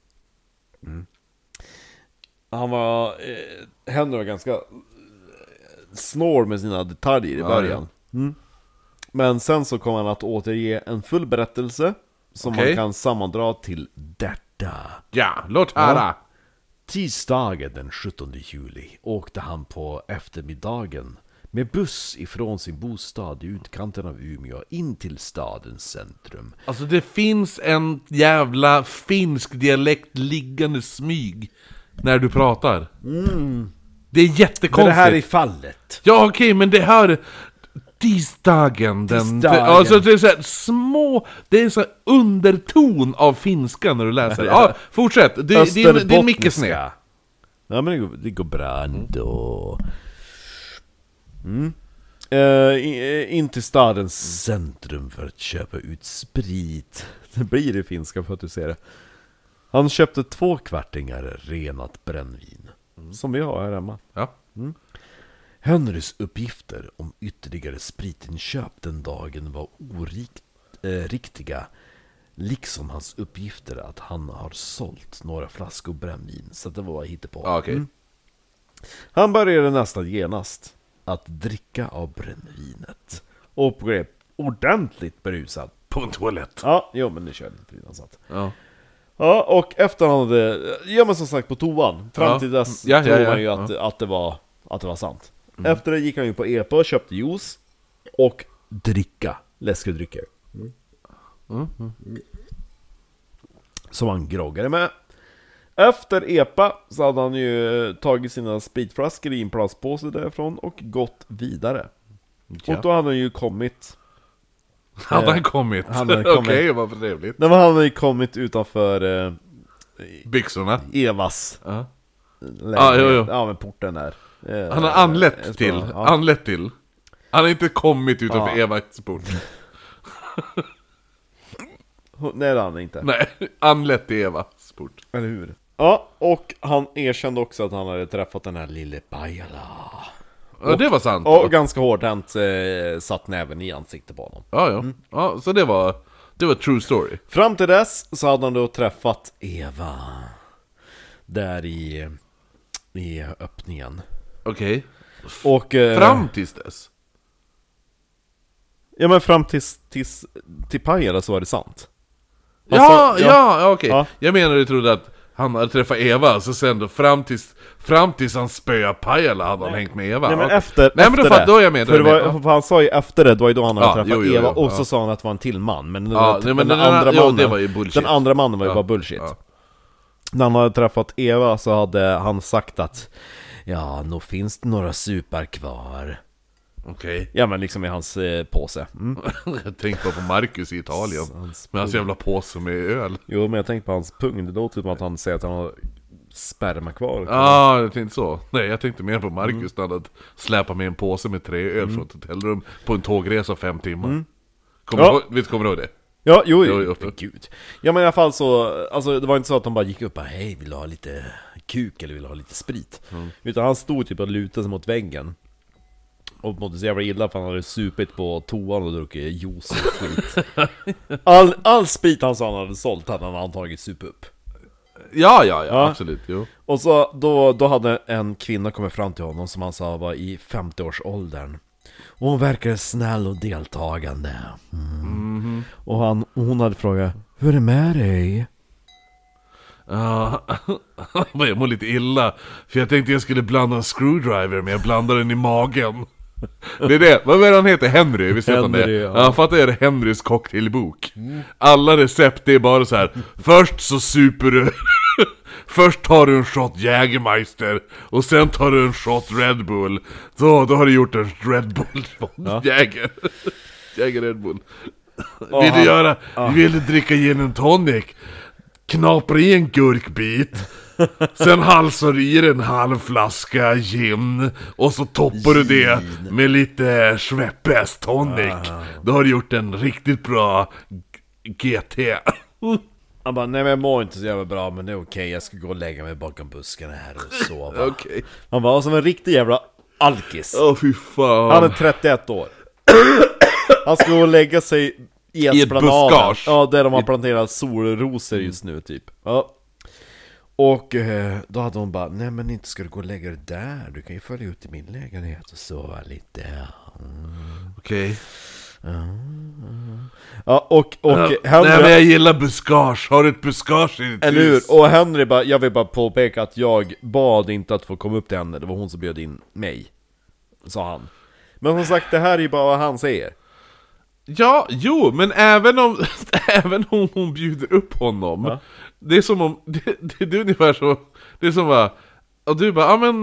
Han var Henry var ganska snår med sina detaljer i början. Men sen så kom han att återge en full berättelse som Okej. man kan sammandra till detta. Ja, låt höra. Tisdagen den 17 juli åkte han på eftermiddagen med buss ifrån sin bostad i utkanten av Umeå in till stadens centrum. Alltså det finns en jävla finsk dialekt liggande smyg när du pratar. Det är jättekonstigt. Men det här är fallet. Ja okej, men det här tisdagen den... Alltså det är så här små... Det är så här underton av finska när du läser. Ja, fortsätt. Din mick är sned. Ja, men det går bra ändå. In till stadens centrum för att köpa ut sprit. Det blir det finska för att du ser det. Han köpte 2 kvartingar renat brännvin. Som vi har här hemma. Ja. Henrys uppgifter om ytterligare spritinköp den dagen var oriktiga. Liksom hans uppgifter att han har sålt några flaskor brännvin. Så det var hittepå. Ja, okej. Han började nästan genast att dricka av brännvinet. Och blev ordentligt berusad. På en toalett. Ja, jo men det körde lite innan satt. Ja. Ja, och efter han hade... Ja men som sagt på toan. Fram till dess tror man ju att det var sant. Efter det gick han ju på EPA och köpte juice. Och dricka läskedrycker. Som han groggade med. Efter EPA så hade han ju tagit sina spritflaskor i en plastpåse därifrån och gått vidare. Ja. Och då hade han ju kommit... Hade han kommit? Okej, vad trevligt. Nej, men han hade ju kommit utanför Byxorna. Evas Ja. lägenhet. Ja, men porten där. Han har anlett till. Ja. Anlett till. Han har inte kommit utanför Evas port. Nej, det hade han inte. Nej, anlett till Evas port. Eller hur? Ja, och han erkände också att han hade träffat den här lille Pajala. Ja, det var sant. Och ganska hårdhänt satt näven i ansiktet på honom. Ja. Ja, så det var true story. Fram till dess så hade han då träffat Eva. Där i öppningen. Okej. Och Fram tills dess. ja, men fram till Pajala så var det sant. Ja, okej. Ja. Jag menar, du trodde att han hade träffat Eva, så sen då fram tills han spöade Pajala hade han hängt med Eva. Nej, men Okej. efter Nej, men då är jag med. För han sa ju efter det, det var ju då han hade Ja, träffat jo, Eva. Och så ja. sa han att det var en till man. Men, Ja, den, men den den andra jo, mannen, det var ju bullshit. Den andra mannen var ju bara bullshit. Ja. När han hade träffat Eva så hade han sagt att ja, nog finns det några supar kvar. Okej. Ja, men liksom i hans påse. Jag tänkte på Marcus i Italien. Med hans jävla påse med öl. Jo, men jag tänkte på hans pung. Det låter som att han säger att han har sperma kvar. Ja, jag tänkte så. Nej, jag tänkte mer på Marcus när han hade släpat med en påse med 3 öl från ett hotellrum på en tågresa 5 timmar. Visst kommer du ihåg det? Ja, jo, Jo. gud. Ja, men i alla fall så, alltså det var inte så att de bara gick upp och hej, vill du ha lite kuk eller vill du ha lite sprit? Utan han stod typ och lutade sig mot väggen. Och mådde så jävla illa för han hade supit på toan och druckit juice och skit. All sprit han sa han hade sålt hade han antagligen sup upp. Ja, absolut, jo. Och så då hade en kvinna kommit fram till honom som han sa var i 50-årsåldern. Och hon verkade snäll och deltagande. Och hon hade frågat, hur är det med dig? Ja, jag mår lite illa. För jag tänkte jag skulle blanda en screwdriver, men jag blandade den i magen. Det är det, vad är det han heter? Henry, visst heter han det? Henry, Ja, fattar jag det, Henrys cocktailbok. Alla recept är bara så här. Först så super du. Först tar du en shot Jägermeister. Och sen tar du en shot Red Bull. Så, då har du gjort en Red Bull. Jäger Red Bull. Vill du dricka gin and tonic? Knapar i en gurkbit. Sen halsar du i en halv flaska gin. Och så toppar du det med lite Schweppes tonic. Då har du gjort en riktigt bra GT. Han bara, nej men jag mår inte så jävla bra, men det är okej. Jag ska gå och lägga mig bakom buskarna här och sova. Okej. Han var som en riktig jävla alkis. Fy fan. Han är 31 år. Han ska gå och lägga sig i ett buskage. Ja, där de har planterat solrosor just nu typ. Ja. Och då hade hon bara, nej men inte ska du gå och lägga dig där. Du kan ju följa ut i min lägenhet och sova lite. Okej. Ja, och Henry... Nej men jag gillar buskage, har du ett buskage i ditt Eller hur? hus? Och Henry bara, jag vill bara påpeka att jag bad inte att få komma upp till henne. Det var hon som bjöd in mig, sa han. Men som sagt, det här är ju bara vad han säger. Ja, jo, men även om hon bjuder upp honom, Ja. det är som om, det är ungefär så, det är som bara, och du bara, ja men,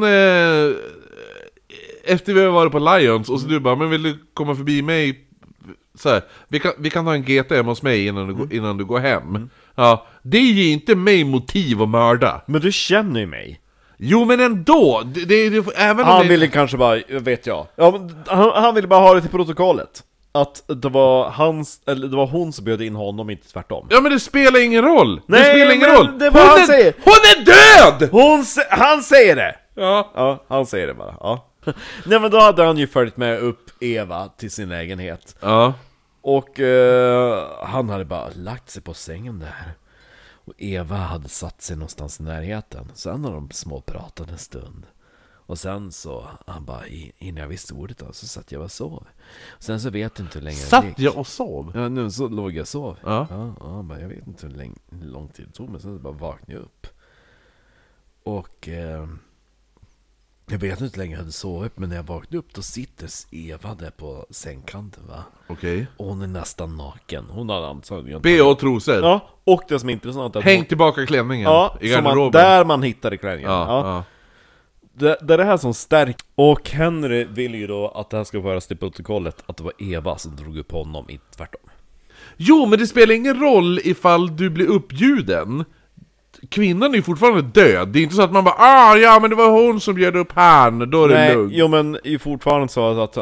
efter vi har varit på Lions, och så du bara, men vill du komma förbi mig, så här, vi kan ha en GT hemma hos mig innan du går hem. Ja, det ger ju inte mig motiv att mörda. Men du känner ju mig. Jo, men ändå, även om Han ville kanske bara, vet jag. Ja, men han ville bara ha det till protokollet. Att det var hon som bjöd in honom, inte tvärtom. Ja, men det spelar ingen roll. Nej, det spelar ingen men roll. det är vad han säger. Hon är död! Han säger det! Ja. Ja, han säger det bara, ja. Nej, men då hade han ju följt med upp Eva till sin lägenhet. Ja. Och han hade bara lagt sig på sängen där. Och Eva hade satt sig någonstans i närheten. Sen har de småpratat en stund. Och sen så, han bara, innan jag visste ordet då, så satt jag och sov. Sen så vet jag inte hur länge det Satt gick. jag och sov? Ja, nu så låg jag och sov. Ja. Ja, bara, jag vet inte hur lång tid det tog, men sen så bara vaknade jag upp. Och jag vet inte hur länge jag hade sovit, men när jag vaknade upp då sitter Eva där på sängkanten, va? Okej. Och hon är nästan naken. Hon hade antagligen... B.A. och trosor. Ja, och det som är intressant är att Häng tillbaka klänningen ja, i som garderoben. där man hittade klänningen. Ja, Ja. ja. Det är det här som stärker. Och Henry vill ju då att det här ska föras till protokollet att det var Eva som drog upp honom, inte tvärtom. Jo, men det spelar ingen roll ifall du blir uppbjuden. Kvinnan är ju fortfarande död. Det är inte så att man bara, ja men det var hon som bjöd upp han, då är det lugnt. Jo, men det är ju fortfarande så att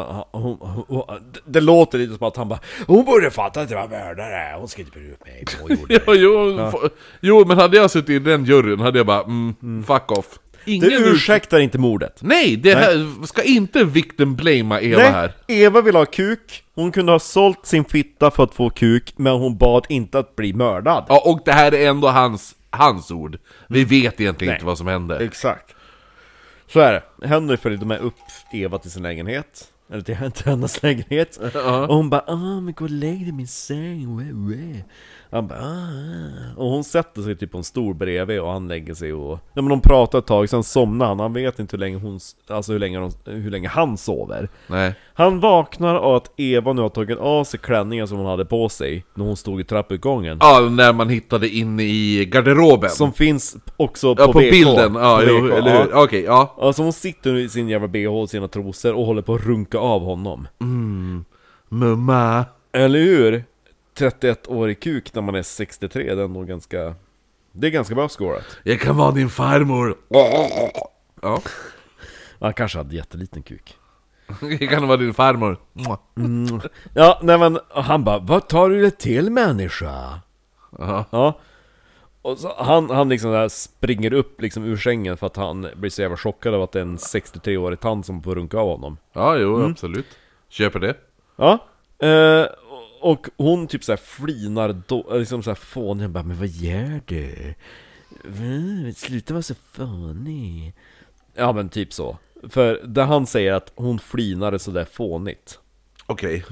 det låter lite som att han bara, hon borde fatta att det var mördare, hon ska inte bjuda upp mig. Hon gjorde det. Jo, men hade jag suttit i den juryn hade jag bara, fuck off. Det ursäktar inte mordet. Nej, det här ska inte victim blamea Eva här. Eva vill ha kuk. Hon kunde ha sålt sin fitta för att få kuk, men hon bad inte att bli mördad. Ja, och det här är ändå hans ord. Vi vet egentligen inte vad som hände. Exakt. Så är det. Henry följde med upp Eva till sin lägenhet. Eller till hennes lägenhet. Och hon bara, men gå och lägg dig i min säng. Han bara, och hon sätter sig typ på en stor bredvid och han lägger sig och... Ja, men de pratar ett tag, sen somnar han. Han vet inte hur länge hur länge han sover. Nej. Han vaknar av att Eva nu har tagit av sig klänningen som hon hade på sig när hon stod i trappuppgången. Ja, när man hittade inne i garderoben. Som finns också på, på bilden. Ja, på jo, VK. eller hur? Okej, ja. Alltså hon sitter nu i sin jävla BH och sina trosor och håller på att runka av honom. Mumma. Eller hur? 31-årig kuk när man är 63, det är nog ganska... Det är ganska bra scorat. Jag kan vara din farmor. Ja. Han kanske hade jätteliten kuk. Jag kan vara din farmor. Ja, nej men han bara, vad tar du det till människa? Ja. Och så han liksom där springer upp liksom ur sängen för att han blir så jävla chockad av att det är en 63-årig tant som får runka av honom. Ja, jo, absolut. Köper det. Ja. Och hon typ såhär flinar liksom såhär fånig. Bara, men vad gör du? Sluta vara så fånig. Ja, men typ så. För där han säger att hon flinade så där fånigt. Okej.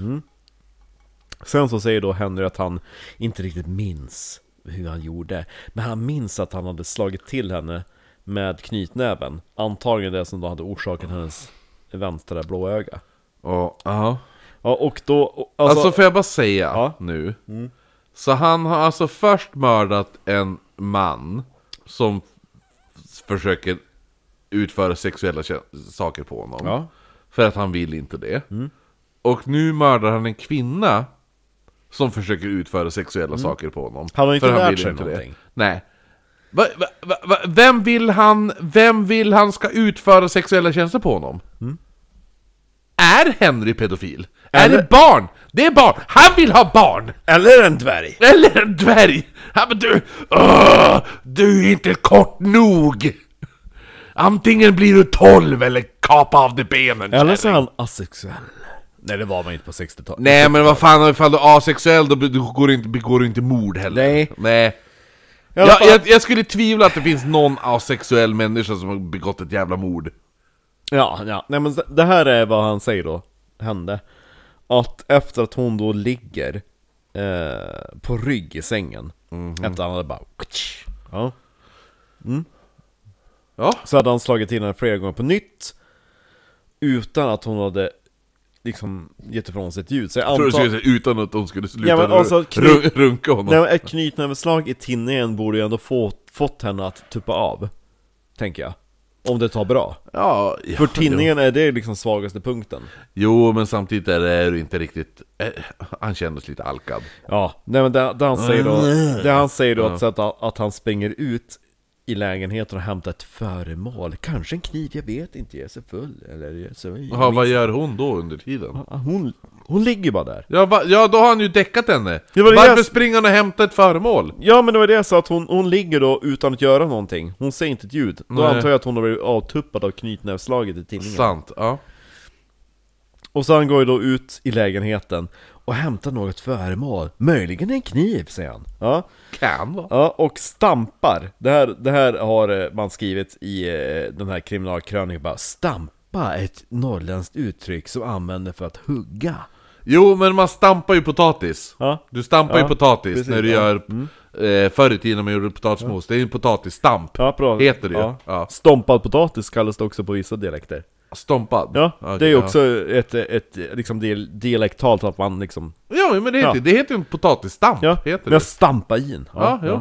Sen så säger då Henry att han inte riktigt minns hur han gjorde. Men han minns att han hade slagit till henne med knytnäven. Antagligen det som då hade orsakat hennes vänstra blå öga. Ja. Ja, och då... Alltså får jag bara säga nu. Så han har alltså först mördat en man som försöker utföra sexuella saker på honom. Ja. För att han vill inte det. Och nu mördar han en kvinna som försöker utföra sexuella saker på honom. Han har inte för lärt sig inte någonting. Det. Nej. Vem vill han ska utföra sexuella tjänster på honom? Är Henry pedofil? Eller... Är det barn? Det är barn! Han vill ha barn! Eller en dvärg! Eller en dvärg! Han bara, du är inte kort nog! Antingen blir du 12 eller kapa av de benen. Eller så är han asexuell. Nej, det var man inte på 60-talet. Nej, men vad fan, ifall du är asexuell då begår du inte mord heller. Nej. Jag skulle tvivla att det finns någon asexuell människa som har begått ett jävla mord. Ja. Nej, men det här är vad han säger då hände. Att efter att hon då ligger på rygg i sängen. Efter han hade bara... Ja. Ja. Så hade han slagit till henne flera gånger på nytt utan att hon hade liksom gett ifrån sig ett ljud. Så jag Tror du antar... skulle säga utan att hon skulle sluta Ja, men alltså, runka honom? Nej, ett knytnäveslag i tinningen borde ju ändå fått henne att tuppa av, tänker jag. Om det tar bra. Ja, För tinningen är det liksom svagaste punkten. Jo, men samtidigt är det inte riktigt... han kändes lite alkad. Ja, nej men det han säger då att han springer ut i lägenheten och hämtar ett föremål. Kanske en kniv, jag vet inte, jag är så full. Eller så, Ja, vad gör hon då under tiden? Hon ligger bara där. Ja, då har han ju däckat henne. var det Varför springer han och hämtar ett föremål? Ja, men det var det så att hon ligger då utan att göra någonting. Hon säger inte ett ljud. Då Nej. antar jag att hon har blivit avtuppad av knytnävslaget i tidningen. Sant, ja. Och så han går ju då ut i lägenheten och hämtar något föremål. Möjligen en kniv, säger han. Ja. Kan vara. Ja, och stampar. Det här har man skrivit i den här kriminalkrönikan. Bara stampa, ett norrländskt uttryck som använder för att hugga. Jo, men man stampar ju potatis. Ja. Du stampar ju potatis precis, när du gör... förr i tiden när man gjorde potatismos. Det är ju en potatisstamp. Ja, bra. Heter det ju. Ja. Ja. Stompad potatis kallas det också på vissa dialekter. Stompad. Ja, Okej, det är ja. också ett liksom dialektalt att man liksom... Ja, men det heter ju en potatisstamp. Ja, Heter men det. stampa i en.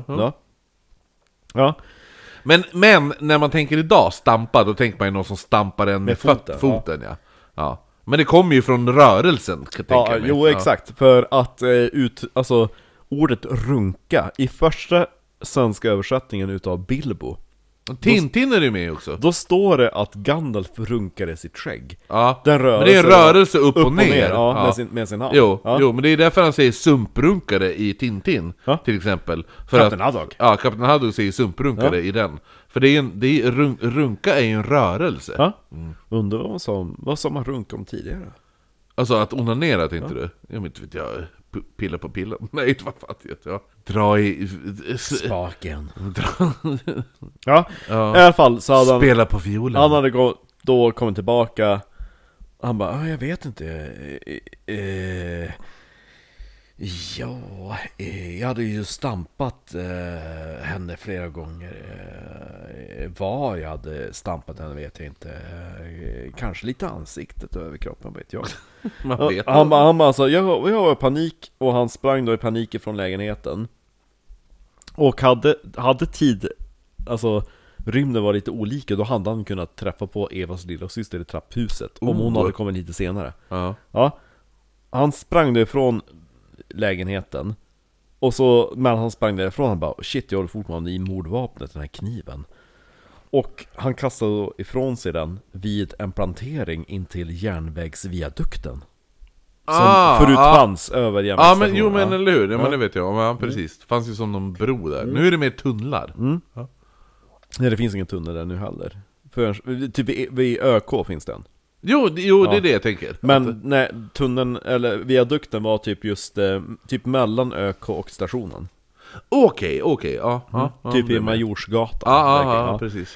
Ja. Men när man tänker idag stampa, då tänker man ju någon som stampar en med foten, foten ja. Ja. Men det kommer ju från rörelsen, kan jag tänka mig. Jo, exakt. För att alltså ordet runka i första svenska översättningen utav Bilbo, Tintin är det med också. då står det att Gandalf runkade sitt skägg. Ja. Den Men det är en rörelse upp och ner. Ja. Med sin hand. Jo, men det är därför han säger sumprunkare i Tintin, till exempel. För Kapten Haddock. Ja, Kapten Haddock säger sumprunkare i den. För runka är ju en rörelse. Ja. Undrar vad som man runka om tidigare. Alltså att onanera, tänkte du? Jag vet inte, jag pilla på pillen. Nej, inte vad fan vet jag. Dra i... Spaken. Ja, i alla fall så hade Spela på violen. han hade då kommit tillbaka. Han bara, jag vet inte. Jag hade ju stampat henne flera gånger. Var jag hade stampat henne vet jag inte. Kanske lite ansiktet över kroppen, vet jag. Han bara alltså, jag var i panik. Och han sprang då i panik från lägenheten. Och hade tid. Alltså rymden var lite olika. Då hade han kunnat träffa på Evas lilla syster i trapphuset. Om hon hade kommit lite senare. Ja. Han sprang då ifrån lägenheten. Och så, men han sprang därifrån. Han bara, shit, jag håller fortfarande i mordvapnet, den här kniven. Och han kastade då ifrån sig den vid en plantering in till järnvägsviadukten. Som förut fanns över järnvägsstationen. Ja, men eller hur? Ja, men det vet jag. Ja, precis. Det fanns ju som någon bro där. Nu är det mer tunnlar. Ja. Nej, det finns ingen tunnel där nu heller. Typ vid ÖK finns den. Jo, det är det jag tänker. Men nej, tunneln, eller viadukten var typ just typ mellan ÖK och stationen. Okej, ja. Typ i Majorsgatan. Ja, precis.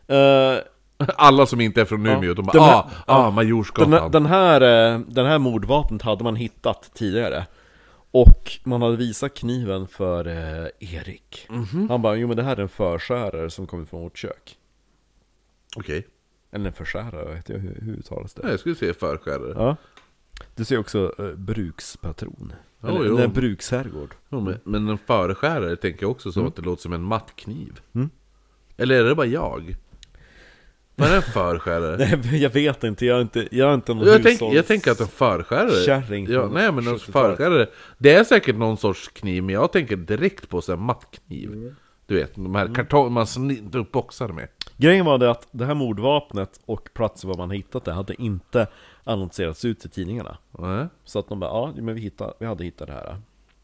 Alla som inte är från Umeå, de bara, Majorsgatan. Den här mordvapnet hade man hittat tidigare. Och man hade visat kniven för Erik. Han bara, jo men det här är en förskärare som kommer från vårt kök. Okej. Eller en förskärare, vet jag hur uttalas det? Jag skulle säga förskärare. Ja. Du ser också brukspatron. Eller en bruksherrgård. Men en förskärare tänker jag också som att det låter som en mattkniv. Eller är det bara jag? Vad är en förskärare? Nej, jag vet inte, jag är inte någon jag tänker att en förskärare... Kärring. Ja, nej, men en förskärare... Det är säkert någon sorts kniv, men jag tänker direkt på en mattkniv. Du vet, de här kartonger man snitt upp boxar med. Grejen var det att det här mordvapnet och platsen var man hittat det hade inte annonserats ut till tidningarna. Så att de bara, men vi hade hittat det här.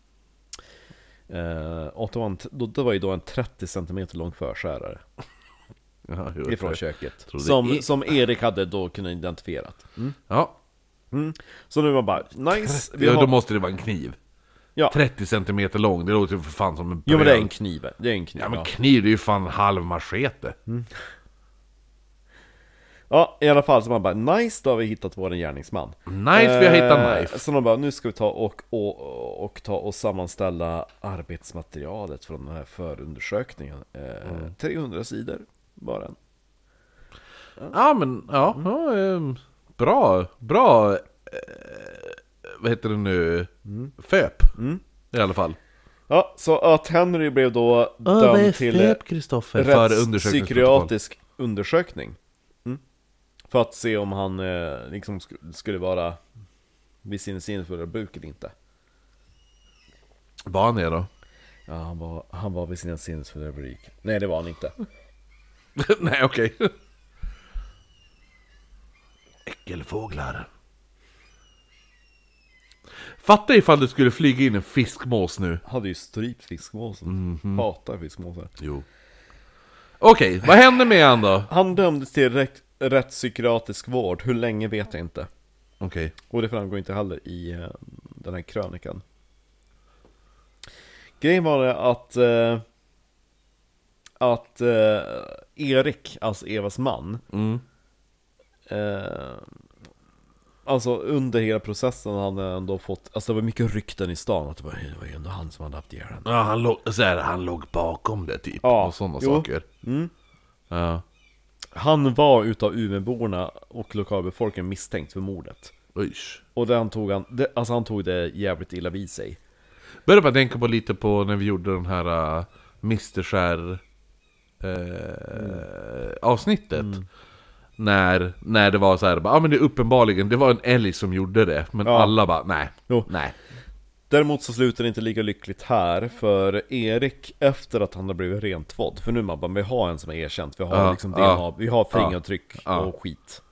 Det var ju då en 30 cm lång förskärare. Ifrån köket. Som Erik hade då kunnat identifierat. Ja. Så nu var bara, nice. Då måste det vara en kniv. Ja. 30 cm lång, det låter ju för fan som en bröd. Jo men det är en kniv. Ja men kniv, det är ju fan halv machete. Ja, i alla fall så man bara, nice, då har vi hittat vår gärningsman. Nice, vi har hittat knife. Så de bara, nu ska vi ta och sammanställa arbetsmaterialet från den här förundersökningen. 300 sidor var den. Ja, men, bra, vad heter det nu? FÖP, i alla fall. Ja, så att Henry blev då dömd till rättspsykiatrisk undersökning. För att se om han liksom skulle vara vid sin sinnesfulla bruk eller inte. Var han är då? Ja, han var vid sin sinnesfulla bruk. Nej, det var han inte. Nej, okej. Äckelfåglar. Fatta ifall du skulle flyga in en fiskmås nu. Hade ju strypt fiskmåsen. Hatar fiskmåsar. Jo. Okej, vad hände med han då? Han dömdes till rättspsykiatrisk vård. Hur länge vet jag inte. Okej. Och det framgår inte heller i den här krönikan. Grejen var det att Erik, alltså Evas man, alltså under hela processen hade han ändå fått, alltså det var mycket rykten i stan att det var ju ändå han som hade haft ihjäl henne. Ja, han låg bakom det typ, Ja, och sådana jo. saker. Ja. Han var utav Umeåborna och lokalbefolkningen misstänkt för mordet. Usch. Och han tog det jävligt illa vid sig. Började bara tänka på lite på när vi gjorde den här Mr. Skär avsnittet. När det var så här, ja men det är uppenbarligen, det var en älg som gjorde det. Men alla bara, nej. Däremot så slutar det inte lika lyckligt här. För Erik, efter att han har blivit rentvådd, för nu man bara, vi har en som är erkänt. Vi har liksom DNA, vi har fingeravtryck och skit.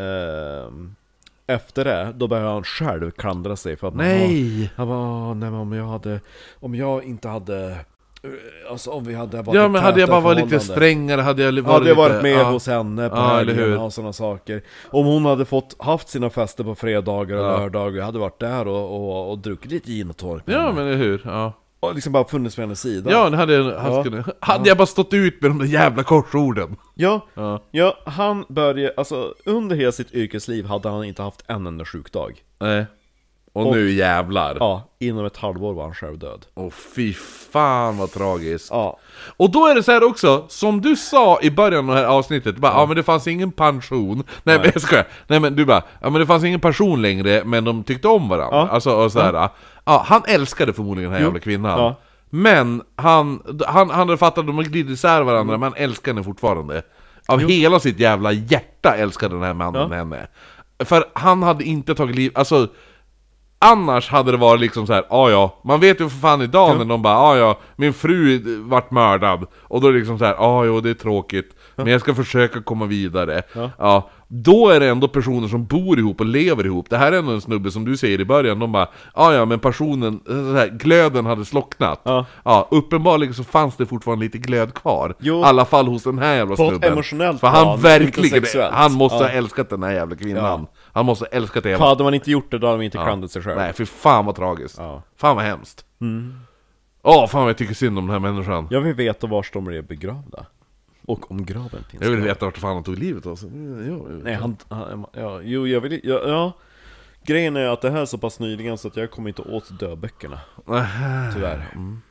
Efter det, då börjar han själv klandra sig för att han bara, nej men om jag inte hade, alltså om vi hade varit, ja men hade jag bara varit lite strängare, hade jag varit med hos henne på helgen och sådana saker. Om hon hade haft sina fester på fredagar och lördagar, hade varit där och druckit lite gin och tork. Ja men hur, ja. Och liksom bara funnits med hennes sida. Ja, hade jag bara stått ut med de där jävla korsorden. Ja, han började, alltså under hela sitt yrkesliv hade han inte haft en enda sjukdag. Nej. Och nu jävlar. Ja, inom ett halvår var han själv död. Fy fan vad tragiskt. Ja. Och då är det så här också, som du sa i början av det här avsnittet, bara, men det fanns ingen pension. Nej men jag skojar. Nej men du bara, men det fanns ingen pension längre, men de tyckte om varandra. Alltså och så här. Han älskade förmodligen den här jävla kvinnan. Men han hade fattat att de har glidit isär varandra, men han älskade henne fortfarande. Av hela sitt jävla hjärta älskade den här mannen henne. För han hade inte tagit liv, alltså annars hade det varit liksom så här, man vet ju för fan idag när de bara, min fru vart mördad. Och då är det liksom så här, det är tråkigt, men jag ska försöka komma vidare. Då är det ändå personer som bor ihop och lever ihop. Det här är ändå en snubbe som du säger i början, de bara, men passionen, så här, glöden hade slocknat. Uppenbarligen så fanns det fortfarande lite glöd kvar. I alla fall hos den här jävla snubben. På ett emotionellt för han plan, verkligen, han måste ha älskat den här jävla kvinnan. Han måste ha älskat det. För hade man inte gjort det, då hade man inte klandrat sig själv. Nej, för fan vad tragiskt. Fan vad hemskt. Fan vad jag tycker synd om den här människan. Jag vill veta var de är begravda. Och om graven finns. Jag vill veta vart fan han tog livet alltså. Nej, jag vill. Grejen är att det här är så pass nyligen så att jag kommer inte åt dödböckerna. Tyvärr.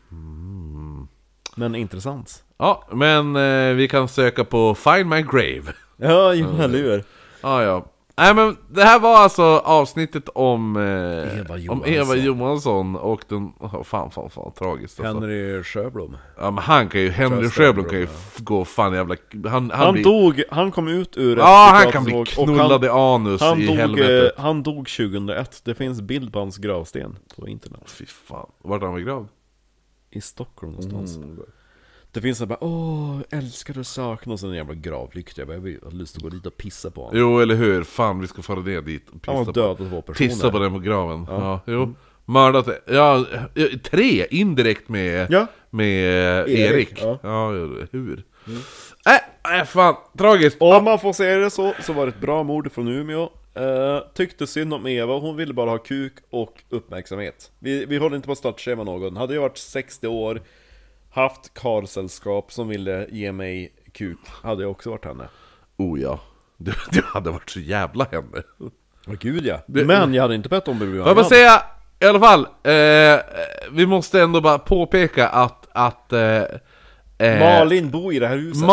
Men intressant. Ja, men vi kan söka på Find My Grave. Ja, eller hur? Ja. Nej men det här var alltså avsnittet om Eva Johansson och den, fan tragiskt alltså. Henry Sjöblom. Ja men Henry Sjöblom kan ju gå fan jävla, han kom ut ur han kan bli knullad i anus i helvetet. Han dog 2001. Det finns bild på hans gravsten på internet. Fy fan, vart han begravd? I Stockholm någonstans. Det finns så bara, älskar du sakna, och så en jävla gravlykta. Jag har lust att gå dit och pissa på honom. Jo, eller hur? Fan, vi ska fara ner dit och pissa, han var död på 2 personer. Pissa på den på graven. Mördat, 3 indirekt med Erik. Hur? Fan, tragiskt. Om man får säga det så var det ett bra mord från Umeå. Tyckte synd om Eva, hon ville bara ha kuk och uppmärksamhet. Vi håller inte på att startskema någon. Hade jag varit 60 år, haft karlsällskap som ville ge mig kuk, hade jag också varit henne. Du hade varit så jävla henne. Åh gud ja. Men jag hade inte bett om det. Jag bara säga, i alla fall, vi måste ändå bara påpeka att Malin bor i det här huset.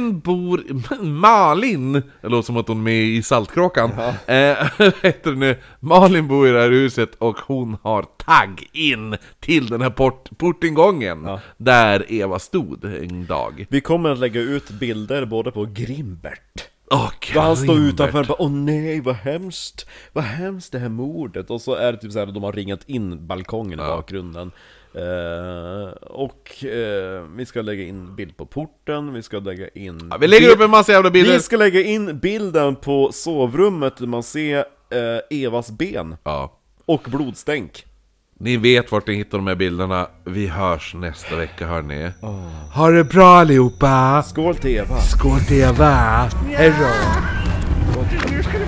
Malin, det låter som att hon är med i Saltkråkan. Heter det nu. Malin bor i det här huset och hon har tagg in till den här portingången där Eva stod en dag. Vi kommer att lägga ut bilder både på Grimbert. Då han står utanför och bara, åh nej, vad hemskt det här mordet. Och så är det typ så här, de har ringat in balkongen i bakgrunden. Vi ska lägga in bild på porten. Vi ska lägga in vi lägger upp en massa jävla bilder. Vi ska lägga in bilden på sovrummet där man ser Evas ben och blodstänk. Ni vet vart ni hittar de här bilderna. Vi hörs nästa vecka, hörni. Ha det bra allihopa. Skål till Eva. Skål till Eva. Hej då.